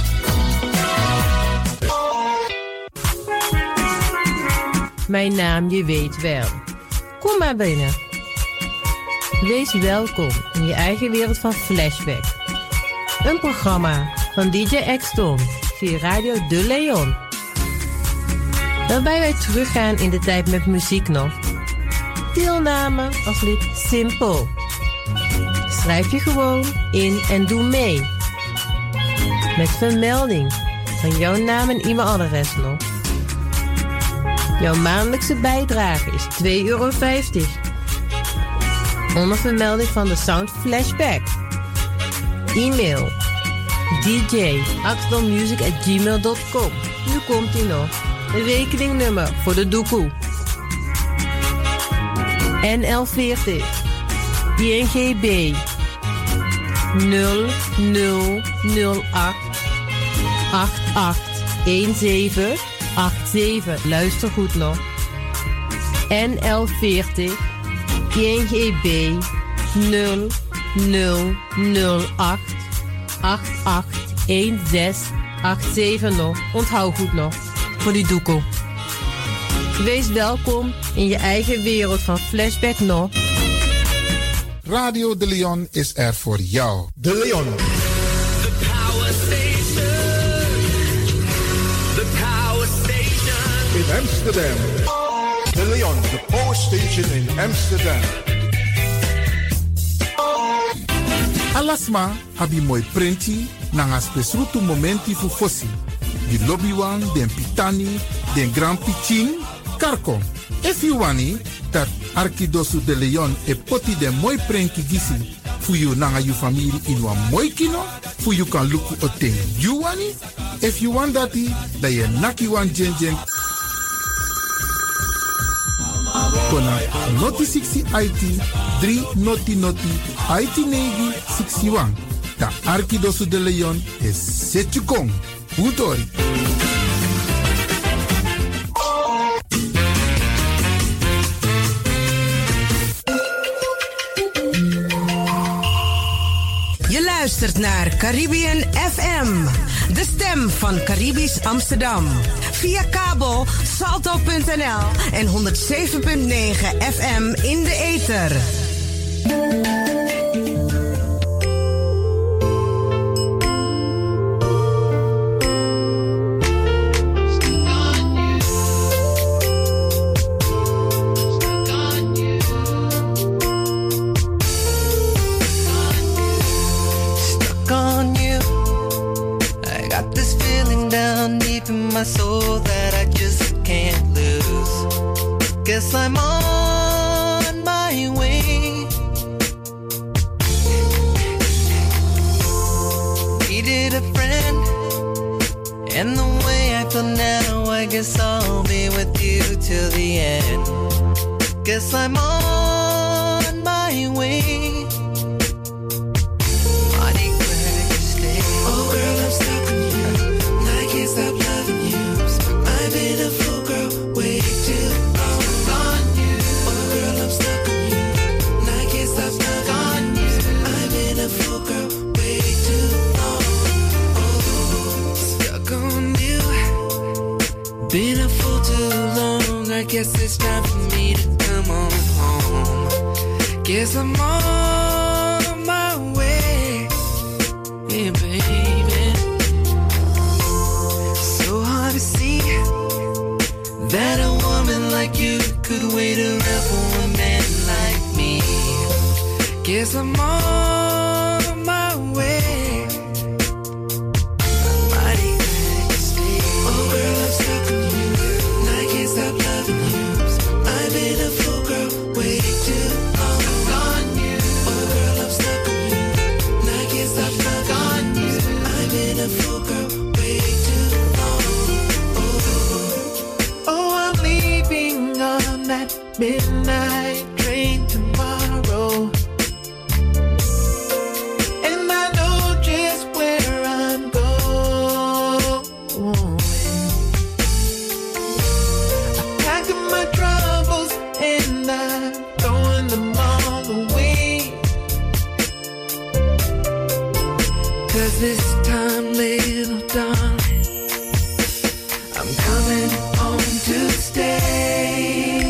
Mijn naam, je weet wel. Kom maar binnen. Wees welkom in je eigen wereld van Flashback. Een programma van D J X-Don via Radio De Leon. Waarbij wij teruggaan in de tijd met muziek nog. Deelname als lid simpel. Schrijf je gewoon in en doe mee. Met vermelding van jouw naam en e-mailadres nog. Jouw maandelijkse bijdrage is twee euro vijftig. Onder vermelding van de Sound Flashback. E-mail d j axdon music at gmail dot com. Nu komt ie nog. Een rekeningnummer voor de doekoe. N L veertig I N G B nul nul nul acht acht acht een zeven acht zeven. Luister goed nog. N L veertig I N G B nul nul nul acht acht acht een zes acht zeven nog. Onthoud goed nog. Voor die doekoe. Wees welkom in je eigen wereld van Flashback nog. Radio De Leon is er voor jou. De Leon. The power station. The power station. In Amsterdam. De Leon, the power station in Amsterdam. Alasma abi mooi printi nanga spesrutu momenti fu fossi. Di lobby wan, den pitani, den grand pitching, karko. If you wani, dat Arkidosu de Leon e poti den mooi printi gisi fu you nanga you family in wan mooi kino, fu you kan luku oten you wani. If you want dati, da ye naki wan jen jen. Kona noti sixty I T, three noti noti, I T negi sixty-one. Da Arkidosu de Leon is Setjukong. Udori. Je luistert naar Caribbean F M, de stem van Caribisch Amsterdam. Via kabel salto punt n l en honderd zeven punt negen F M in de ether. My soul that I just can't lose. Guess I'm on my way. Needed a friend, and the way I feel now, I guess I'll be with you till the end. Guess I'm on my way. Mighty glad you stayed. Oh girl, I'm stuck on you, and I can't stop loving you. I've been a fool, girl, way too long. On you. Oh girl, I'm stuck on you, and I can't stop loving on you. I've been a fool, girl, way too long. Oh, stuck on you. Been a fool too long. I guess it's time for me to come on home. Guess I'm on my way. Yeah, baby. So hard to see that a woman like you could wait around for a man like me. Guess I'm on my way. I'm mighty glad you stayed. Oh girl, I'm stuck on you, and I can't stop loving you. I've been a fool, girl, way too long. On you. Oh girl, I'm stuck on you, and I can't stop loving on you. I've been a fool, girl, way too long. Oh, oh I'm leaving on that midnight train tomorrow. And I know just where I'm going. I packed up my troubles and I'm throwing them all away. 'Cause this time, little darling, I'm coming home to stay.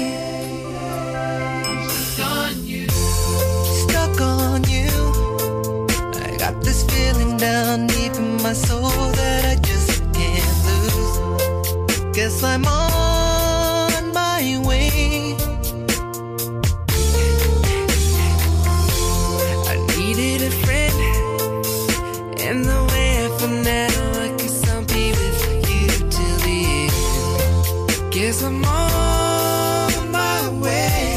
I'm stuck on you. Stuck on you. I got this feeling down deep in my soul that I just can't lose. Guess I'm on my way. I needed a friend, and the way I feel now, I guess I'll be with you till the end. Guess I'm on my way.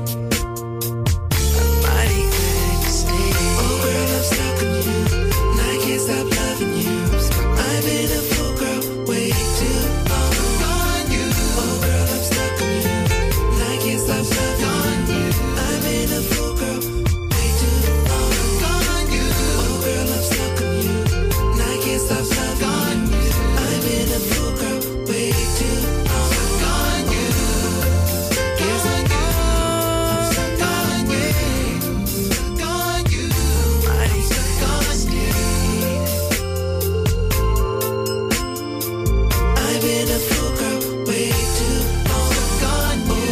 I'm mighty glad you stayed. Oh girl, I'm stuck on you, and I can't stop loving you. I've been a fool, girl, way too long. On you. Oh girl, I'm stuck on you, and I can't stop loving on you. I've been a fool, girl, way too long. On you. Oh girl, I'm stuck on you, and I can't stop loving on you. I've been a fool, girl, way too long. On you. Guess I'm stuck on you. Stuck on you. Mighty stuck on you. I've been a fool, girl, way too long. Stuck on you.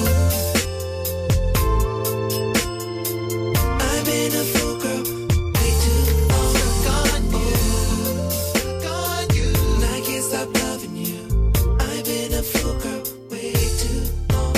I've been a fool, girl, way too long. Stuck on you. Stuck on you. And I can't stop loving you. I've been a fool, girl, way too long.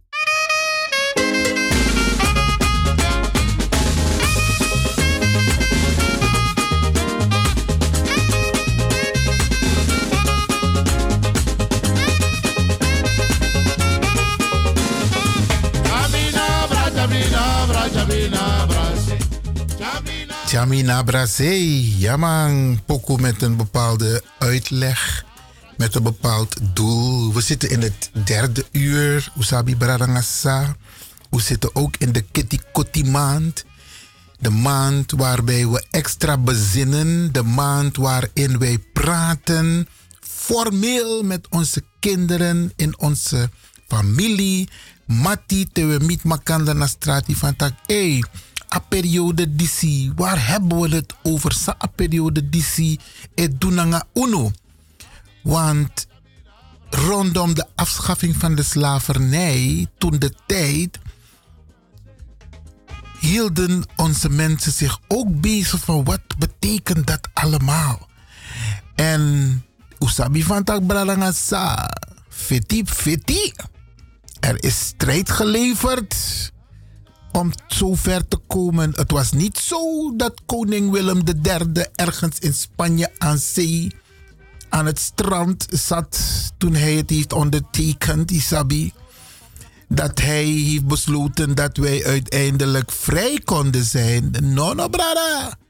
Jamina Brase, ja man, pokoe met een bepaalde uitleg, met een bepaald doel. We zitten in het derde uur, Usabi Bradangasa. We zitten ook in de Kitty Kotti maand. De maand waarbij we extra bezinnen. De maand waarin wij praten formeel met onze kinderen in onze familie. Mati, te we niet makanda na strati van tak. Hey, a periode disi, waar hebben we het over? Sa a periode disi, et dunanga uno. Want rondom de afschaffing van de slavernij, toen de tijd, hielden onze mensen zich ook bezig van wat betekent dat allemaal. En usabi van tak bralanga sa, feti feti. Er is strijd geleverd om zover te komen. Het was niet zo dat koning Willem de derde ergens in Spanje aan zee aan het strand zat toen hij het heeft ondertekend, Isabi. Dat hij heeft besloten dat wij uiteindelijk vrij konden zijn. No, no, brada.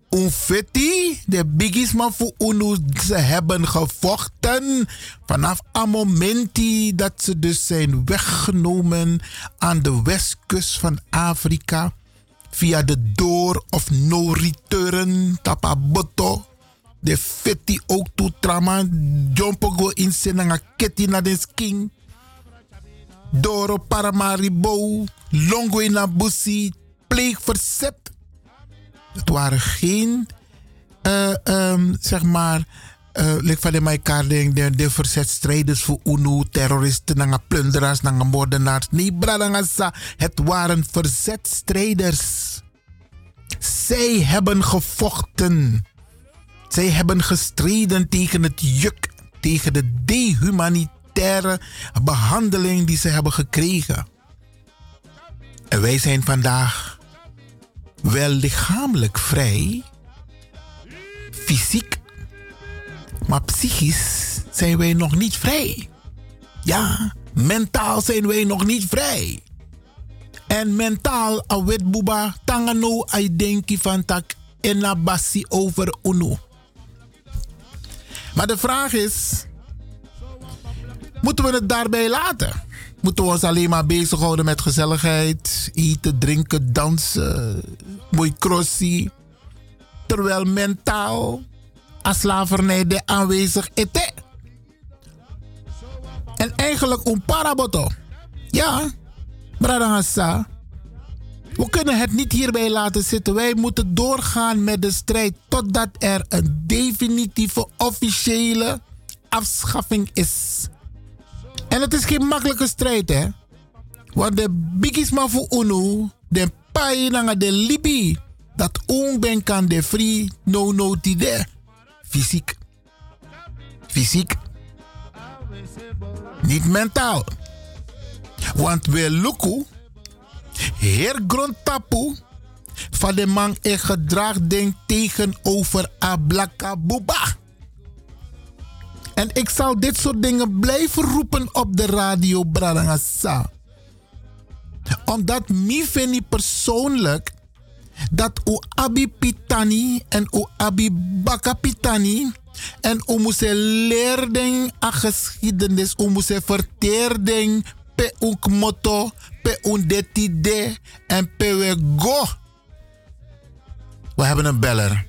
Unfetti, de bigisman voor UNO, ze hebben gevochten vanaf een moment dat ze dus zijn weggenomen aan de westkust van Afrika via de door of no return tapaboto. De fetti ook toe trama, jompogo in senanga keti na den skin. Doro Paramaribo, Longo in Abusi, pleegverzet. Het waren geen, uh, um, zeg maar, uh, like van de Maikarding, de, de verzetstrijders voor UNO, terroristen, nanga plunderaars, nanga moordenaars. Nee, bradangasa, het waren verzetstrijders. Zij hebben gevochten. Zij hebben gestreden tegen het juk, tegen de dehumanitaire behandeling die ze hebben gekregen. En wij zijn vandaag wel lichamelijk vrij, fysiek, maar psychisch zijn wij nog niet vrij. Ja, mentaal zijn wij nog niet vrij. En mentaal, awet buba, tangano, ay denki van tak en basi over UNO. Maar de vraag is, moeten we het daarbij laten? Moeten we ons alleen maar bezighouden met gezelligheid, eten, drinken, dansen, mooi crossie, terwijl mentaal als slavernij de aanwezig is? En eigenlijk een paraboto. Ja, Bradangasa. We kunnen het niet hierbij laten zitten. Wij moeten doorgaan met de strijd totdat er een definitieve officiële afschaffing is. En het is geen makkelijke strijd, hè? Want de bigisma voor UNO, de paai nanga de Libi, dat onben kan de free no no tide. Fysiek. Fysiek. Niet mentaal. Want we lukken, heer grondtapu, van de man en gedrag denkt tegenover Ablakabuba. En ik zal dit soort dingen blijven roepen op de radio, Bradangasa. Omdat mi vind ik persoonlijk dat u abi pitani en u abi baka pitani en u moest leerden a geschiedenis, u moest verteerden pe unk motto, pe un detide en pe we go. We hebben een beller.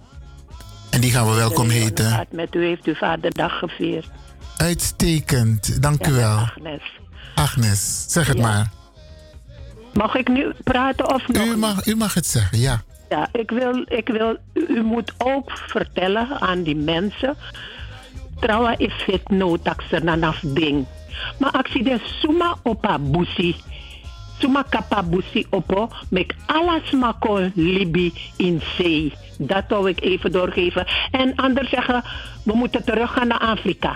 En die gaan we welkom heten. Met u heeft u vaderdag gevierd. Uitstekend, dank u wel. Agnes. Agnes, zeg het ja. maar. Mag ik nu praten of nog? U mag, u mag het zeggen, ja. Ja, ik wil, ik wil, u moet ook vertellen aan die mensen. Trouwens is het noodtaxer nanaf ding. Maar als je de suma opa busi, suma kapa busi opo, mek alles mako libi in zee. Dat wil ik even doorgeven. En anders zeggen, we moeten teruggaan naar Afrika.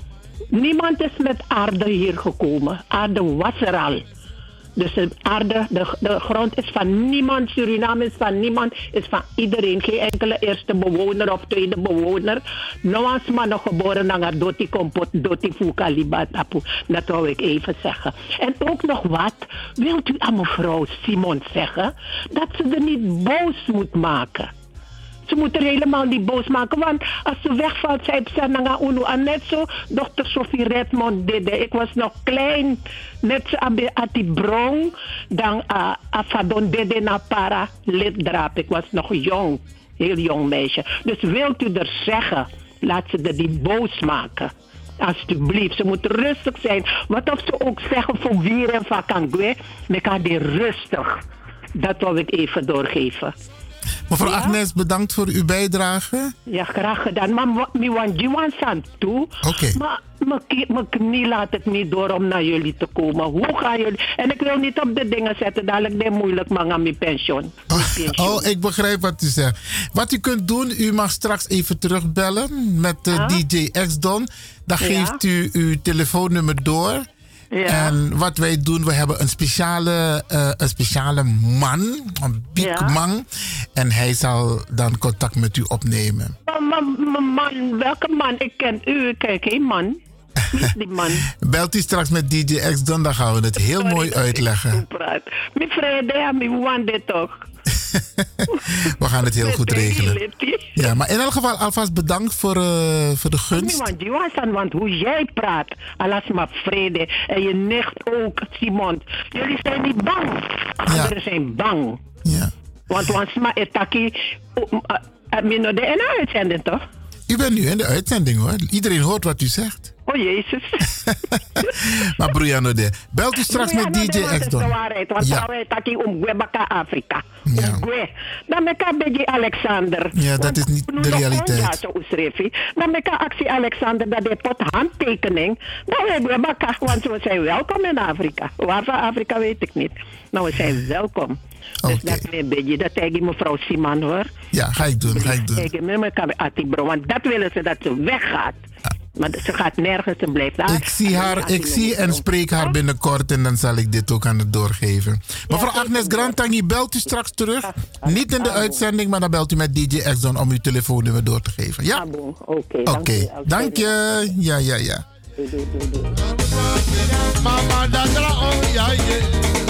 Niemand is met aarde hier gekomen. Aarde was er al. Dus de aarde, de, de grond is van niemand. Suriname is van niemand, is van iedereen. Geen enkele eerste bewoner of tweede bewoner. Noas man nog geboren naar Doti Kompot, Doti Fukaliba Tapu. Dat wou ik even zeggen. En ook nog wat, wilt u aan mevrouw Simon zeggen dat ze er niet boos moet maken? Ze moeten er helemaal niet boos maken, want als ze wegvalt, zei ze naar UNO. En net zo, dochter Sophie Redmond dede. Ik was nog klein, net zo aan die brong, dan afadon dede na para liddraap. Ik was nog jong, heel jong meisje. Dus wilt u er zeggen, laat ze er niet boos maken. Alsjeblieft, ze moeten rustig zijn. Wat of ze ook zeggen voor Wier en Vakangwe, me kan die rustig. Dat wil ik even doorgeven. Mevrouw ja? Agnes, bedankt voor uw bijdrage. Ja, graag gedaan. Maar mi want je want aan toe. Oké. Maar mijn knie laat het niet door om naar jullie te komen. Hoe gaan jullie? En ik wil niet op de dingen zetten, dadelijk de moeilijk man aan mijn pensioen. Oh, oh, ik begrijp wat u zegt. Wat u kunt doen, u mag straks even terugbellen met uh, ah? D J X-Don. Dan ja? geeft u uw telefoonnummer door. Ja. En wat wij doen, we hebben een speciale, uh, een speciale man, een big ja. man. En hij zal dan contact met u opnemen. Maar man, welke man? Ik ken u, ik ken geen man. Wie is die man? Belt u straks met D J X-Don, dan gaan we het heel Sorry, mooi uitleggen. Mijn vrede, mijn wande toch. We gaan het heel goed regelen. Ja, maar in elk geval alvast bedankt voor, uh, voor de gunst. Want, Johan, want hoe jij praat, alas maar vrede. En je nicht ook, Simon. Jullie zijn niet bang. Anderen zijn bang. Ja. Want wansma etaki, minno de en uitzending toch? U bent nu in de uitzending hoor. Iedereen hoort wat u zegt. Oh jezus. Maar Brujano de, belt u straks met D J X-Don. Dat is de waarheid, want ja. We taki om Gwebaka Afrika. Ja. Gwe. Dan meka beji Alexander. Ja, dat is niet de realiteit. Ja, zo usrefi. Dan meka actie Alexander dat de pot handtekening. Dan we Gwebaka, want we zijn welkom in Afrika. Waarvan Afrika weet ik niet. Nou, we zijn welkom. Dus okay. Dat is een beetje, dat tegen mevrouw Simon hoor. Ja, ga ik doen, ga ik doen. Tegen me, want dat willen ze dat ze weggaat. Maar ze gaat nergens, ze blijft daar. Ik zie haar, ik zie en spreek haar binnenkort en dan zal ik dit ook aan het doorgeven. Mevrouw ja, Agnes Grantangi, belt u straks terug. Niet in de uitzending, maar dan belt u met D J X-Don om uw telefoonnummer door te geven. Ja? Oké, okay, okay. Dank je. Ja, ja, ja. Mama dadra oh ja yeah.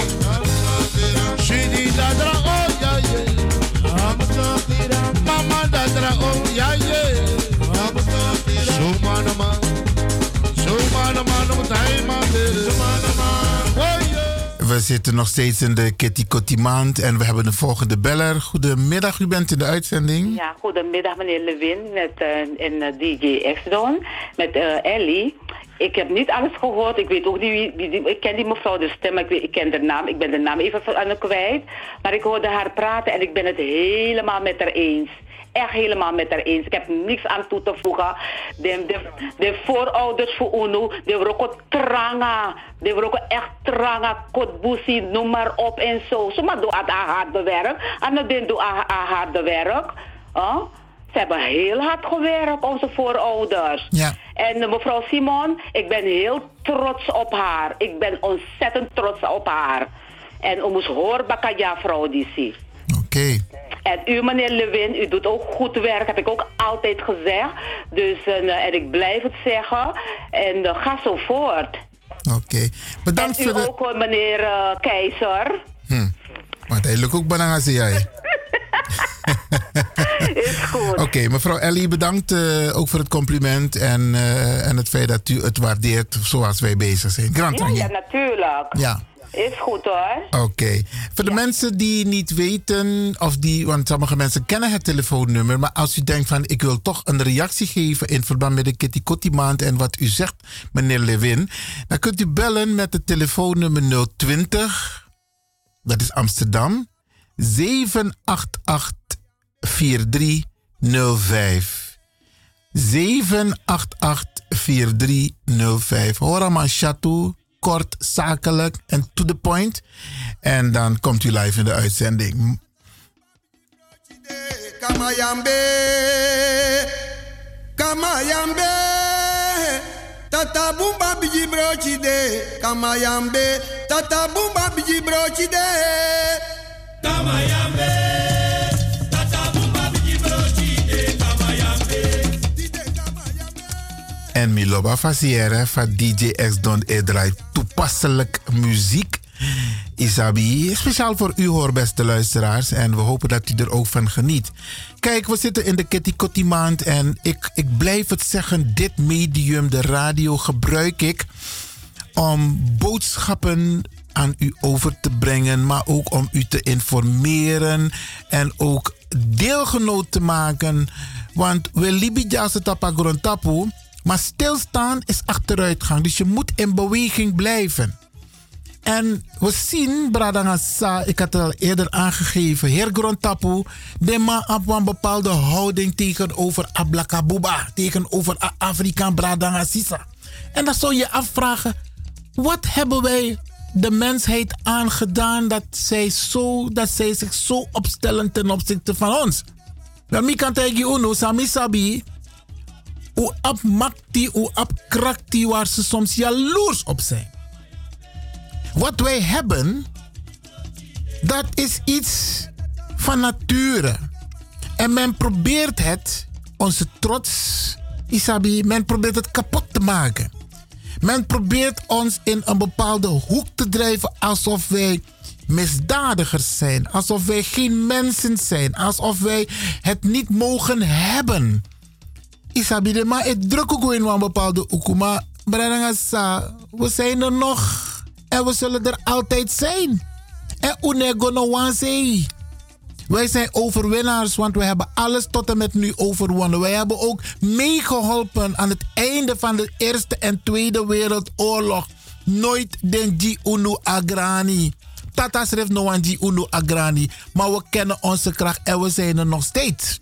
Shidi dadra oh ja yeah. Mama dadra oh ja yeah. So manama, so manama, no time man, so manama. We zitten nog steeds in de Kitty Kotti maand en we hebben de volgende beller. Goedemiddag, u bent in de uitzending. Ja, goedemiddag meneer Lewin met uh, en uh, D J X-Don met uh, Ellie. Ik heb niet alles gehoord. Ik weet ook niet wie, wie, wie ik ken die mevrouw de stem, ik, weet, ik ken de naam. Ik ben de naam even aan de kwijt. Maar ik hoorde haar praten en ik ben het helemaal met haar eens. Echt helemaal met haar eens. Ik heb niks aan toe te voegen. De, de, de voorouders voor UNO, die hebben ook tranga. Die hebben ook echt tranga, kotbusi, noem maar op en zo. Zo maar doe aan haar harde werk. En dan doe aan haar harde werk. Huh? Ze hebben heel hard gewerkt, onze voorouders. Ja. En uh, mevrouw Simon, ik ben heel trots op haar. Ik ben ontzettend trots op haar. En om ons hoor, bakaya vrouw die zie. Oké. Okay. En u, meneer Lewin, u doet ook goed werk, heb ik ook altijd gezegd. Dus, uh, en ik blijf het zeggen. En uh, ga zo voort. Oké. Okay. Bedankt en voor u de... ook, meneer uh, Keizer. Hm. Maar hij lukt ook banana, zie jij. Is goed. Oké, okay, mevrouw Ellie, bedankt uh, ook voor het compliment en, uh, en het feit dat u het waardeert zoals wij bezig zijn. Ja, ja, natuurlijk. Ja. Is goed hoor. Oké. Okay. Voor de ja. mensen die niet weten, of die, want sommige mensen kennen het telefoonnummer, maar als u denkt van ik wil toch een reactie geven in verband met de Kitty Kotti maand en wat u zegt, meneer Lewin, dan kunt u bellen met het telefoonnummer nul twintig, dat is Amsterdam, zeven acht acht vier drie nul vijf. zeven acht acht vier drie nul vijf. Hoor maar chateau. Kort, zakelijk en to the point. En dan komt u live in de uitzending. Kamayambe, Kamayambe, Tata Bumba Biji Brochi de, Kamayambe, Tata Bumba Biji Brochi de, Kamayambe. En Miloba Fasiere van D J X-Don draait toepasselijk muziek. Isabi, speciaal voor u hoor, beste luisteraars. En we hopen dat u er ook van geniet. Kijk, we zitten in de Kitty Kotti maand. En ik, ik blijf het zeggen, dit medium, de radio, gebruik ik om boodschappen aan u over te brengen. Maar ook om u te informeren. En ook deelgenoot te maken. Want we libidja se tapa grontapu. Maar stilstaan is achteruitgang. Dus je moet in beweging blijven. En we zien, Bradangasa, ik had het al eerder aangegeven, heer Grontapu, de man op een bepaalde houding tegenover Ablakabuba, tegenover Afrikaan Bradangasisa. En dan zou je afvragen, wat hebben wij de mensheid aangedaan dat zij, zo, dat zij zich zo opstellen ten opzichte van ons? Dan mi kan tegen uno, sami sabi, hoe abmakti, hoe abkrakti, waar ze soms jaloers op zijn. Wat wij hebben, dat is iets van nature. En men probeert het, onze trots, Isabi, men probeert het kapot te maken. Men probeert ons in een bepaalde hoek te drijven alsof wij misdadigers zijn. Alsof wij geen mensen zijn. Alsof wij het niet mogen hebben. Isabide, maar het druk ook in een bepaalde ukuma. Brarangasa, we zijn er nog. En we zullen er altijd zijn. En unego no wansei. Wij zijn overwinnaars, want we hebben alles tot en met nu overwonnen. Wij hebben ook meegeholpen aan het einde van de Eerste en Tweede Wereldoorlog. Nooit den unu agrani. Tata schreef no an unu agrani. Maar we kennen onze kracht en we zijn er nog steeds.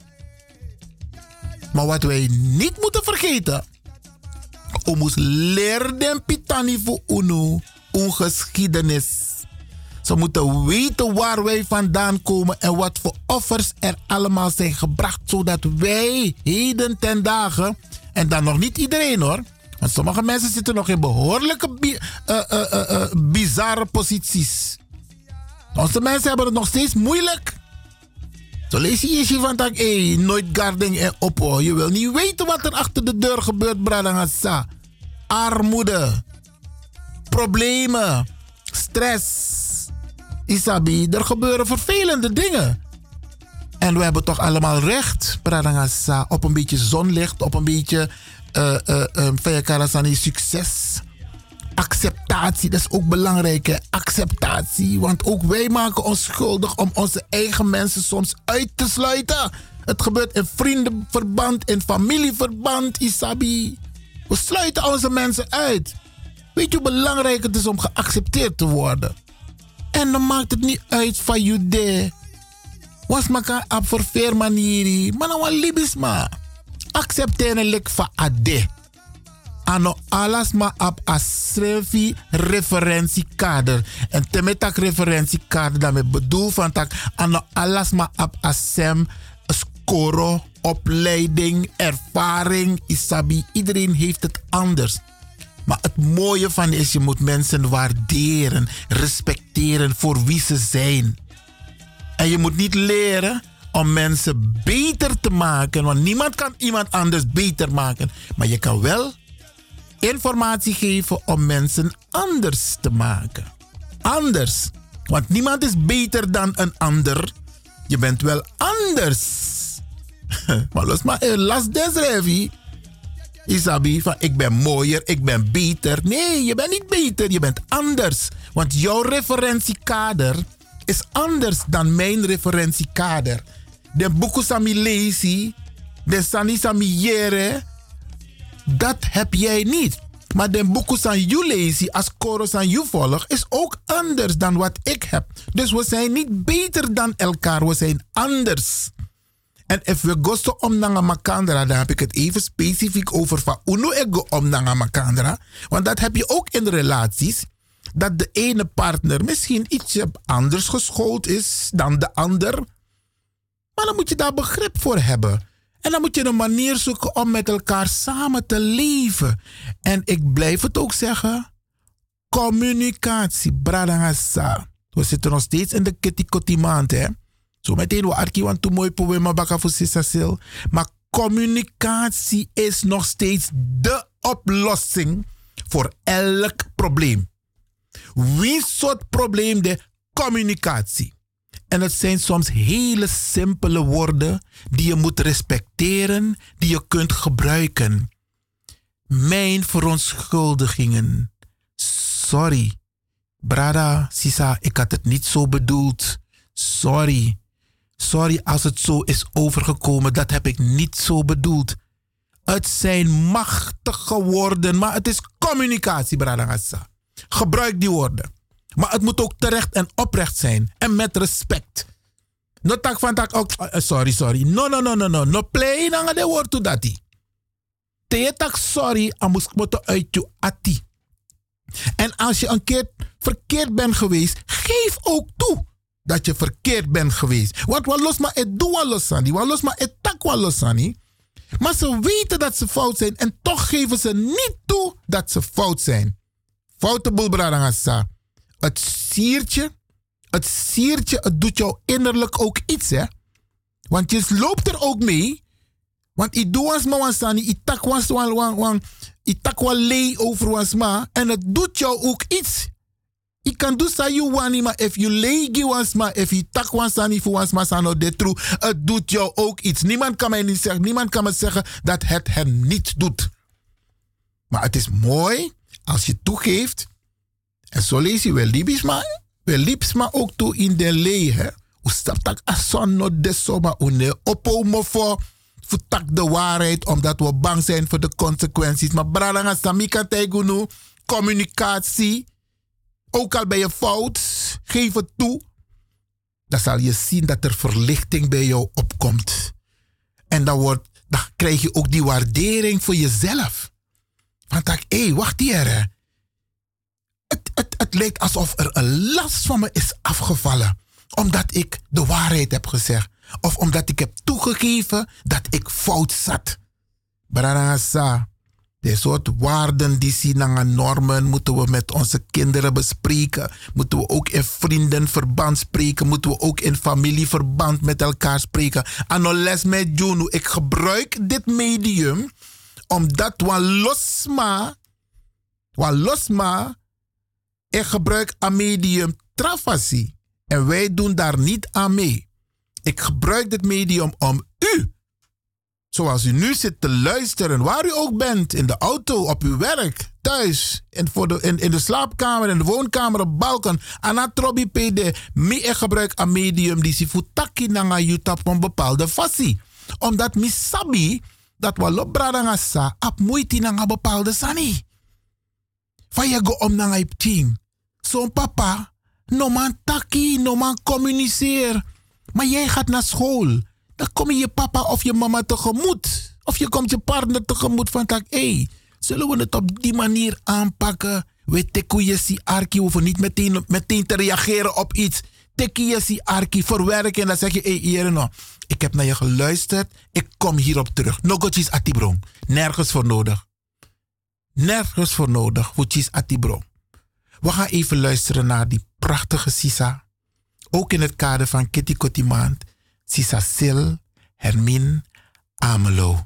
Maar wat wij niet moeten vergeten. We moeten leren den pitani voor unu. Ongeschiedenis. Ze moeten weten waar wij vandaan komen en wat voor offers er allemaal zijn gebracht. Zodat wij heden ten dagen, en dan nog niet iedereen hoor. Want sommige mensen zitten nog in behoorlijke bi- uh, uh, uh, uh, bizarre posities. Onze mensen hebben het nog steeds moeilijk. Zo lees je je van tak, hé, nooit garding en op. Je wil niet weten wat er achter de deur gebeurt, Bradangasa. Armoede. Problemen. Stress. Isabi, er gebeuren vervelende dingen. En we hebben toch allemaal recht, Pradangasa, op een beetje zonlicht, op een beetje uh, uh, uh, succes. Acceptatie, dat is ook belangrijk, hè? Acceptatie. Want ook wij maken ons schuldig om onze eigen mensen soms uit te sluiten. Het gebeurt in vriendenverband, in familieverband, Isabi. We sluiten onze mensen uit. Weet je hoe belangrijk het is om geaccepteerd te worden? En dan maakt het niet uit van je de. Was maka op voor veer manieri. Maar nou een libisma. Accepteren lik van ade. Ano alles maar op asrevi referentiekader. En temetak referentiekader daarmee bedoel van tak. Ano alles maar op asem score, opleiding, ervaring, isabi. Iedereen heeft het anders. Maar het mooie van is, je moet mensen waarderen, respecteren voor wie ze zijn. En je moet niet leren om mensen beter te maken, want niemand kan iemand anders beter maken. Maar je kan wel informatie geven om mensen anders te maken. Anders. Want niemand is beter dan een ander. Je bent wel anders. Maar los maar, las desrevi. Isabi, van ik ben mooier, ik ben beter. Nee, je bent niet beter, je bent anders. Want jouw referentiekader is anders dan mijn referentiekader. De boeken sami lezi, de sani sami jere, dat heb jij niet. Maar de boeken san you lezi, als koros aan you volg, is ook anders dan wat ik heb. Dus we zijn niet beter dan elkaar, we zijn anders. En als we gosto om naar makandra, dan heb ik het even specifiek over van uno ego om naar makandra. Want dat heb je ook in relaties. Dat de ene partner misschien iets anders geschoold is dan de ander. Maar dan moet je daar begrip voor hebben. En dan moet je een manier zoeken om met elkaar samen te leven. En ik blijf het ook zeggen. Communicatie, bradangasa. We zitten nog steeds in de kitty maand, hè. Zo meteen we arki want to mooi poema baka voor sisasil. Maar communicatie is nog steeds de oplossing voor elk probleem. Wie soort probleem de communicatie? En het zijn soms hele simpele woorden die je moet respecteren, die je kunt gebruiken. Mijn verontschuldigingen. Sorry. Brada, Sisa, ik had het niet zo bedoeld. Sorry. Sorry als het zo is overgekomen. Dat heb ik niet zo bedoeld. Het zijn machtige woorden, maar het is communicatie, Bradangasa. Gebruik die woorden. Maar het moet ook terecht en oprecht zijn. En met respect. No tak van tak ook. Uh, sorry, sorry. No, no, no, no, no. No play nanga de woord to dati. Te tak sorry, amus moto uit je ati. En als je een keer verkeerd bent geweest, geef ook toe dat je verkeerd bent geweest. Want wat los maar het doe wat los aan die. Wat los maar het tak wat los aan die. Maar ze weten dat ze fout zijn en toch geven ze niet toe dat ze fout zijn. Foute boel, Bradangasa. Het siertje, het siertje, het doet jou innerlijk ook iets, hè. Want je loopt er ook mee. Want ik doe ons maar wansani, ik tak was wan wan wan, ik tak wel lei over ons maar en het doet jou ook iets. Ik kan doen sa you wani, maar if you legi wans maar, if you tak wans ani fu wans maar sano de true, het doet jou ook iets. Niemand kan mij niet zeggen, niemand kan me zeggen dat het hem niet doet. Maar het is mooi als je toegeeft, en zo lees je wel liefs maar, wel liefs maar ook toe in de lee, hè. U stapt tak ason no de soma, u ne oppo me voor, voor tak de waarheid, omdat we bang zijn voor de consequenties. Maar bradanga samika tegunu, communicatie, ook al ben je fout, geef het toe. Dan zal je zien dat er verlichting bij jou opkomt. En dan, wordt, dan krijg je ook die waardering voor jezelf. Want dan, hé, hey, wacht hier. Hè. Het, het, het lijkt alsof er een last van me is afgevallen. Omdat ik de waarheid heb gezegd. Of omdat ik heb toegegeven dat ik fout zat. Brarasa. De soort waarden die zien naar normen moeten we met onze kinderen bespreken. Moeten we ook in vriendenverband spreken. Moeten we ook in familieverband met elkaar spreken. Anoles met Juno. Ik gebruik dit medium omdat we losma, we losma, ik gebruik een medium trafasi. En wij doen daar niet aan mee. Ik gebruik dit medium om u, zoals u nu zit te luisteren, waar u ook bent, in de auto, op uw werk, thuis, in, voor de, in, in de slaapkamer, in de woonkamer, op balkon, anatrobi pd, mi ik gebruik een medium die si futaki nanga jutap op een bepaalde fasie. Omdat mi sabi dat we lobrada nga sa ap moeiti nanga bepaalde sani. Van je go om nanga ip ting. Zo'n papa, no man taki, no man communiceer. Maar jij gaat naar school. Dan kom je je papa of je mama tegemoet. Of je komt je partner tegemoet van tak, hé, hey, zullen we het op die manier aanpakken? We tekken je si arki, hoeven niet meteen, meteen te reageren op iets. Tekken je si arki, verwerken en dan zeg je, hé, hey, hier no, ik heb naar je geluisterd, ik kom hierop terug. Nogotjes atibron, nergens voor nodig. Nergens voor voor voetjes atibron. We gaan even luisteren naar die prachtige Sisa. Ook in het kader van Kitty Kotti Maand. Sisa Sil, Hermin, Amelo.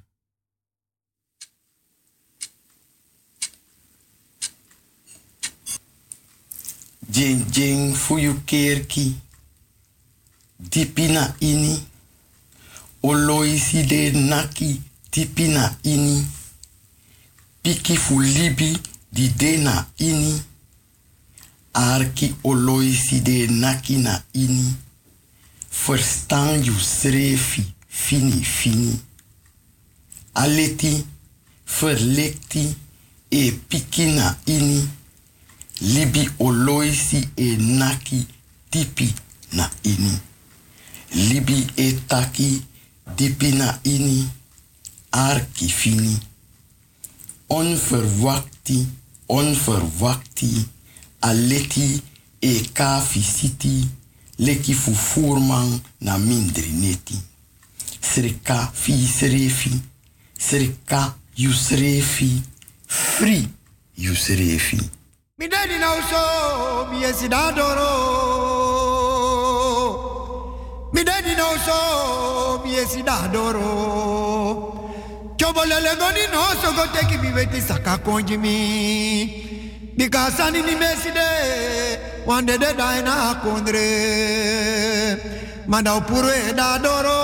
Jing jing fuyu kerki. Dipina ini. Oloisi de naki. Dipina ini. Piki fu libi di dena ini. Arki oloisi de naki na ini. Verstaan je schreefie, fini, fini. Aleti, verlekti, e pikina ini. Libi oloisi e naki, tipi na ini. Libi e taki, dipi na ini. Arki fini. Onverwakti, onverwakti. Aleti e ka visiti. Leki fu furman na mindri neti. Srika fi srefi. Srika you srefi. Free you srefi. Mi daddy now so mi esidadoro. Mi daddy now so mi esidadoro. Chobolele goni no so go teki mi weti saka konji mi. Bikasani ni meside, wande de daina kondre, manda upurwe da doro,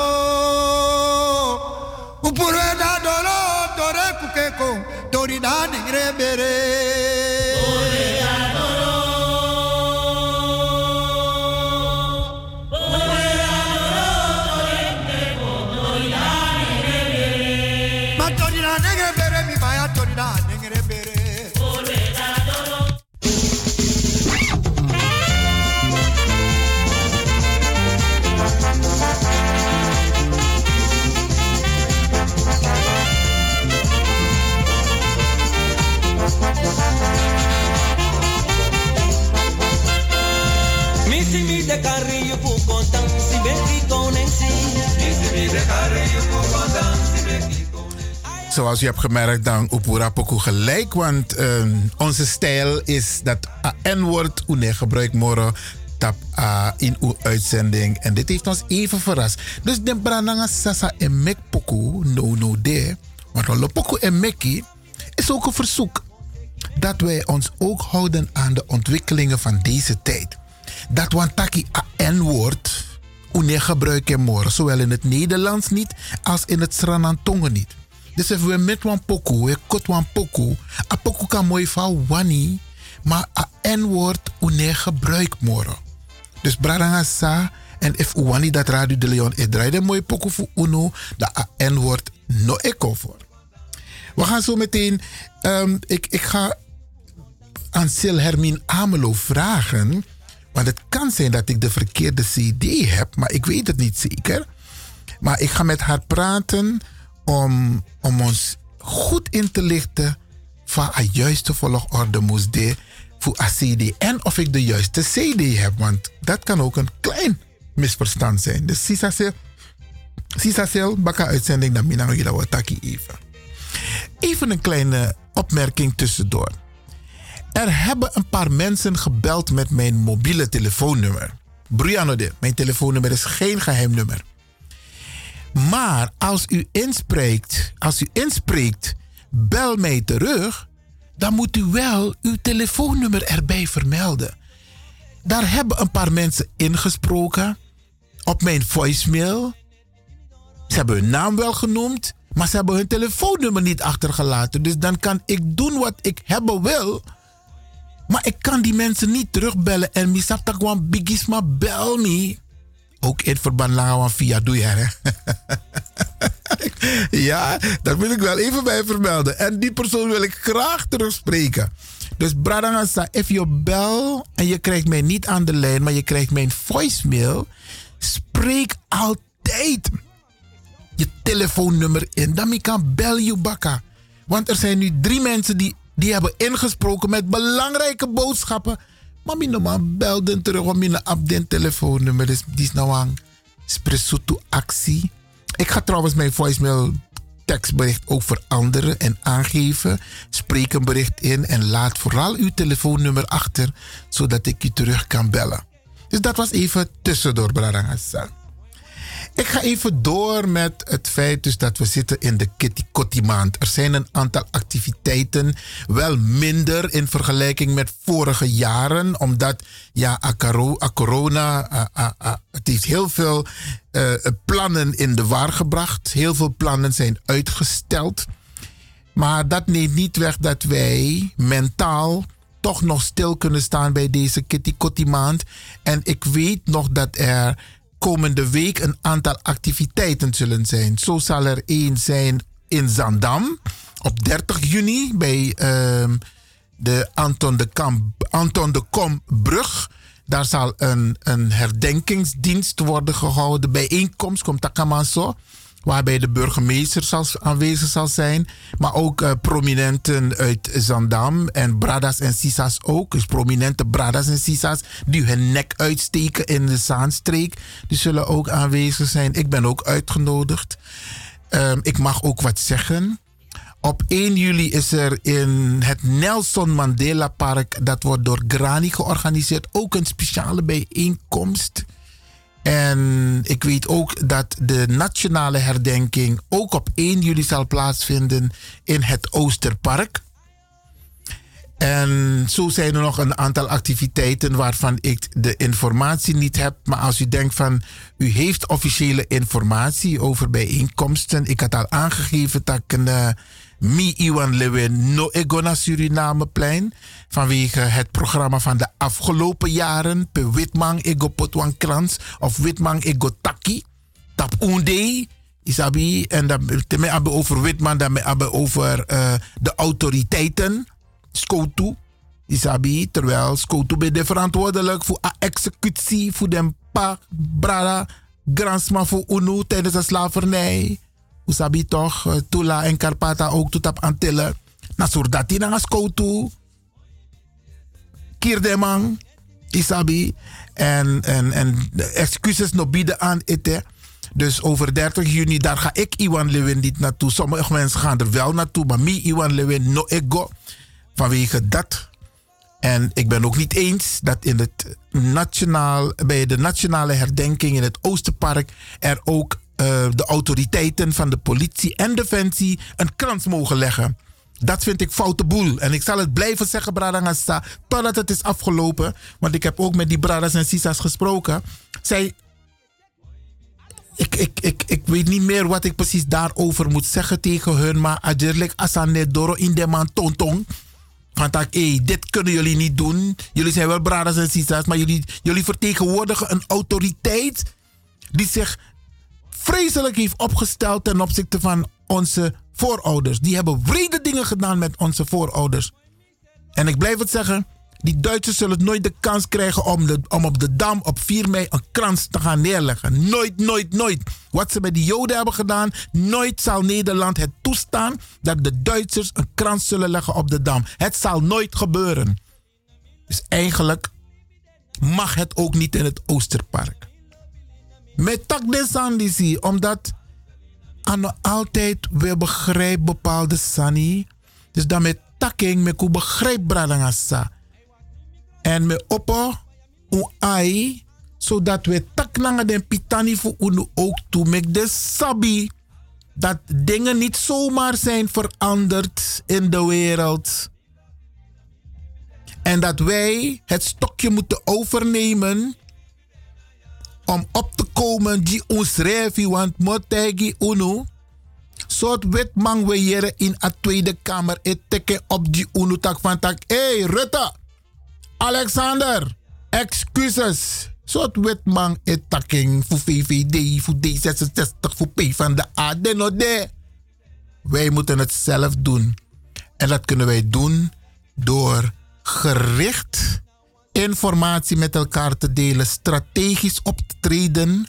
upurwe da doro, dore kukeko, dori da ningre bere. Upurwe da doro, upurwe da doro, dore kukeko, dori da ningre bere. Ma dori da ningre bere, mi baya dori da ningre bere. Missy mi de carry you put contan si beti conensi. Missy mi de carry you put contan si beti. Zoals u hebt gemerkt, dan Upura Poku gelijk. Want uh, onze stijl is dat N-woord une gebruik morgen tap uh, in uw uitzending. En dit heeft ons even verrast. Dus de brananga sasa en mek poku, no no de. Want lo poku en meki is ook een verzoek. dat wij ons ook houden aan de ontwikkelingen van deze tijd. Dat wantaki a N-woord une gebruiken morgen, zowel in het Nederlands niet als in het Sranantongen niet. Dus als we met wan poku, we kot wan poku, a poku kan mooi van wani, maar a N-woord une gebruik morgen. Dus bradanga sa, en if u wani dat Radio de Leon is draaide mooi poku voor uno, dat a N-woord no echo voor. We gaan zo meteen, um, ik, ik ga aan Sil Hermine Amelo vragen, want het kan zijn dat ik de verkeerde C D heb, maar ik weet het niet zeker. Maar ik ga met haar praten om, om ons goed in te lichten van een juiste volgorde moest de voor een C D. En of ik de juiste C D heb, want dat kan ook een klein misverstand zijn. Dus Sisacel, Sisacel, baka uitzending dan mina nog wat taki even. Even een kleine opmerking tussendoor. Er hebben een paar mensen gebeld met mijn mobiele telefoonnummer. Brianode, mijn telefoonnummer is geen geheim nummer. Maar als u inspreekt, als u inspreekt, bel mij terug, dan moet u wel uw telefoonnummer erbij vermelden. Daar hebben een paar mensen ingesproken op mijn voicemail. Ze hebben hun naam wel genoemd, maar ze hebben hun telefoonnummer niet achtergelaten. Dus dan kan ik doen wat ik hebben wil, maar ik kan die mensen niet terugbellen. En misap tak wan bigisma bel me. Ook in verband langer via doe je hè. Ja, dat wil ik wel even bij vermelden. En die persoon wil ik graag terugspreken. Dus Bradangasa, if je bel en je krijgt mij niet aan de lijn, maar je krijgt mijn voicemail, spreek altijd je telefoonnummer in. Dan kan bel je bakka. Want er zijn nu drie mensen die, die hebben ingesproken met belangrijke boodschappen. Maar mijn normaal belden terug om mijn abden telefoonnummer. Dus die is nou aan spresutu actie. Ik ga trouwens mijn voicemail tekstbericht ook veranderen en aangeven. Spreek een bericht in en laat vooral uw telefoonnummer achter, zodat ik u terug kan bellen. Dus dat was even tussendoor, Bradangasa. Ik ga even door met het feit dus dat we zitten in de Kitty Kotti maand. Er zijn een aantal activiteiten, wel minder in vergelijking met vorige jaren. Omdat, ja, a, caro, a corona, a, a, a, het heeft heel veel uh, plannen in de war gebracht. Heel veel plannen zijn uitgesteld. Maar dat neemt niet weg dat wij mentaal toch nog stil kunnen staan bij deze Kitty Kotti maand. En ik weet nog dat er komende week een aantal activiteiten zullen zijn. Zo zal er één zijn in Zandam op dertig juni bij uh, de Anton de, Kamp, Anton de Kombrug. Daar zal een, een herdenkingsdienst worden gehouden. Bijeenkomst, komt Takamanso, waarbij de burgemeester zal, aanwezig zal zijn. Maar ook uh, prominenten uit Zandam en Bradas en Sisas ook. Dus prominente Bradas en Sisas die hun nek uitsteken in de Zaanstreek. Die zullen ook aanwezig zijn. Ik ben ook uitgenodigd. Um, ik mag ook wat zeggen. Op één juli is er in het Nelson Mandela Park, dat wordt door Grani georganiseerd, ook een speciale bijeenkomst. En ik weet ook dat de nationale herdenking ook op één juli zal plaatsvinden in het Oosterpark. En zo zijn er nog een aantal activiteiten waarvan ik de informatie niet heb. Maar als u denkt van, u heeft officiële informatie over bijeenkomsten. Ik had al aangegeven dat ik een uh, Mi Iwan Lewin no Egona Surinameplein, vanwege het programma van de afgelopen jaren, pe Witmang Ego Potwan Krans of Witmang Ego Taki, Tap Unde, Isabi, en dan hebben we over Witman, dan hebben we over uh, de autoriteiten, Skotu, Isabi, terwijl Skotu ben de verantwoordelijk voor de executie, voor de pa, brada, gransma voor UNO tijdens de slavernij. Isabi toch, uh, Tula en Karpata ook tot op Antillen. Nasurdati na Skotu. Kierdemang, Isabi. En, en, en de excuses nog bieden aan ete. Dus over dertig juni, daar ga ik Iwan Lewin niet naartoe. Sommige mensen gaan er wel naartoe, maar mi Iwan Lewin no ego. Vanwege dat. En ik ben ook niet eens dat in het nationaal, bij de nationale herdenking in het Oosterpark er ook uh, de autoriteiten van de politie en defensie een krans mogen leggen Dat vind ik foute boel. En ik zal het blijven zeggen, Bradangasa, totdat het is afgelopen. Want ik heb ook met die Bradas en Sisas gesproken. Zij... Ik, ik, ik, ik weet niet meer wat ik precies daarover moet zeggen tegen hun. Maar ajerlijk asane doro in de man tontong. Van tak, hey, dit kunnen jullie niet doen. Jullie zijn wel Bradas en Sisas, maar jullie, jullie vertegenwoordigen een autoriteit die zich vreselijk heeft opgesteld ten opzichte van onze voorouders. Die hebben wrede dingen gedaan met onze voorouders. En ik blijf het zeggen, die Duitsers zullen nooit de kans krijgen om, de, om op de Dam op vier mei een krans te gaan neerleggen. Nooit, nooit, nooit. Wat ze met die Joden hebben gedaan, nooit zal Nederland het toestaan dat de Duitsers een krans zullen leggen op de Dam. Het zal nooit gebeuren. Dus eigenlijk mag het ook niet in het Oosterpark. Met tak de Sandisi, omdat aan altijd we begrijpen bepaalde Sani. Dus dan met takking me ku begrijp Bradangasa. En me oppo u ai, zodat we tak nanga den pitani voor unu ook toe met de sabi. Dat dingen niet zomaar zijn veranderd in de wereld. En dat wij het stokje moeten overnemen om op te komen die ons revi, want motegi unu. Soort wetman we hier in de Tweede Kamer et teken op die unu tak van tak. Hey Rutte, Alexander, excuses. Soort wetman et taking voor V V D, voor D zesenzestig, voor P van de A, de no de. Wij moeten het zelf doen. En dat kunnen wij doen door gericht informatie met elkaar te delen, strategisch op te treden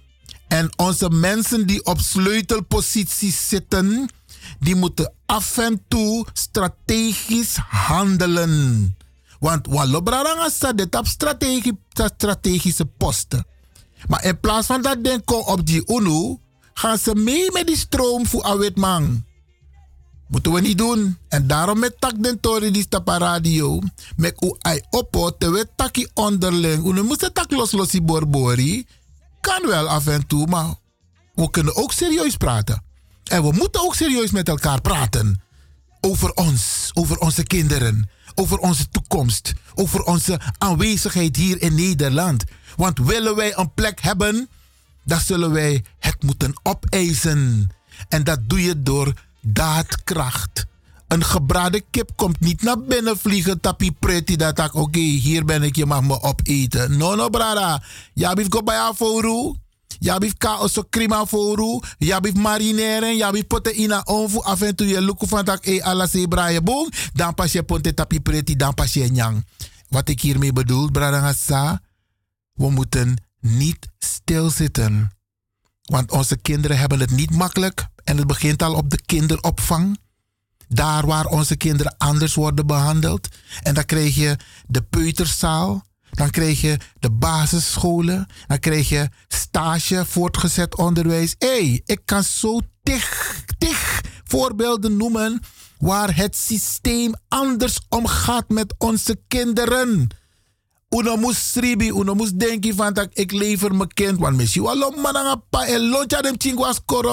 en onze mensen die op sleutelposities zitten, die moeten af en toe strategisch handelen. Want walobraranga staat dit op strategie, strategische posten. Maar in plaats van dat denken op die UNO, gaan ze mee met die stroom voor Awitman. Moeten we niet doen. En daarom met tak den tori die stapa radio. Met u ai oppo te we taki onderling. U moet tak los losi borbori. Kan wel af en toe, maar we kunnen ook serieus praten. En we moeten ook serieus met elkaar praten. Over ons, over onze kinderen, over onze toekomst, over onze aanwezigheid hier in Nederland. Want willen wij een plek hebben, dan zullen wij het moeten opeisen. En dat doe je door daadkracht. Een gebraden kip komt niet naar binnen vliegen, tapi pretty dat ik, oké, okay, hier ben ik, je mag me opeten. No, no, brada. Ja, bif go bij voor ja, bif ka oso krima voor ja, bif marineren, ja, bif poten ina onvu, af en toe je lukken van dat, eh, ala se braai boom, dan pas je ponte tapi pretty, dan pas je nyang. Wat ik hiermee bedoel, brada Gassa, we moeten niet stilzitten. Want onze kinderen hebben het niet makkelijk. En het begint al op de kinderopvang. Daar waar onze kinderen anders worden behandeld. En dan krijg je de peuterzaal. Dan krijg je de basisscholen. Dan krijg je stage, voortgezet onderwijs. Hé, hey, ik kan zo tig, tig voorbeelden noemen waar het systeem anders omgaat met onze kinderen. Uno moest sribi, uno moest denken van dat ik lever mijn kind. Want misschien wel mananga pa en lontja dem chingwas koro.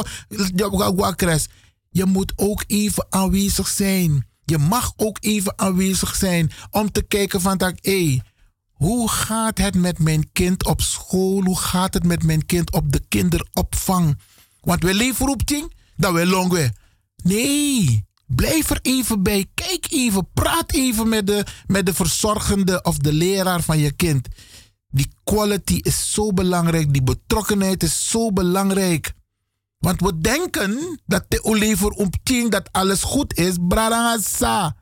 Je moet ook even aanwezig zijn. Je mag ook even aanwezig zijn om te kijken van dat, hé, hey, hoe gaat het met mijn kind op school? Hoe gaat het met mijn kind op de kinderopvang? Want we leven op ting, dat we long we. Nee. Blijf er even bij. Kijk even. Praat even met de, met de verzorgende of de leraar van je kind. Die quality is zo belangrijk. Die betrokkenheid is zo belangrijk. Want we denken dat de olever omting dat alles goed is. Bradangasa.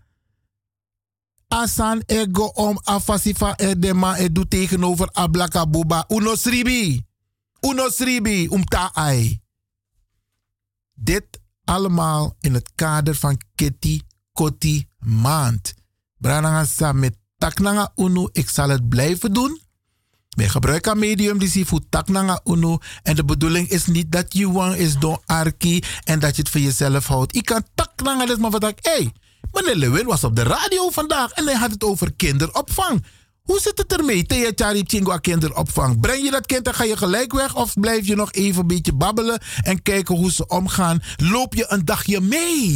Asan ego om afasifa edema edu tegenover ablaka boba. Unos ribi. Unos ribi. Umta ai. Dit allemaal in het kader van Kitty Kotti maand. Branangasa met taknanga unu. Ik zal het blijven doen. Wij gebruiken medium die zie voor taknanga unu. En de bedoeling is niet dat je wang is door arki en dat je het voor jezelf houdt. Ik kan taknanga dus maar wat ik. Hé, hey, meneer Lewin was op de radio vandaag en hij had het over kinderopvang. Hoe zit het ermee? Teja Chari Chingwa kinderopvang. Breng je dat kind en ga je gelijk weg? Of blijf je nog even een beetje babbelen en kijken hoe ze omgaan? Loop je een dagje mee?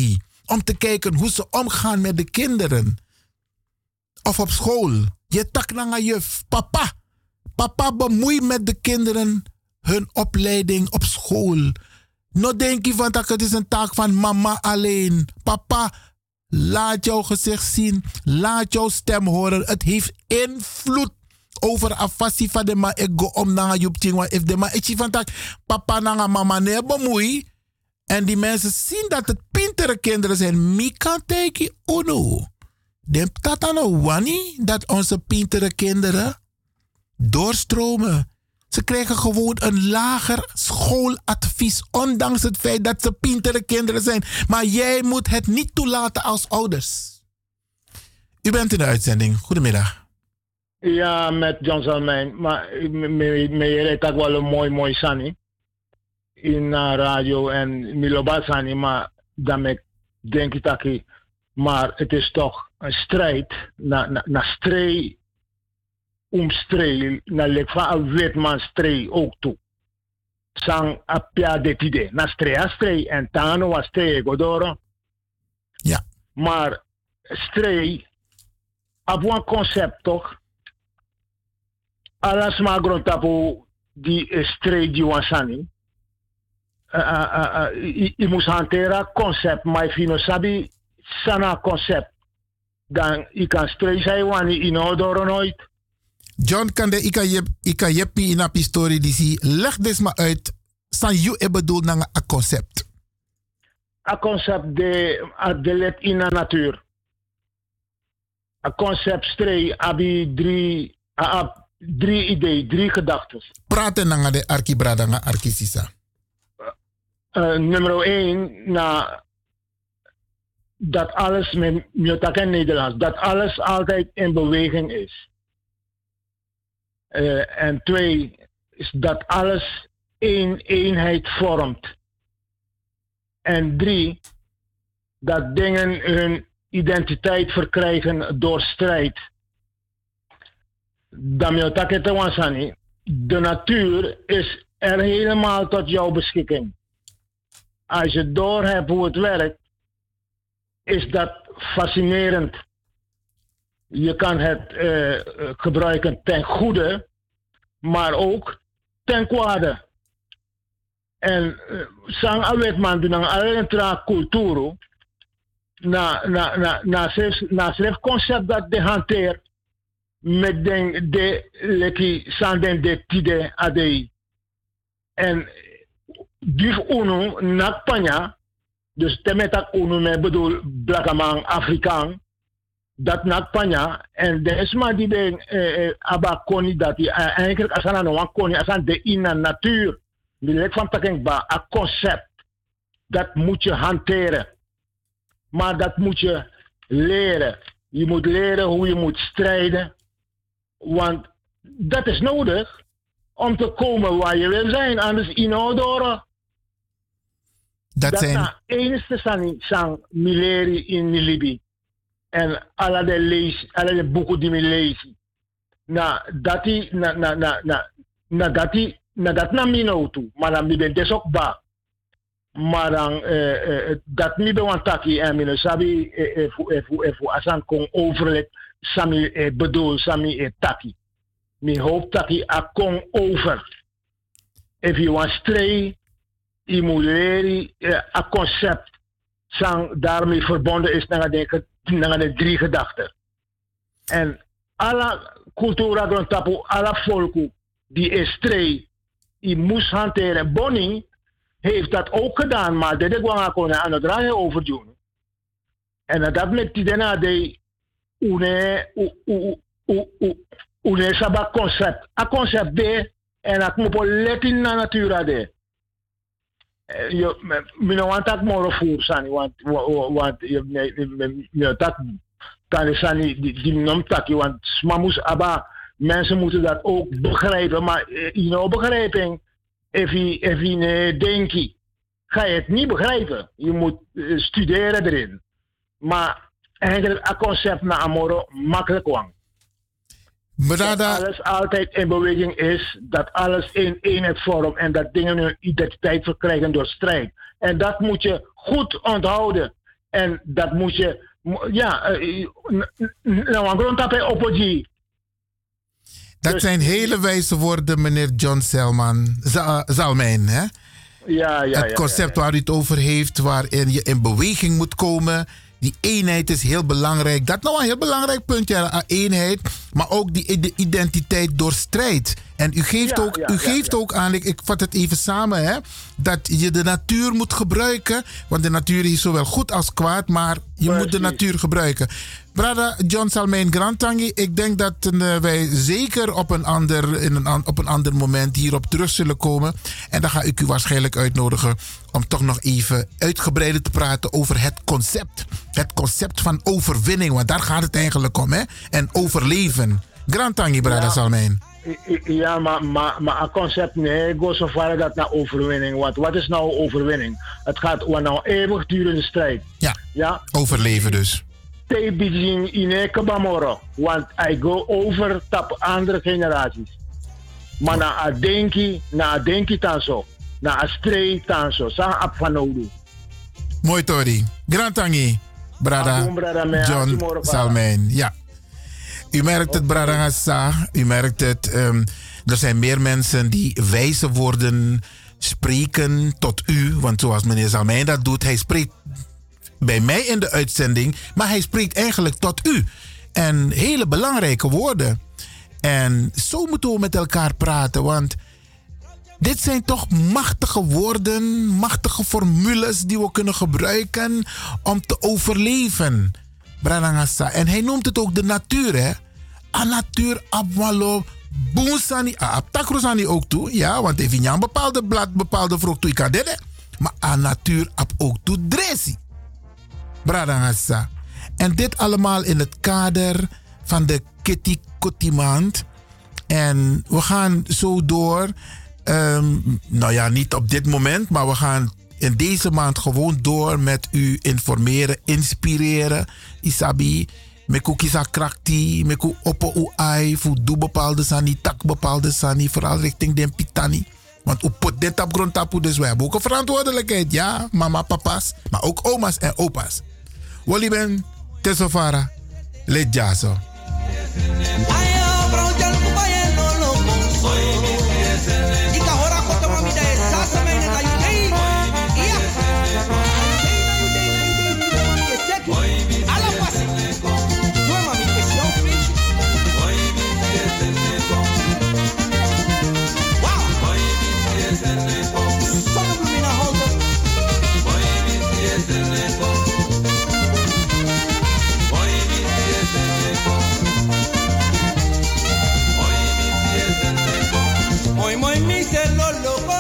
om te kijken hoe ze omgaan met de kinderen. Of op school. Je tak naar juf. Papa. Papa bemoei met de kinderen hun opleiding op school. No denk je van dat het is een taak van mama alleen. Papa, laat jouw gezicht zien. Laat jouw stem horen. Het heeft invloed over afasi van de ma ik go om naar je tingwa. If de ma ik van dat papa naar mama nee bemoei. En die mensen zien dat het pintere kinderen zijn. Mi kan teki uno. De tata no wani dat onze pintere kinderen doorstromen. Ze krijgen gewoon een lager schooladvies, ondanks het feit dat ze pintere kinderen zijn. Maar jij moet het niet toelaten als ouders. U bent in de uitzending. Goedemiddag. Ja, met John Salmijn. Maar me rijdt ook wel een mooi, mooi sani. In uh, radio en Miloba sani. Maar dan denk ik dat ik... Maar het is toch een strijd. Na, na, na strijd... Omstreel, na lek van een wetman streel ook toe. Sang apia de tide, na streel streel en tano was streel godoro. Ja. Maar streel, op een concept toch? Alles maar grondtapu die streel die wansani. Je moet hanteren concept, maar je no sabi sana concept. Dan je kan streel zijn wanneer je no doro nooit. John, kan de ika jepi in een story die zie. Leg des maar uit. San you e bedoel naar een concept. Een concept de de let in de natuur. Een concept stree abi drie uh, drie ideeën, drie gedachten. Praten naar de arkibrada naar arkisisa. Uh, nummer één na dat alles met Miotak en Nederlands, dat alles altijd in beweging is. Uh, en twee is dat alles één eenheid vormt. En drie, dat dingen hun identiteit verkrijgen door strijd. Damiotakete wansani, de natuur is er helemaal tot jouw beschikking. Als je doorhebt hoe het werkt, is dat fascinerend. Je kan het uh, gebruiken ten goede, maar ook ten kwade. En sang uh, awet man doen alleen tra cultuur na na na na zelf na zelf concept dat de hanteer met den de leki sanden de tide adei. En dif uno nak panya, dus temetak uno me bedoel blakamang Afrikaan. Dat nak panya en de esma die ben eh, aba koni dat die uh, eigenlijk asana no wan koni asan de in de natuur die lek van taking ba a concept dat moet je hanteren, maar dat moet je leren. Je moet leren hoe je moet strijden, want dat is nodig om te komen waar je wil zijn, anders inodoro. Dat, dat zijn na enige sani sang mileri in Libië. En alle de lees, alle de boeken die me lezen. Na dat die, na na na na na dat die, na dat na mino toe. Maar dan ben des ook ba. Maar dan eh eh dat niet bewan taki en mino sabi eh eh fu eh fu eh fu asan kon overleg sami eh bedoel sami eh taki. Mi hoop taki a kon over. If you want stray, je moet leren a concept sang daarmee verbonden is naar de naar de drie gedachten. En alle cultura grondtapu, alle volken die is stray, die moest hanteren. Bonnie heeft dat ook gedaan, maar dit is gewoon aan het draaien over doen. En dat met die daarna de une une sabak concept, a concept de en ik moet letten naar natura de. Je, me no want dat more voor sani, want want je je dat kan sani die die nom tak, want smamus aba mensen moeten dat ook begrijpen, maar in nou begrijping, if je if je denki, ga je het niet begrijpen. Je moet studeren erin, maar eigenlijk een concept na amoro makkelijk wang. Dat alles altijd in beweging is, dat alles in eenheid vormt en dat dingen hun identiteit verkrijgen door strijd. En dat moet je goed onthouden. En dat moet je, mo- ja, eh, n- n- nou, een grond op oppogie. Dat Dus- zijn hele wijze woorden, meneer John Selman. Za- Zalmijn, hè? Ja, ja, Het ja, concept ja, ja. waar u het over heeft, waarin je in beweging moet komen. Die eenheid is heel belangrijk. Dat is nou een heel belangrijk punt, ja, eenheid. Maar ook die de identiteit door strijd. En u geeft, Ja, ook, ja, u ja, geeft ja. ook aan, ik, ik vat het even samen, hè, dat je de natuur moet gebruiken. Want de natuur is zowel goed als kwaad, maar je moet de natuur gebruiken. Brada John Salmijn Grantangi, ik denk dat uh, wij zeker op een, ander, in een, an- op een ander moment hierop terug zullen komen. En dan ga ik u waarschijnlijk uitnodigen om toch nog even uitgebreider te praten over het concept. Het concept van overwinning, want daar gaat het eigenlijk om, hè? En overleven. Grantangi, Brada Ja. Salmijn. I- I- Ja, maar, maar, maar het concept, nee, go zo ver dat naar overwinning. Want wat is nou overwinning? Het gaat om een eeuwigdurende strijd. Ja, Ja? overleven dus. Te bijzien in eke bamoro. Want hij go over op andere generaties. Maar na a denki, na a denki tanso. Na a strijd tanso. Sa ap van nodu. Mooi, Tori. Grantangi, Brada Akum, brada, me, John akumoro, para. Salmijn. Ja. U merkt het, Brada Hassa. U merkt het. Um, er zijn meer mensen die wijze woorden spreken tot u. Want zoals meneer Salmijn dat doet, hij spreekt bij mij in de uitzending, maar hij spreekt eigenlijk tot u. En hele belangrijke woorden. En zo moeten we met elkaar praten, want dit zijn toch machtige woorden, machtige formules die we kunnen gebruiken om te overleven. Branagasa. En hij noemt het ook de natuur, hè? A natuur abwalo boensani, a takrosani ook toe, ja, want even een bepaalde blad, bepaalde vrucht toe, ik kan dit, maar a natuur ab ook toe dresi. Branagasa. En dit allemaal in het kader van de Kitty Kotimaand. En we gaan zo door. Um, nou ja, niet op dit moment, maar we gaan in deze maand gewoon door met u informeren, inspireren. Isabi, meku kisa krakti, meku oppo uai, voor doe bepaalde sani, tak bepaalde sani, vooral richting den pitani. Want u pot dit op grond tapu, dus wij hebben ook een verantwoordelijkheid. Ja, mama, papa's, maar ook oma's en opa's. Woli ben, tesofara, let jaso. Moi moi mi se lo loco.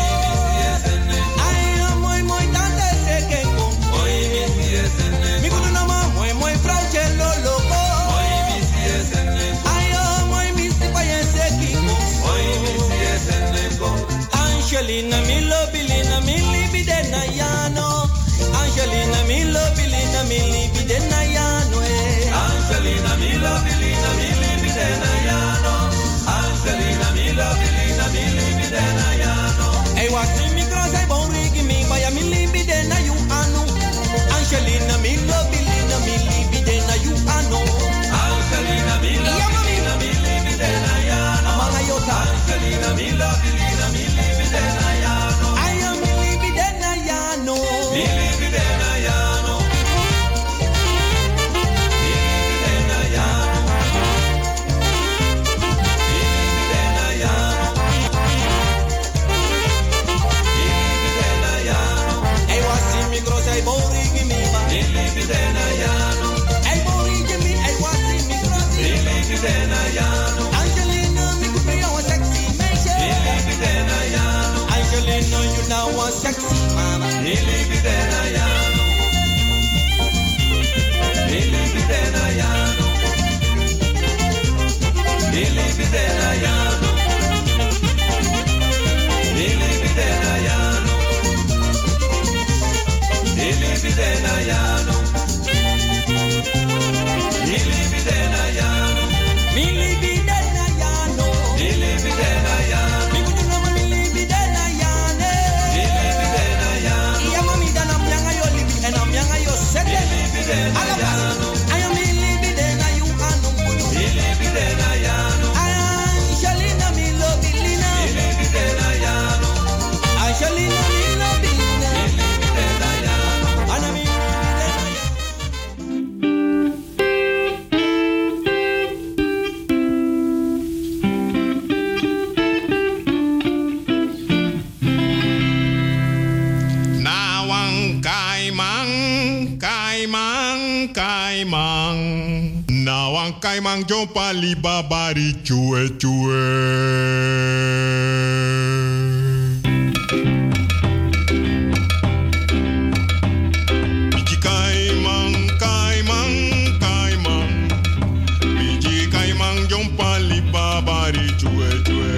Ay no moi moi tante se que con. Moi mi si es en. Mi kudu na ma moi moi frauche lo loco. Moi mi si es en. Ay oh moi mi si pa yen se ki con. Moi mi si es en con. Angelina mi lo bilina mi libi de na yano. Angelina mi lo bilina mi libi de na yano. Angelina mi lo bilina mi libi de na yano. Angelina mi lo bilina mi libi de na yano. Hey, what's in me cross I won't rig me by a mi libi de na you anu. Angelina mi lo bilina mi libi de na you anu. Angelina mi lo bilina mi libi de na yano. Amanga yota. Angelina mi lo bilina mi libi de na yano. I am mi libi de na yano. Mi libi de na yano. Mi libi de na yano. Ay borigi mi ba Lili bidena yano Ay borigi mi ay wasi mi krosi Lili bidena yano Angelina mi kupri a sexy meisje Lili bidena yano Angelina you know a sexy mama Lili bidena yano Lili bidena yano Lili bidena yano Lili bidena yano Lili bidena yano Lili bidena yano Lili bidena yano Lili bidena yano Mi kudu nama Lili bidena yano Lili bidena yano Iya mami dana kaimang, kaimang. Now ang kaimang jompa libabari chue chue. Biji kaimang, kaimang, kaimang. Biji kaimang jompa libabari chue chue.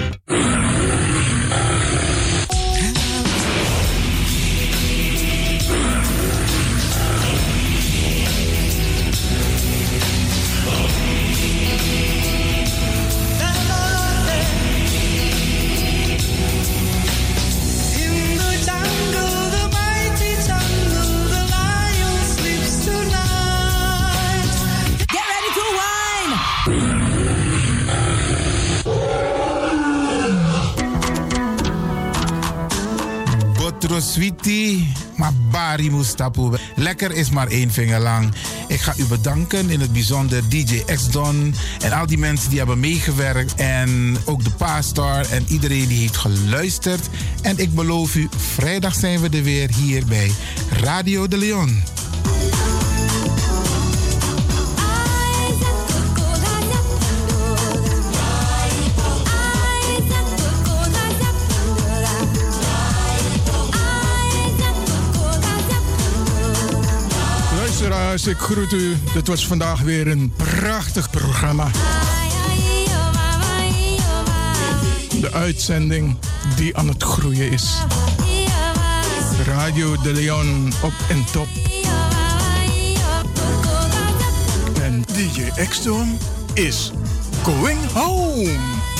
Sweetie, maar Bari Mustapu. Lekker is maar één vinger lang. Ik ga u bedanken, in het bijzonder D J X-Don en al die mensen die hebben meegewerkt. En ook de Pastor en iedereen die heeft geluisterd. En ik beloof u, vrijdag zijn we er weer hier bij Radio de Leon. Ik groet u. Dit was vandaag weer een prachtig programma. De uitzending die aan het groeien is. Radio de Leon op en top. En D J X-Don is going home.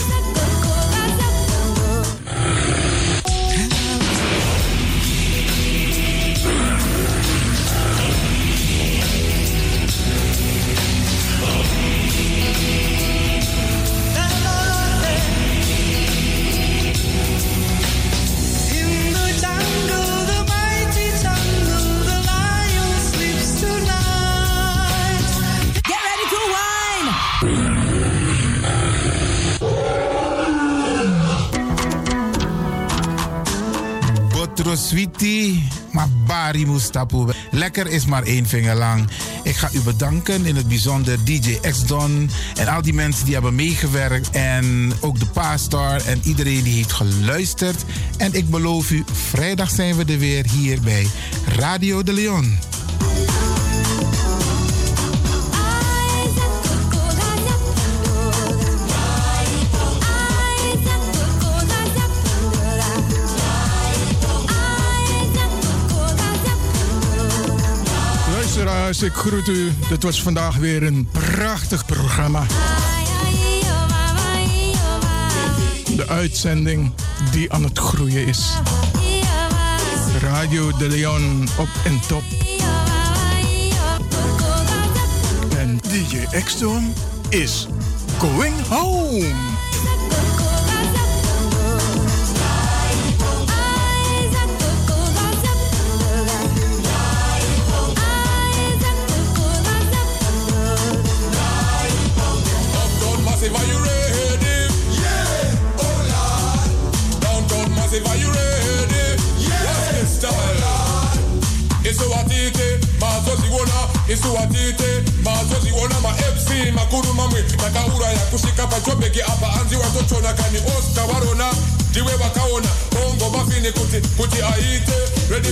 Sweetie, maar Bari Mustapu. Lekker is maar één vinger lang. Ik ga u bedanken, in het bijzonder D J X-Don en al die mensen die hebben meegewerkt. En ook de Pastor en iedereen die heeft geluisterd. En ik beloof u, vrijdag zijn we er weer hier bij Radio de Leon. Ik groet u. Dit was vandaag weer een prachtig programma. De uitzending die aan het groeien is. Radio de Leon op en top. En D J X-Don is going home. Are you ready? Yeah, oh Lord. Downtown Massive, are you ready? Yeah, what's this style? Isuatite, mazoziona, isuatite, mazoziona, ma F C, makuru mamwe, nakaura ya kushika pachobeki apa anzi watochona kani Oscar warona, diwe wakaona, bongo mafini kuti, kuti aite,